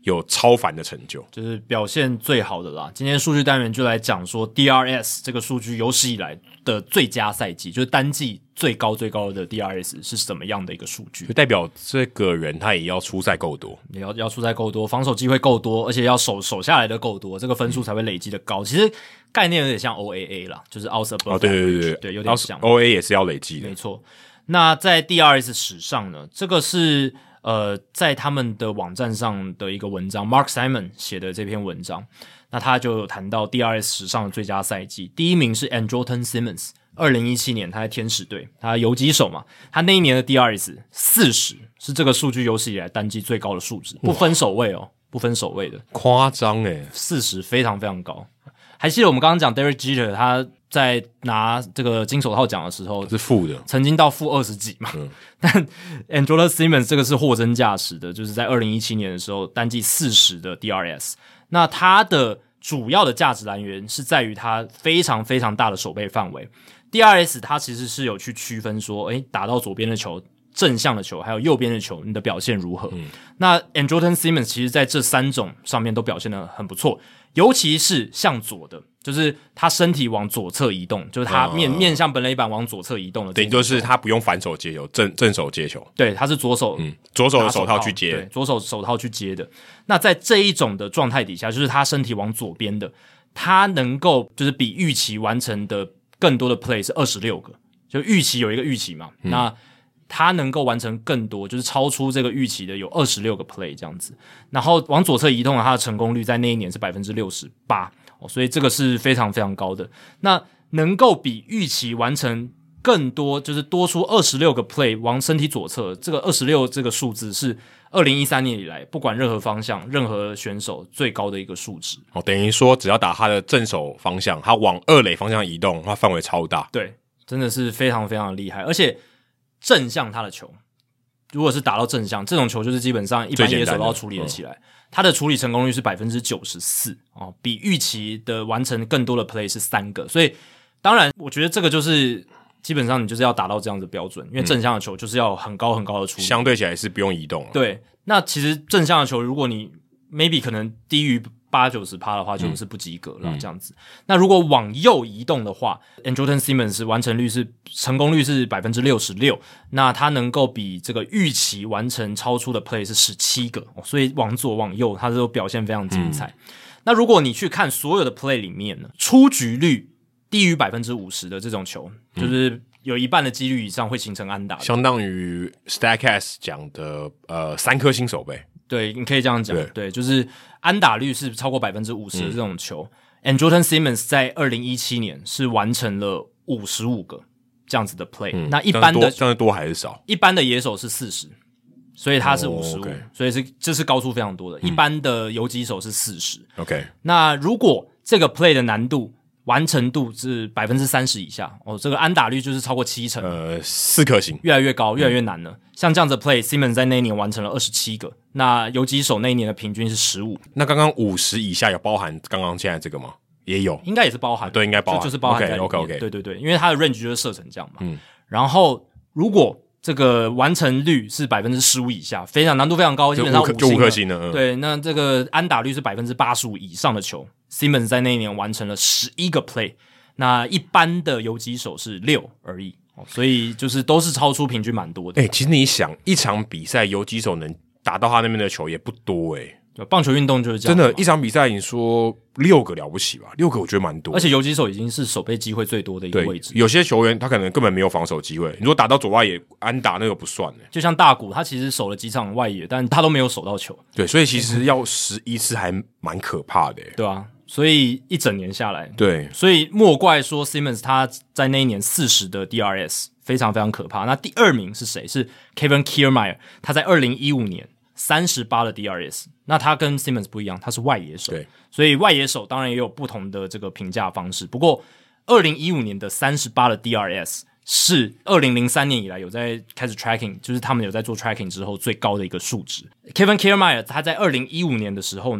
有超凡的成就， 就是表现最好的啦。今天数据单元就来讲说 D R S 这个数据有史以来的最佳赛季，就是单季最高最高的 D R S 是什么样的一个数据， 就代表这个人他也要出赛够多， 也要要出赛够多，防守机会够多，而且要守守下来的够多，这个分数才会累积的高。其实概念有点像 O A A 啦，就是 outs above average， 哦，对对对对，有点像 O A 也是要累积的， 没错。那在 D R S 史上呢，这个是呃在他们的网站上的一个文章 ，Mark Simon 写的这篇文章，那他就有谈到 D R S 史上的最佳赛季，第一名是 Andrelton Simmons， 二零一七年他在天使队，他游击手嘛，他那一年的 D R S 四十是这个数据有史以来单季最高的数值，不分守卫哦，不分守卫的， 夸张诶， 四十非常非常高。还记得我们刚刚讲 Derek Jeter 他在拿这个金手套奖的时候是负的， 曾经到负二十几嘛，嗯、但 Andrelton Simmons 这个是货真价实的，就是在二零一七年的时候单季四十的 D R S， 那他的主要的价值来源是在于他非常非常大的守备范围。D R S 它其实是有去区分说，诶，打到左边的球、正向的球还有右边的球你的表现如何、嗯、那 Andrelton Simmons 其实在这三种上面都表现得很不错，尤其是向左的，就是他身体往左侧移动，就是他面、嗯、面向本垒板往左侧移动的， 对，就是他不用反手接球，正正手接球， 对，他是左手嗯左手的手套去接， 对，左手手套去接的。那在这一种的状态底下，就是他身体往左边的，他能够就是比预期完成的更多的 play 是二十六个，就预期有一个预期嘛、嗯、那他能够完成更多，就是超出这个预期的有二十六个 play 这样子，然后往左侧移动的他的成功率在那一年是 百分之六十八、哦、所以这个是非常非常高的。那能够比预期完成更多，就是多出二十六个 play 往身体左侧，这个二十六这个数字是二零一三年以来不管任何方向任何选手最高的一个数值。 哦，等于说只要打他的正手方向，他往二垒方向移动，他范围超大， 对，真的是非常非常厉害。而且正向他的球，如果是打到正向，这种球就是基本上一般野手都要处理得起来。他的处理成功率是 百分之九十四、哦、比预期的完成更多的 play 是三个。所以当然我觉得这个就是基本上你就是要达到这样的标准，因为正向的球就是要有很高很高的处理、嗯、 相对起来是不用移动了。 对，那其实正向的球如果你 maybe 可能低于八九十趴的话就是不及格了、嗯、这样子。那如果往右移动的话 Andrelton Simmons 完成率是成功率是 百分之六十六， 那他能够比这个预期完成超出的 play 是十七个、哦、所以往左往右他都表现非常精彩、嗯、那如果你去看所有的 play 里面呢，出局率低于 百分之五十 的这种球、嗯、就是有一半的几率以上会形成安打， 相当于 Statcast 讲的呃三颗星守备。 对，你可以这样讲， 对, 对，就是安打率是超过 百分之五十 的这种球、嗯、Andrelton Simmons 在二零一七年是完成了五十五个这样子的 play、嗯、那一般的这样多还是少？一般的野手是四十，所以他是五十五，所以是这是高出非常多的、嗯、一般的游击手是四十。 OK， 那如果这个 play 的难度完成度是 百分之三十 以下，哦，这个安打率就是超过七成， 呃，四颗星， 越来越高，越来越难了、嗯、像这样子的 play Simmons 在那一年完成了二十七个，那游击手那一年的平均是十五。 那刚刚五十以下有包含刚刚现在这个吗？也有， 应该也是包含、 啊、对，应该包含， 就, 就是包含在里面。 OK OK OK， 对对对，因为它的 range 就是设成这样嘛。嗯，然后如果这个完成率是 百分之十五 以下，非常难度非常高，基本上五星了， 就五颗星了、嗯、 对，那这个安打率是 百分之八十五 以上的球 Simmons 在那一年完成了十一个 play， 那一般的游击手是六而已，所以就是都是超出平均蛮多的。 诶、欸、其实你想一场比赛游击手能打到他那边的球也不多诶、欸棒球运动就是这样， 真的，一场比赛你说六个了不起吧？六个我觉得蛮多， 而且游击手已经是守备机会最多的一个位置。 有些球员他可能根本没有防守机会，你说打到左外野安打那个不算、欸、 就像大谷，他其实守了几场外野，但他都没有守到球。 对，所以其实要十一次还蛮可怕的、欸。 对啊，所以一整年下来， 对， 所以莫怪说 Simmons 他在那一年四十的 D R S 非常非常可怕。那第二名是谁？是 Kevin Kiermaier， 他在二零一五年三十八的 D R S， 那他跟 Simmons 不一样，他是外野手， 对， 所以外野手当然也有不同的这个评价方式。不过二零一五年的三十八的 D R S 是二零零三年以来有在开始 tracking， 就是他们有在做 tracking 之后最高的一个数值。Kevin Kiermaier 他在二零一五年的时候呢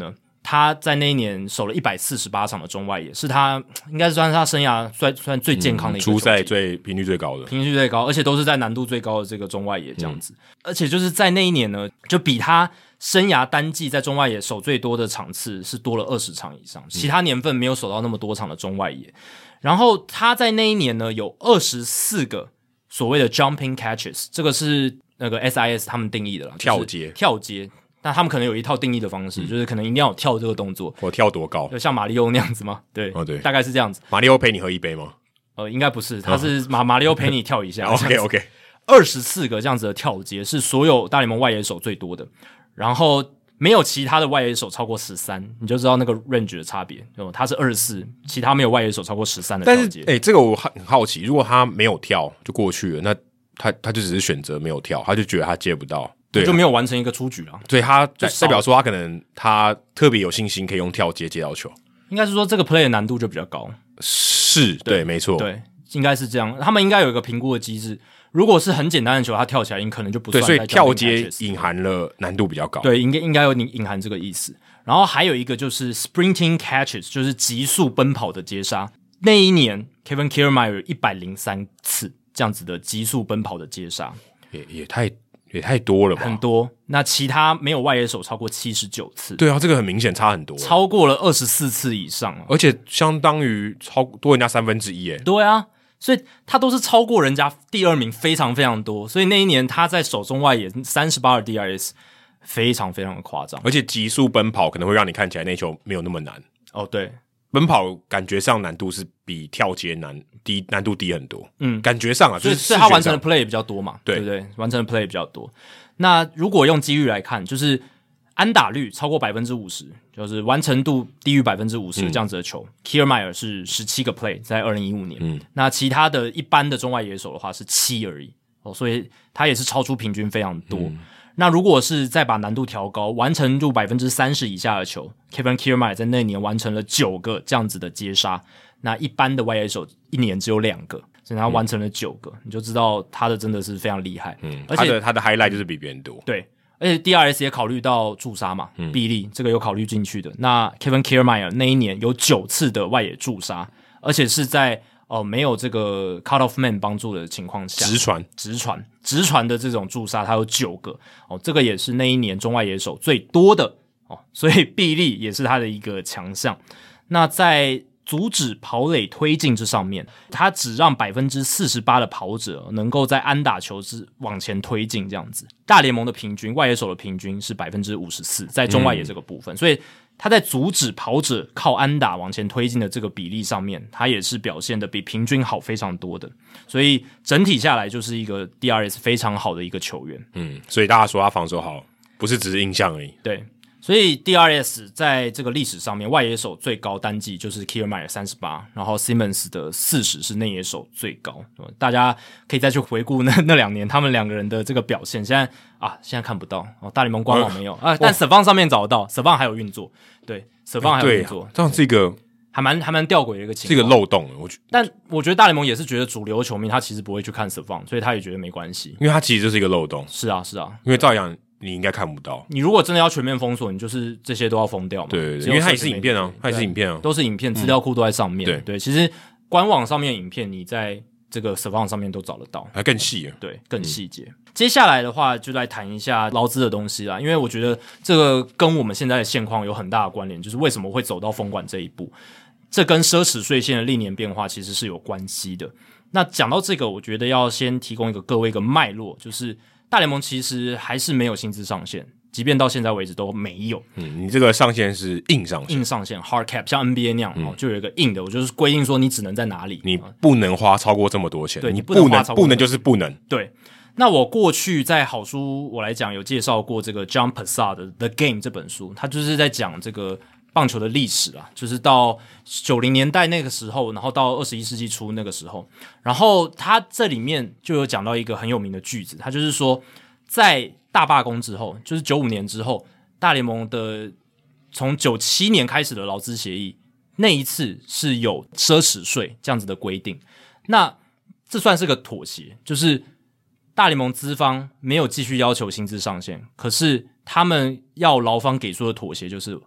他在那一年守了一百四十八场的中外野，是他应该是算是他生涯算算最健康的一个球季、 嗯、出赛最频率最高的， 频率最高，而且都是在难度最高的这个中外野这样子、嗯。而且就是在那一年呢，就比他生涯单季在中外野守最多的场次是多了二十场以上，其他年份没有守到那么多场的中外野。然后他在那一年呢有二十四个所谓的 jumping catches， 这个是那个 S I S 他们定义的啦， 跳接、 就是、跳接。那他们可能有一套定义的方式、嗯、就是可能一定要有跳这个动作， 我跳多高， 就像马里奥那样子吗？对、 哦、对， 大概是这样子。 马里奥陪你喝一杯吗？ 呃，应该不是，他是马、哦、马里奥陪你跳一下。 OK OK， 二十四个这样子的跳接是所有大联盟外野手最多的，然后没有其他的外野手超过十三，你就知道那个 range 的差别。哦，他是二十四，其他没有外野手超过十三的跳接。 但是，哎、欸，这个我很好奇，如果他没有跳就过去了，那他他就只是选择没有跳，他就觉得他接不到。对， 就没有完成一个出局啊。 对，他代表说他可能他特别有信心可以用跳接接到球。 应该是说这个 play 的难度就比较高。 是，对，对没错， 对，应该是这样。他们应该有一个评估的机制。如果是很简单的球，他跳起来，可能就不算。 对，所以跳接隐含了难度比较高。 对，应该应该有隐含这个意思。然后还有一个就是 sprinting catches， 就是急速奔跑的接杀。那一年 Kevin Kiermaier 有一百零三次这样子的急速奔跑的接杀， 也也太。也太多了吧， 很多。那其他没有外野手超过七十九次。 对啊，这个很明显差很多， 超过了二十四次以上、啊、 而且相当于超多人家三分之一耶。 对啊，所以他都是超过人家第二名非常非常多。所以那一年他在守中外野三十八的 D R S 非常非常的夸张， 而且急速奔跑可能会让你看起来那球没有那么难。 哦，对。 奔跑感觉上难度是比跳接难低，难度低很多。 嗯， 感觉上啊，就是所以他完成的 play 比较多嘛， 对对不对？完成的 play 比较多。那如果用几率来看，就是安打率超过百分之五十，就是完成度低于百分之五十这样子的球。嗯、Kiermaier 是十七个 play， 在二零一五年。嗯，那其他的一般的中外野手的话是七而已哦，所以他也是超出平均非常多。嗯，那如果是再把难度调高，完成度百分之三十以下的球 ，Kevin Kiermaier 在那年完成了九个这样子的接杀。那一般的外野手一年只有两个，所以他完成了九个，嗯、你就知道他的真的是非常厉害。 嗯，而且他的他的 highlight 就是比别人多。 对，而且 D R S 也考虑到驻杀嘛，嗯、臂力这个有考虑进去的。那 Kevin Kiermaier 那一年有九次的外野驻杀，而且是在哦没有这个 cut off man 帮助的情况下， 直传直传直传的这种驻杀，他有九个哦，这个也是那一年中外野手最多的哦，所以臂力也是他的一个强项。那在阻止跑垒推进这上面，他只让 百分之四十八 的跑者能够在安打球之往前推进这样子。大联盟的平均，外野手的平均是 百分之五十四， 在中外野这个部分、嗯、所以他在阻止跑者靠安打往前推进的这个比例上面，他也是表现的比平均好非常多的，所以整体下来就是一个 D R S 非常好的一个球员。 嗯，所以大家说他防守好不是只是印象而已。 对，所以 D R S 在这个历史上面，外野手最高单季就是 Kiermaier 三十八，然后 Simmons 的四十是内野手最高。大家可以再去回顾那那两年他们两个人的这个表现。现在啊，现在看不到哦，大联盟官网没有、呃、啊，但 Savant 上面找得到 ，Savant 还有运作，对 ，Savant 还有运作， 这样是一个还蛮还蛮吊诡的一个情况， 是一个漏洞。我觉得， 但我觉得大联盟也是觉得主流球迷他其实不会去看 Savant， 所以他也觉得没关系， 因为他其实就是一个漏洞。 是啊，是啊， 因为照样。你应该看不到。 你如果真的要全面封锁，你就是这些都要封掉嘛。 对对对，因为它也是影片啊，它也是影片啊， 都是影片，资料库都在上面。 嗯、对对，其实官网上面影片，你在这个 Savant 上面都找得到， 还更细啊。 对，更细节、嗯。接下来的话，就来谈一下劳资的东西啦，因为我觉得这个跟我们现在的现况有很大的关联，就是为什么会走到封管这一步，这跟奢侈税线的历年变化其实是有关系的。那讲到这个，我觉得要先提供一个各位一个脉络，就是大联盟其实还是没有薪资上限。即便到现在为止都没有。 嗯，你这个上限是硬上限， 硬上限 hard cap， 像 N B A 那样、嗯哦、就有一个硬的，我就是规定说你只能在哪里， 你不能花超过这么多钱。 对，你不能不能花超过不能就是不能。 对，那我过去在好书我来讲有介绍过这个 John Passad 的 The Game 这本书，他就是在讲这个棒球的历史啊，就是到九零年代那个时候，然后到二十一世纪初那个时候，然后他这里面就有讲到一个很有名的句子，他就是说在大罢工之后，就是九五年之后，大联盟的从九七年开始的劳资协议，那一次是有奢侈税这样子的规定，那这算是个妥协，就是大联盟资方没有继续要求薪资上限，可是他们要劳方给出的妥协就是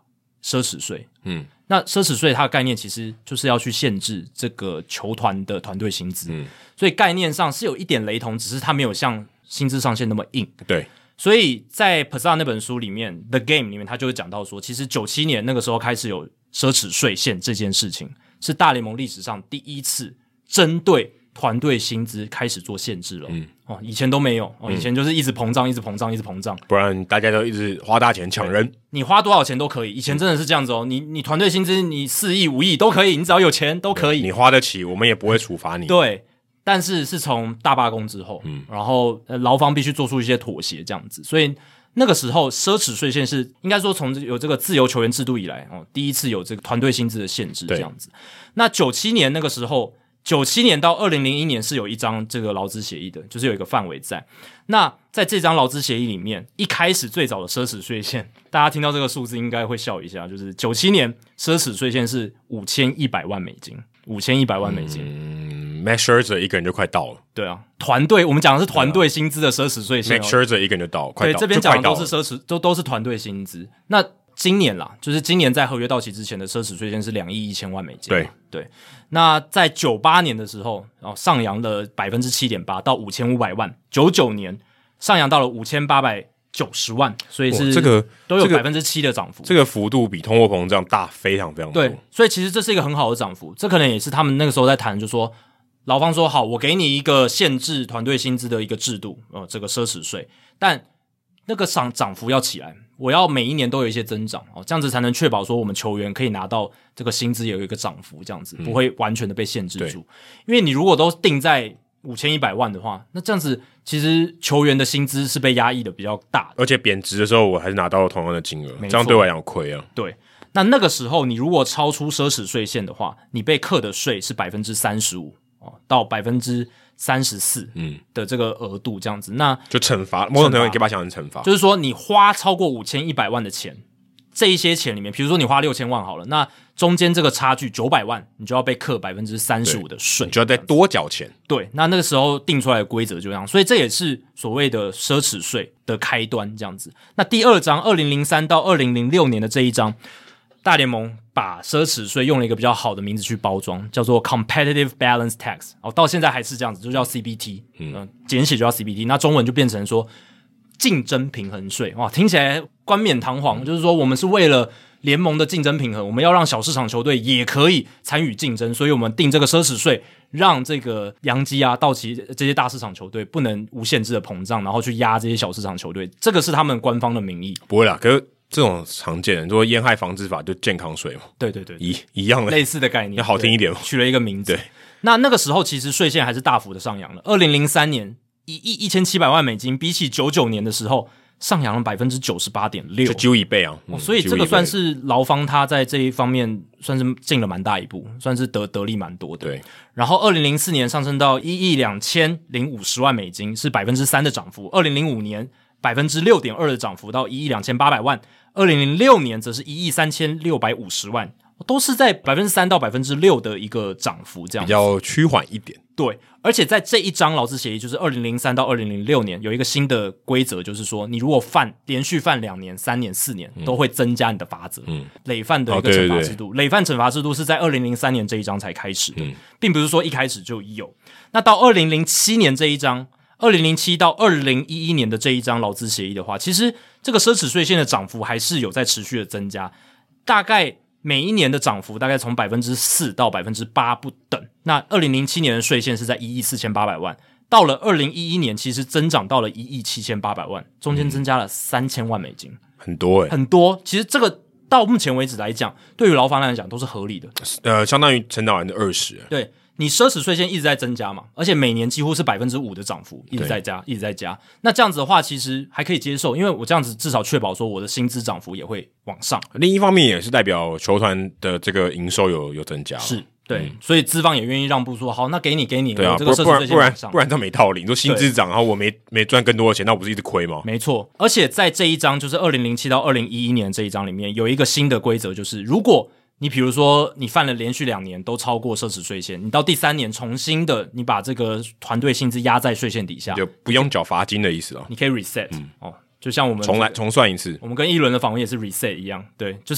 奢侈税。 嗯， 那奢侈税它的概念其实就是要去限制这个球团的团队薪资， 嗯， 所以概念上是有一点雷同，只是它没有像薪资上限那么硬。 对。 所以在 Passan 那本书里面 The Game 里面他就会讲到说，其实九七年那个时候开始有奢侈税线这件事情，是大联盟历史上第一次针对团队薪资开始做限制了。嗯，哦，以前都没有，哦，以前就是一直膨胀，一直膨胀，一直膨胀， 不然大家都一直花大钱抢人， 你花多少钱都可以。以前真的是这样子哦，你你团队薪资你四亿五亿都可以，你只要有钱都可以， 你花得起，我们也不会处罚你。 对。但是是从大罢工之后，嗯，然后呃劳方必须做出一些妥协，这样子，所以那个时候奢侈税线是应该说从有这个自由球员制度以来哦，第一次有这个团队薪资的限制这样子。那九七年那个时候，九七年到二零零一年是有一张这个劳资协议的，就是有一个范围在。那在这张劳资协议里面，一开始最早的奢侈税线，大家听到这个数字应该会笑一下，就是九七年奢侈税线是五千一百万美金，五千一百万美金。 嗯。Max Scherzer 一个人就快到了， 对啊，团队我们讲的是团队薪资的奢侈税线、哦。 Max Scherzer 一个人就到，快到， 对，这边讲的都是奢侈，都都是团队薪资。那今年啦，就是今年在合约到期之前的奢侈税线是两亿一千万美金。 对对，那在九八年的时候，哦上扬了百分之七点八到五千五百万，九九年上扬到了五千八百九十万，所以是这个都有百分之七的涨幅、 这个，这个幅度比通货膨胀大非常非常多。 对，所以其实这是一个很好的涨幅，这可能也是他们那个时候在谈，就说。劳方说好，我给你一个限制团队薪资的一个制度，呃，这个奢侈税，但那个涨涨幅要起来，我要每一年都有一些增长哦，这样子才能确保说我们球员可以拿到这个薪资有一个涨幅，这样子不会完全的被限制住。嗯、因为你如果都定在五千一百万的话，那这样子其实球员的薪资是被压抑的比较大的， 而且贬值的时候我还是拿到同样的金额，这样对我来讲亏啊。 对。那那个时候你如果超出奢侈税线的话，你被课的税是百分之三十五。到百分之三十四的这个额度，这样子，那就惩罚，某种程度你可以把它想成惩罚， 就是说你花超过五千一百万的钱，这一些钱里面，比如说你花六千万好了，那中间这个差距九百万，你就要被课百分之三十五的税， 你就要再多缴钱。 对，那那个时候定出来的规则就这样，所以这也是所谓的奢侈税的开端，这样子。那第二章，二零零三到二零零六年的这一章。大联盟把奢侈税用了一个比较好的名字去包装，叫做 Competitive Balance Tax， 哦，到现在还是这样子，就叫 C B T， 嗯、呃，简写就叫 C B T， 那中文就变成说竞争平衡税，哇，听起来冠冕堂皇，就是说我们是为了联盟的竞争平衡，我们要让小市场球队也可以参与竞争，所以我们定这个奢侈税，让这个洋基啊、道奇这些大市场球队不能无限制的膨胀，然后去压这些小市场球队，这个是他们官方的名义。 不会啦，可是。这种常见的，说烟害防治法就健康税嘛， 对对对， 一一样的类似的概念， 要好听一点嘛， 取了一个名字。 对， 那那个时候其实税线还是大幅的上扬了。二零零三年一亿一千七百万美金，比起九九年的时候上扬了百分之九十八点六， 就几乎一倍啊、 嗯哦！所以这个算是劳方他在这一方面算是进了蛮大一步，算是得得利蛮多的。 对， 然后二零零四年上升到一亿两千零五十万美金，是百分之三的涨幅。二零零五年百分之六点二的涨幅到一亿两千八百万。二零零六年则是一亿三千六百五十万，都是在百分之三到百分之六的一个涨幅，这样子比较趋缓一点。 对，而且在这一章劳资协议，就是二零零三到二零零六年有一个新的规则，就是说你如果犯连续犯两年、三年、四年，都会增加你的罚则。嗯，累犯的一个惩罚制度，哦、对对对累犯惩罚制度是在二零零三年这一章才开始的，嗯、并不是说一开始就有。那到二零零七年这一章。二零零七到二零一一年的这一张劳资协议的话，其实这个奢侈税线的涨幅还是有在持续的增加，大概每一年的涨幅大概从百分之四到百分之八不等。那二零零七年的税线是在一亿四千八百万，到了二零一一年其实增长到了一亿七千八百万，中间增加了三千万美金，嗯、 很多诶、欸， 很多。其实这个到目前为止来讲，对于劳方来讲都是合理的， 呃，相当于成长人的二十。 对。你奢侈税线一直在增加嘛，而且每年几乎是百分之五的涨幅，一直在加，一直在加。那这样子的话，其实还可以接受，因为我这样子至少确保说我的薪资涨幅也会往上。 另一方面也是代表球团的这个营收有有增加， 是对、嗯，所以资方也愿意让步说，好，那给你给你， 对啊， 这个奢侈税线不然不然不然这没道理。你说薪资涨，然后我没没赚更多的钱，那我不是一直亏吗？ 没错，而且在这一章就是二零零七到二零一一年这一章里面有一个新的规则，就是如果你比如说你犯了连续两年都超过奢侈税线，你到第三年重新的你把这个团队薪资压在税线底下， 就不用缴罚金的意思哦。 你可以 reset、嗯、哦，就像我们重来重算一次， 我们跟一轮的访问也是 reset 一样，对，就是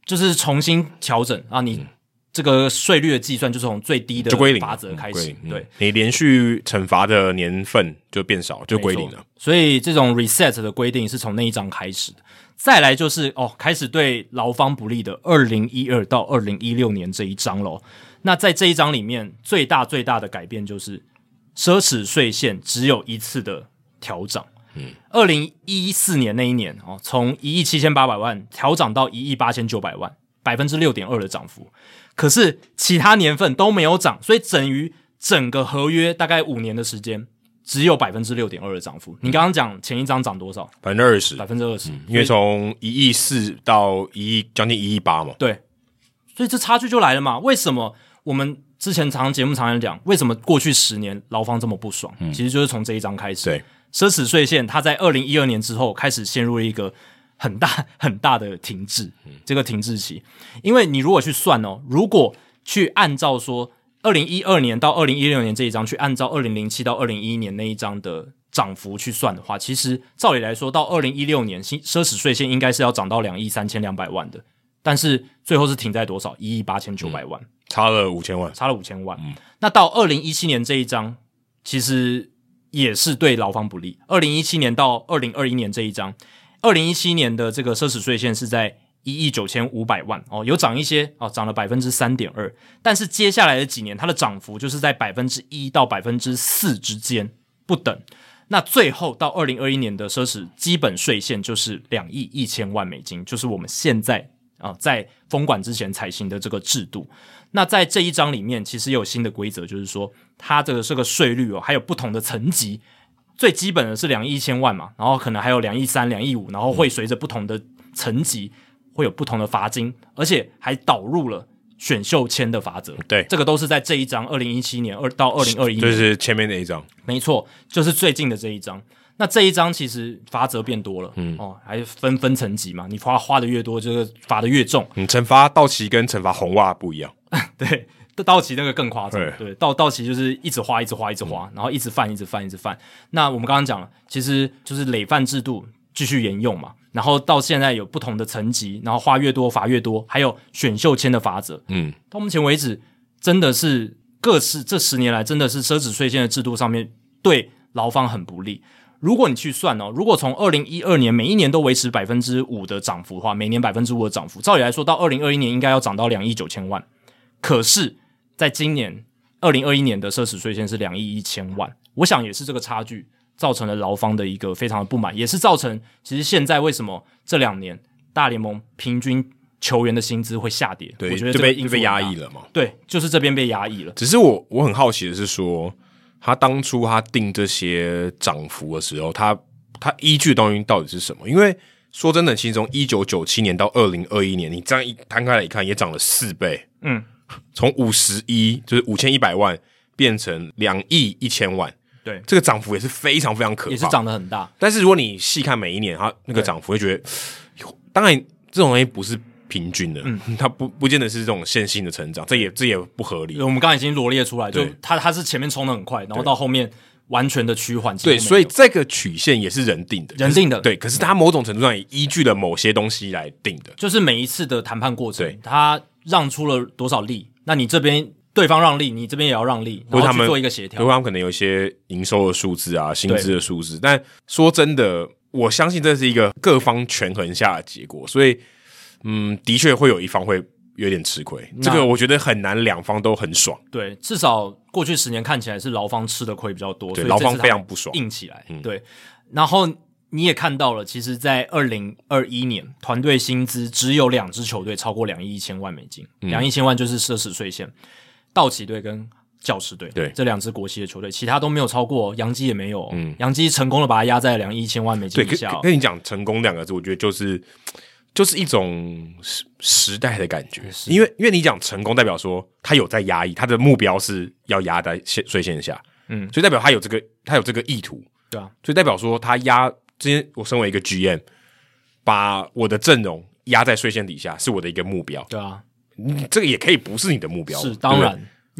就是重新调整啊，你这个税率的计算就是从最低的罚则开始， 嗯、 对， 你连续惩罚的年份就变少，就归零了。 所以这种 reset 的规定是从那一章开始的。再来就是哦，开始对劳方不利的二零一二到二零一六年这一章咯。那在这一章里面，最大最大的改变就是奢侈税线只有一次的调涨。嗯，二零一四年那一年哦，从一亿七千八百万调涨到一亿八千九百万，百分之六点二的涨幅。可是其他年份都没有涨，所以等于整个合约大概五年的时间，只有百分之六点二的涨幅。你刚刚讲前一章涨多少？ 百分之二十， 百分之二十， 因为从一亿四到一亿，将近一亿八嘛。 对，所以这差距就来了嘛。为什么我们之前常节目常常讲，为什么过去十年劳方这么不爽？嗯、其实就是从这一章开始。 对， 奢侈税线它在二零一二年之后开始陷入了一个很大很大的停滞，这个停滞期。因为你如果去算哦，如果去按照说二零一二年到二零一六年这一章，去按照二零零七到二零一一年那一章的涨幅去算的话，其实照理来说，到二零一六年奢侈税线应该是要涨到两亿三千两百万的，但是最后是停在多少？一亿八千九百万，嗯、 差了五千万， 差了五千万。嗯、那到二零一七年这一章，其实也是对劳方不利。二零一七年到二零二一年这一章，二零一七年的这个奢侈税线是在一亿九千五百万哦，有涨一些哦，涨了百分之三点二，但是接下来的几年，它的涨幅就是在百分之一到百分之四之间不等。那最后到二零二一年的奢侈基本税线就是两亿一千万美金，就是我们现在啊在封管之前采行的这个制度。那在这一章里面，其实也有新的规则，就是说它这个这个税率哦，还有不同的层级。最基本的是两亿一千万嘛，然后可能还有两亿三、两亿五，然后会随着不同的层级。会有不同的罚金，而且还导入了选秀签的罚则。 对， 这个都是在这一章二零一七年二到二零二一年， 就是前面那一章。 没错，就是最近的这一章。那这一章其实罚则变多了，嗯哦，还分分层级嘛，你花花的越多，这个罚的越重。 嗯，惩罚道奇跟惩罚红袜不一样。 对，道奇那个更夸张。对，对道道奇就是一直花，一直花，一直花，嗯、然后一直犯，一直犯，一直犯。那我们刚刚讲了，其实就是累犯制度继续沿用嘛。然后到现在有不同的层级，然后花越多罚越多，还有选秀签的罚则。嗯，到目前为止，真的是各是这十年来真的是奢侈税线的制度上面对劳方很不利。如果你去算哦，如果从二零一二年每一年都维持百分之五的涨幅的话，每年百分之五的涨幅，照理来说到二零二一年应该要涨到两亿九千万。可是，在今年二零二一年的奢侈税线是两亿一千万，我想也是这个差距。造成了劳方的一个非常的不满，也是造成其实现在为什么这两年大联盟平均球员的薪资会下跌？ 对， 我觉得这被被压抑了嘛？ 对，就是这边被压抑了。 只是我我很好奇的是说，他当初他定这些涨幅的时候，他他依据的东西到底是什么？因为说真的，其实从一九九七年到二零二一年，你这样一摊开来一看，也涨了四倍。嗯，从五十一就是五千一百万变成两亿一千万。 对， 这个涨幅也是非常非常可怕， 也是涨得很大。 但是如果你细看每一年，它那个涨幅，会觉得，当然这种东西不是平均的，嗯，它不不见得是这种线性的成长，这也这也不合理。 我们刚才已经罗列出来，就它它是前面冲得很快，然后到后面完全的趋缓。 对，所以这个曲线也是人定的， 人定的。 对，可是它某种程度上也依据了某些东西来定的， 就是每一次的谈判过程，它让出了多少利，那你这边。对方让利，你这边也要让利，然后去做一个协调。 或他们可能有一些营收的数字啊、薪资的数字，但说真的，我相信这是一个各方权衡下的结果，所以，嗯，的确会有一方会有点吃亏。这个我觉得很难，两方都很爽。 对，至少过去十年看起来是劳方吃的亏比较多， 对，劳方非常不爽， 硬起来。嗯、对，然后你也看到了，其实，在二零二一年，团队薪资只有两支球队超过两亿一千万美金，两亿一千万就是奢侈税线。道奇队跟教士队， 对这两支国系的球队，其他都没有超过，洋基也没有。嗯，洋基成功的把它压在两亿一千万美金以下、哦。 对，跟你讲成功两个字，我觉得就是就是一种时代的感觉，因为因为你讲成功，代表说他有在压抑，他的目标是要压在税线下，嗯，所以代表他有这个他有这个意图， 对啊， 所以代表说他压今天我身为一个 G M， 把我的阵容压在税线底下是我的一个目标， 对啊。 这个也可以不是你的目标， 是当然， 对对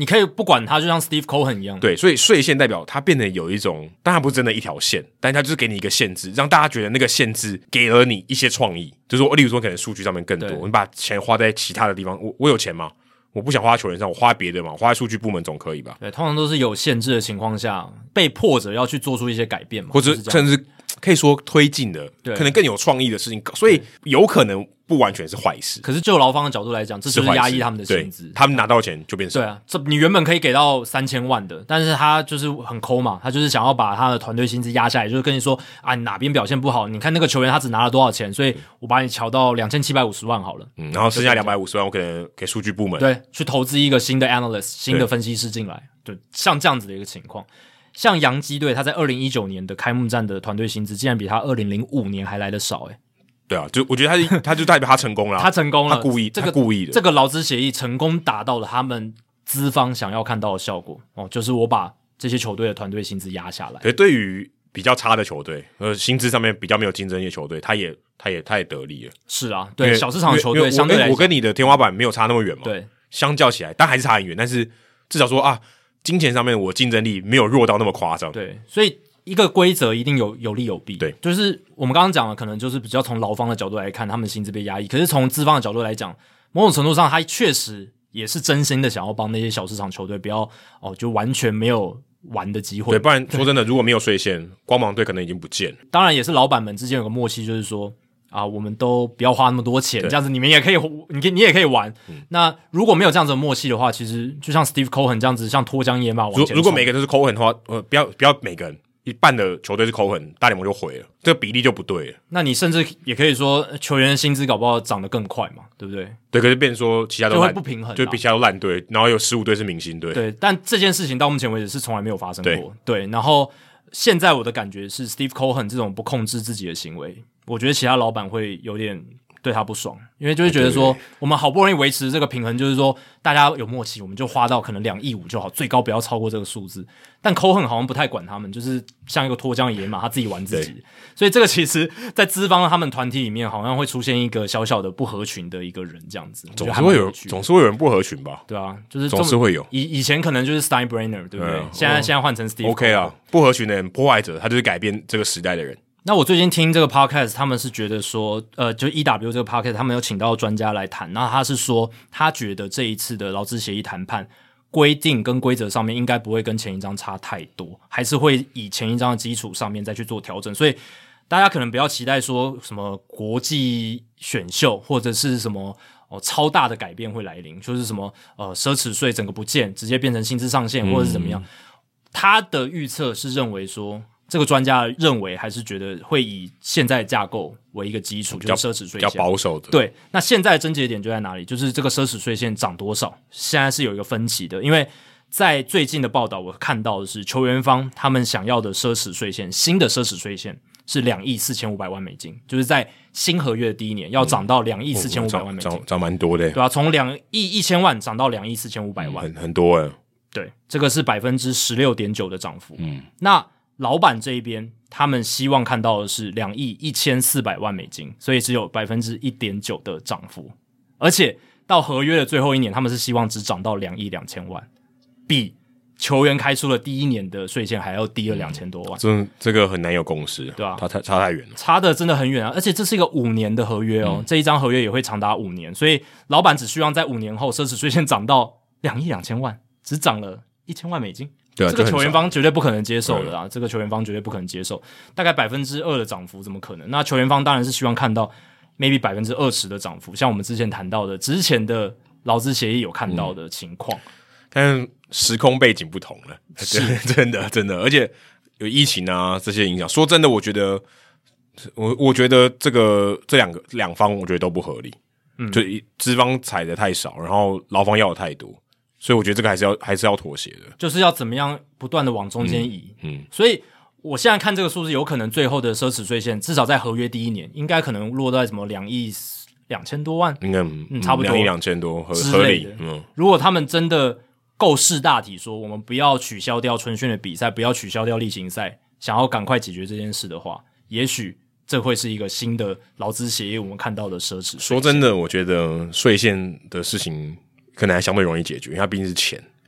你可以不管他，就像 Steve Cohen 一样。 对，所以税线代表它变得有一种，当然不是真的一条线，但它就是给你一个限制，让大家觉得那个限制给了你一些创意，就是说，例如说可能数据上面更多，你把钱花在其他的地方，我我有钱吗？我不想花在球员上，我花在别的嘛，花在数据部门总可以吧？ 对，通常都是有限制的情况下，被迫着要去做出一些改变嘛， 或者甚至可以说推进的，可能更有创意的事情，所以有可能不完全是坏事。 可是就劳方的角度来讲，这就是压抑他们的薪资， 他们拿到钱就变少。 对啊，这你原本可以给到三千万的，但是他就是很抠嘛，他就是想要把他的团队薪资压下来，就是跟你说啊，你哪边表现不好，你看那个球员他只拿了多少钱，所以我把你调到两千七百五十万好了， 嗯，然后剩下两百五十万我可能给数据部门， 对，去投资一个新的 analyst 新的分析师进来，对，像这样子的一个情况。像洋基队，他在二零一九年的开幕战的团队薪资，竟然比他二零零五年还来得少、欸， 对啊，就我觉得他他就代表他成功了， 他成功了， 他故意， 这个故意的， 这个劳资协议成功达到了他们资方想要看到的效果哦，就是我把这些球队的团队薪资压下来。 可是对于比较差的球队，呃，薪资上面比较没有竞争力的球队，他也他也他也得利了。 是啊，对小市场的球队相对来讲， 我跟你的天花板没有差那么远嘛， 对， 相较起来，但还是差很远，但是至少说啊。金钱上面我竞争力没有弱到那么夸张， 对，所以一个规则一定有有利有弊， 对， 就是我们刚刚讲的，可能就是比较从劳方的角度来看，他们薪资被压抑，可是从资方的角度来讲，某种程度上，他确实也是真心的想要帮那些小市场球队不要哦，就完全没有玩的机会， 对，不然说真的，如果没有税线，光芒队可能已经不见了。 当然，也是老板们之间有个默契，就是说。啊，我们都不要花那么多钱，这样子你们也可以，你你也可以玩、嗯。那如果没有这样子的默契的话，其实就像 Steve Cohen 这样子，像脱缰野马往前冲。 如果每个人都是 Cohen 的话，呃，不要不要每个人一半的球队是 Cohen， 大联盟就毁了，这个比例就不对了。 那你甚至也可以说，球员的薪资搞不好涨得更快嘛，对不对？ 对，可是变成说其他都就会不平衡， 就比其他都烂队，然后有十五队是明星队。 对，但这件事情到目前为止是从来没有发生过。对，对然后现在我的感觉是 Steve Cohen 这种不控制自己的行为。我觉得其他老板会有点对他不爽，因为就会觉得说，我们好不容易维持这个平衡，就是说大家有默契，我们就花到可能两亿五就好，最高不要超过这个数字。但 Cohen 好像不太管他们，就是像一个脱缰野马，他自己玩自己。所以这个其实，在资方他们团体里面，好像会出现一个小小的不合群的一个人这样子。 总是会有，总是会有人不合群吧？ 对啊，就是总是会有。 以以前可能就是 Steinbrenner， 对不对？嗯、现在、哦、现在换成 Steve OK 啊，不合群的人，破坏者，他就是改变这个时代的人。 那我最近听这个 podcast， 他们是觉得说，呃，就 E W 这个 podcast， 他们有请到专家来谈，那他是说，他觉得这一次的劳资协议谈判规定跟规则上面应该不会跟前一章差太多，还是会以前一章的基础上面再去做调整，所以大家可能不要期待说什么国际选秀或者是什么哦超大的改变会来临，就是什么呃奢侈税整个不见，直接变成薪资上限或者是怎么样，嗯、他的预测是认为说。这个专家认为还是觉得会以现在的架构为一个基础，就是奢侈税线比较保守的。 对，那现在的症结点就在哪里？就是这个奢侈税线涨多少，现在是有一个分歧的。因为在最近的报道，我看到的是球员方他们想要的奢侈税线，新的奢侈税线是两亿四千五百万美金，就是在新合约的第一年要涨到两亿四千五百万美金， 涨涨蛮多的， 对吧、啊？从两亿一千万涨到两亿四千五百万， 很很多诶。 对，这个是百分之十六点九的涨幅。嗯，那。老板这一边，他们希望看到的是两亿一千四百万美金，所以只有百分之一点九的涨幅，而且到合约的最后一年，他们是希望只涨到两亿两千万，比球员开出的第一年的税线还要低了两千多万。 这这个很难有共识， 对吧、啊？ 差太差太远了， 差的真的很远啊！而且这是一个五年的合约哦，嗯、这一张合约也会长达五年，所以老板只希望在五年后奢侈税线涨到两亿两千万，只涨了一千万美金。 对、啊， 这个球员方绝对不可能接受的啊！这个球员方绝对不可能接受，大概百分之二的涨幅怎么可能？那球员方当然是希望看到 maybe 百分之二十的涨幅，像我们之前谈到的之前的劳资协议有看到的情况、嗯。 但时空背景不同了，是真的真的，而且有疫情啊这些影响。说真的，我觉得我我觉得这个这两个两方我觉得都不合理，嗯，就资方踩的太少，然后劳方要的太多。所以我觉得这个还是要还是要妥协的， 就是要怎么样不断的往中间移。嗯，嗯所以我现在看这个数字，有可能最后的奢侈税线至少在合约第一年，应该可能落在什么两亿两千多万， 应该嗯差不多两亿两千多合合理。嗯， 如果他们真的够识大体说，我们不要取消掉春训的比赛，不要取消掉例行赛，想要赶快解决这件事的话，也许这会是一个新的劳资协议我们看到的奢侈税线。 说真的，我觉得税线的事情。可能还相对容易解决，因为它毕竟是钱。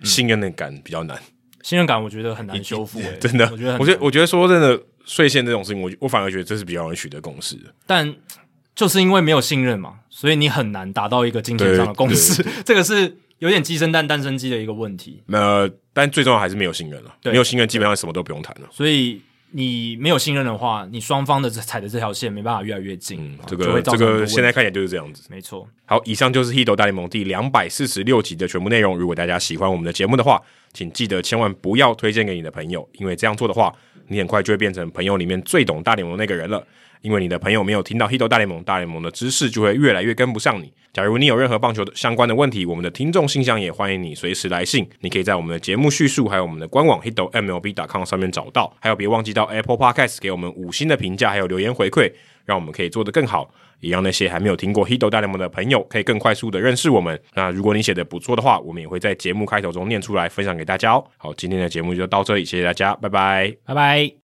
信任的感比较难。 信任感我觉得很难修复、欸， 真的， 我觉得很我觉得我觉得说真的，税线这种事情，我我反而觉得这是比较容易取得共识的。 但就是因为没有信任嘛，所以你很难达到一个金钱上的共识，这个是有点鸡生蛋蛋生鸡的一个问题。 呃，但最重要还是没有信任了，没有信任基本上什么都不用谈了。 所以你没有信任的话，你双方的踩的这条线没办法越来越近。 嗯，这个这个现在看起来就是这样子。 没错。 好，以上就是《Hito 大联盟》第两百四十六集的全部内容。如果大家喜欢我们的节目的话，请记得千万不要推荐给你的朋友，因为这样做的话，你很快就会变成朋友里面最懂大联盟那个人了。因为你的朋友没有听到 Hito 大联盟，大联盟的知识就会越来越跟不上你。假如你有任何棒球相关的问题，我们的听众信箱也欢迎你随时来信。你可以在我们的节目叙述还有我们的官网 hito m l b dot com 上面找到。还有别忘记到 Apple Podcast 给我们五星的评价还有留言回馈，让我们可以做得更好，也让那些还没有听过 Hito 大联盟的朋友可以更快速的认识我们。那如果你写的不错的话，我们也会在节目开头中念出来分享给大家哦。好，今天的节目就到这里，谢谢大家，拜拜， 拜拜。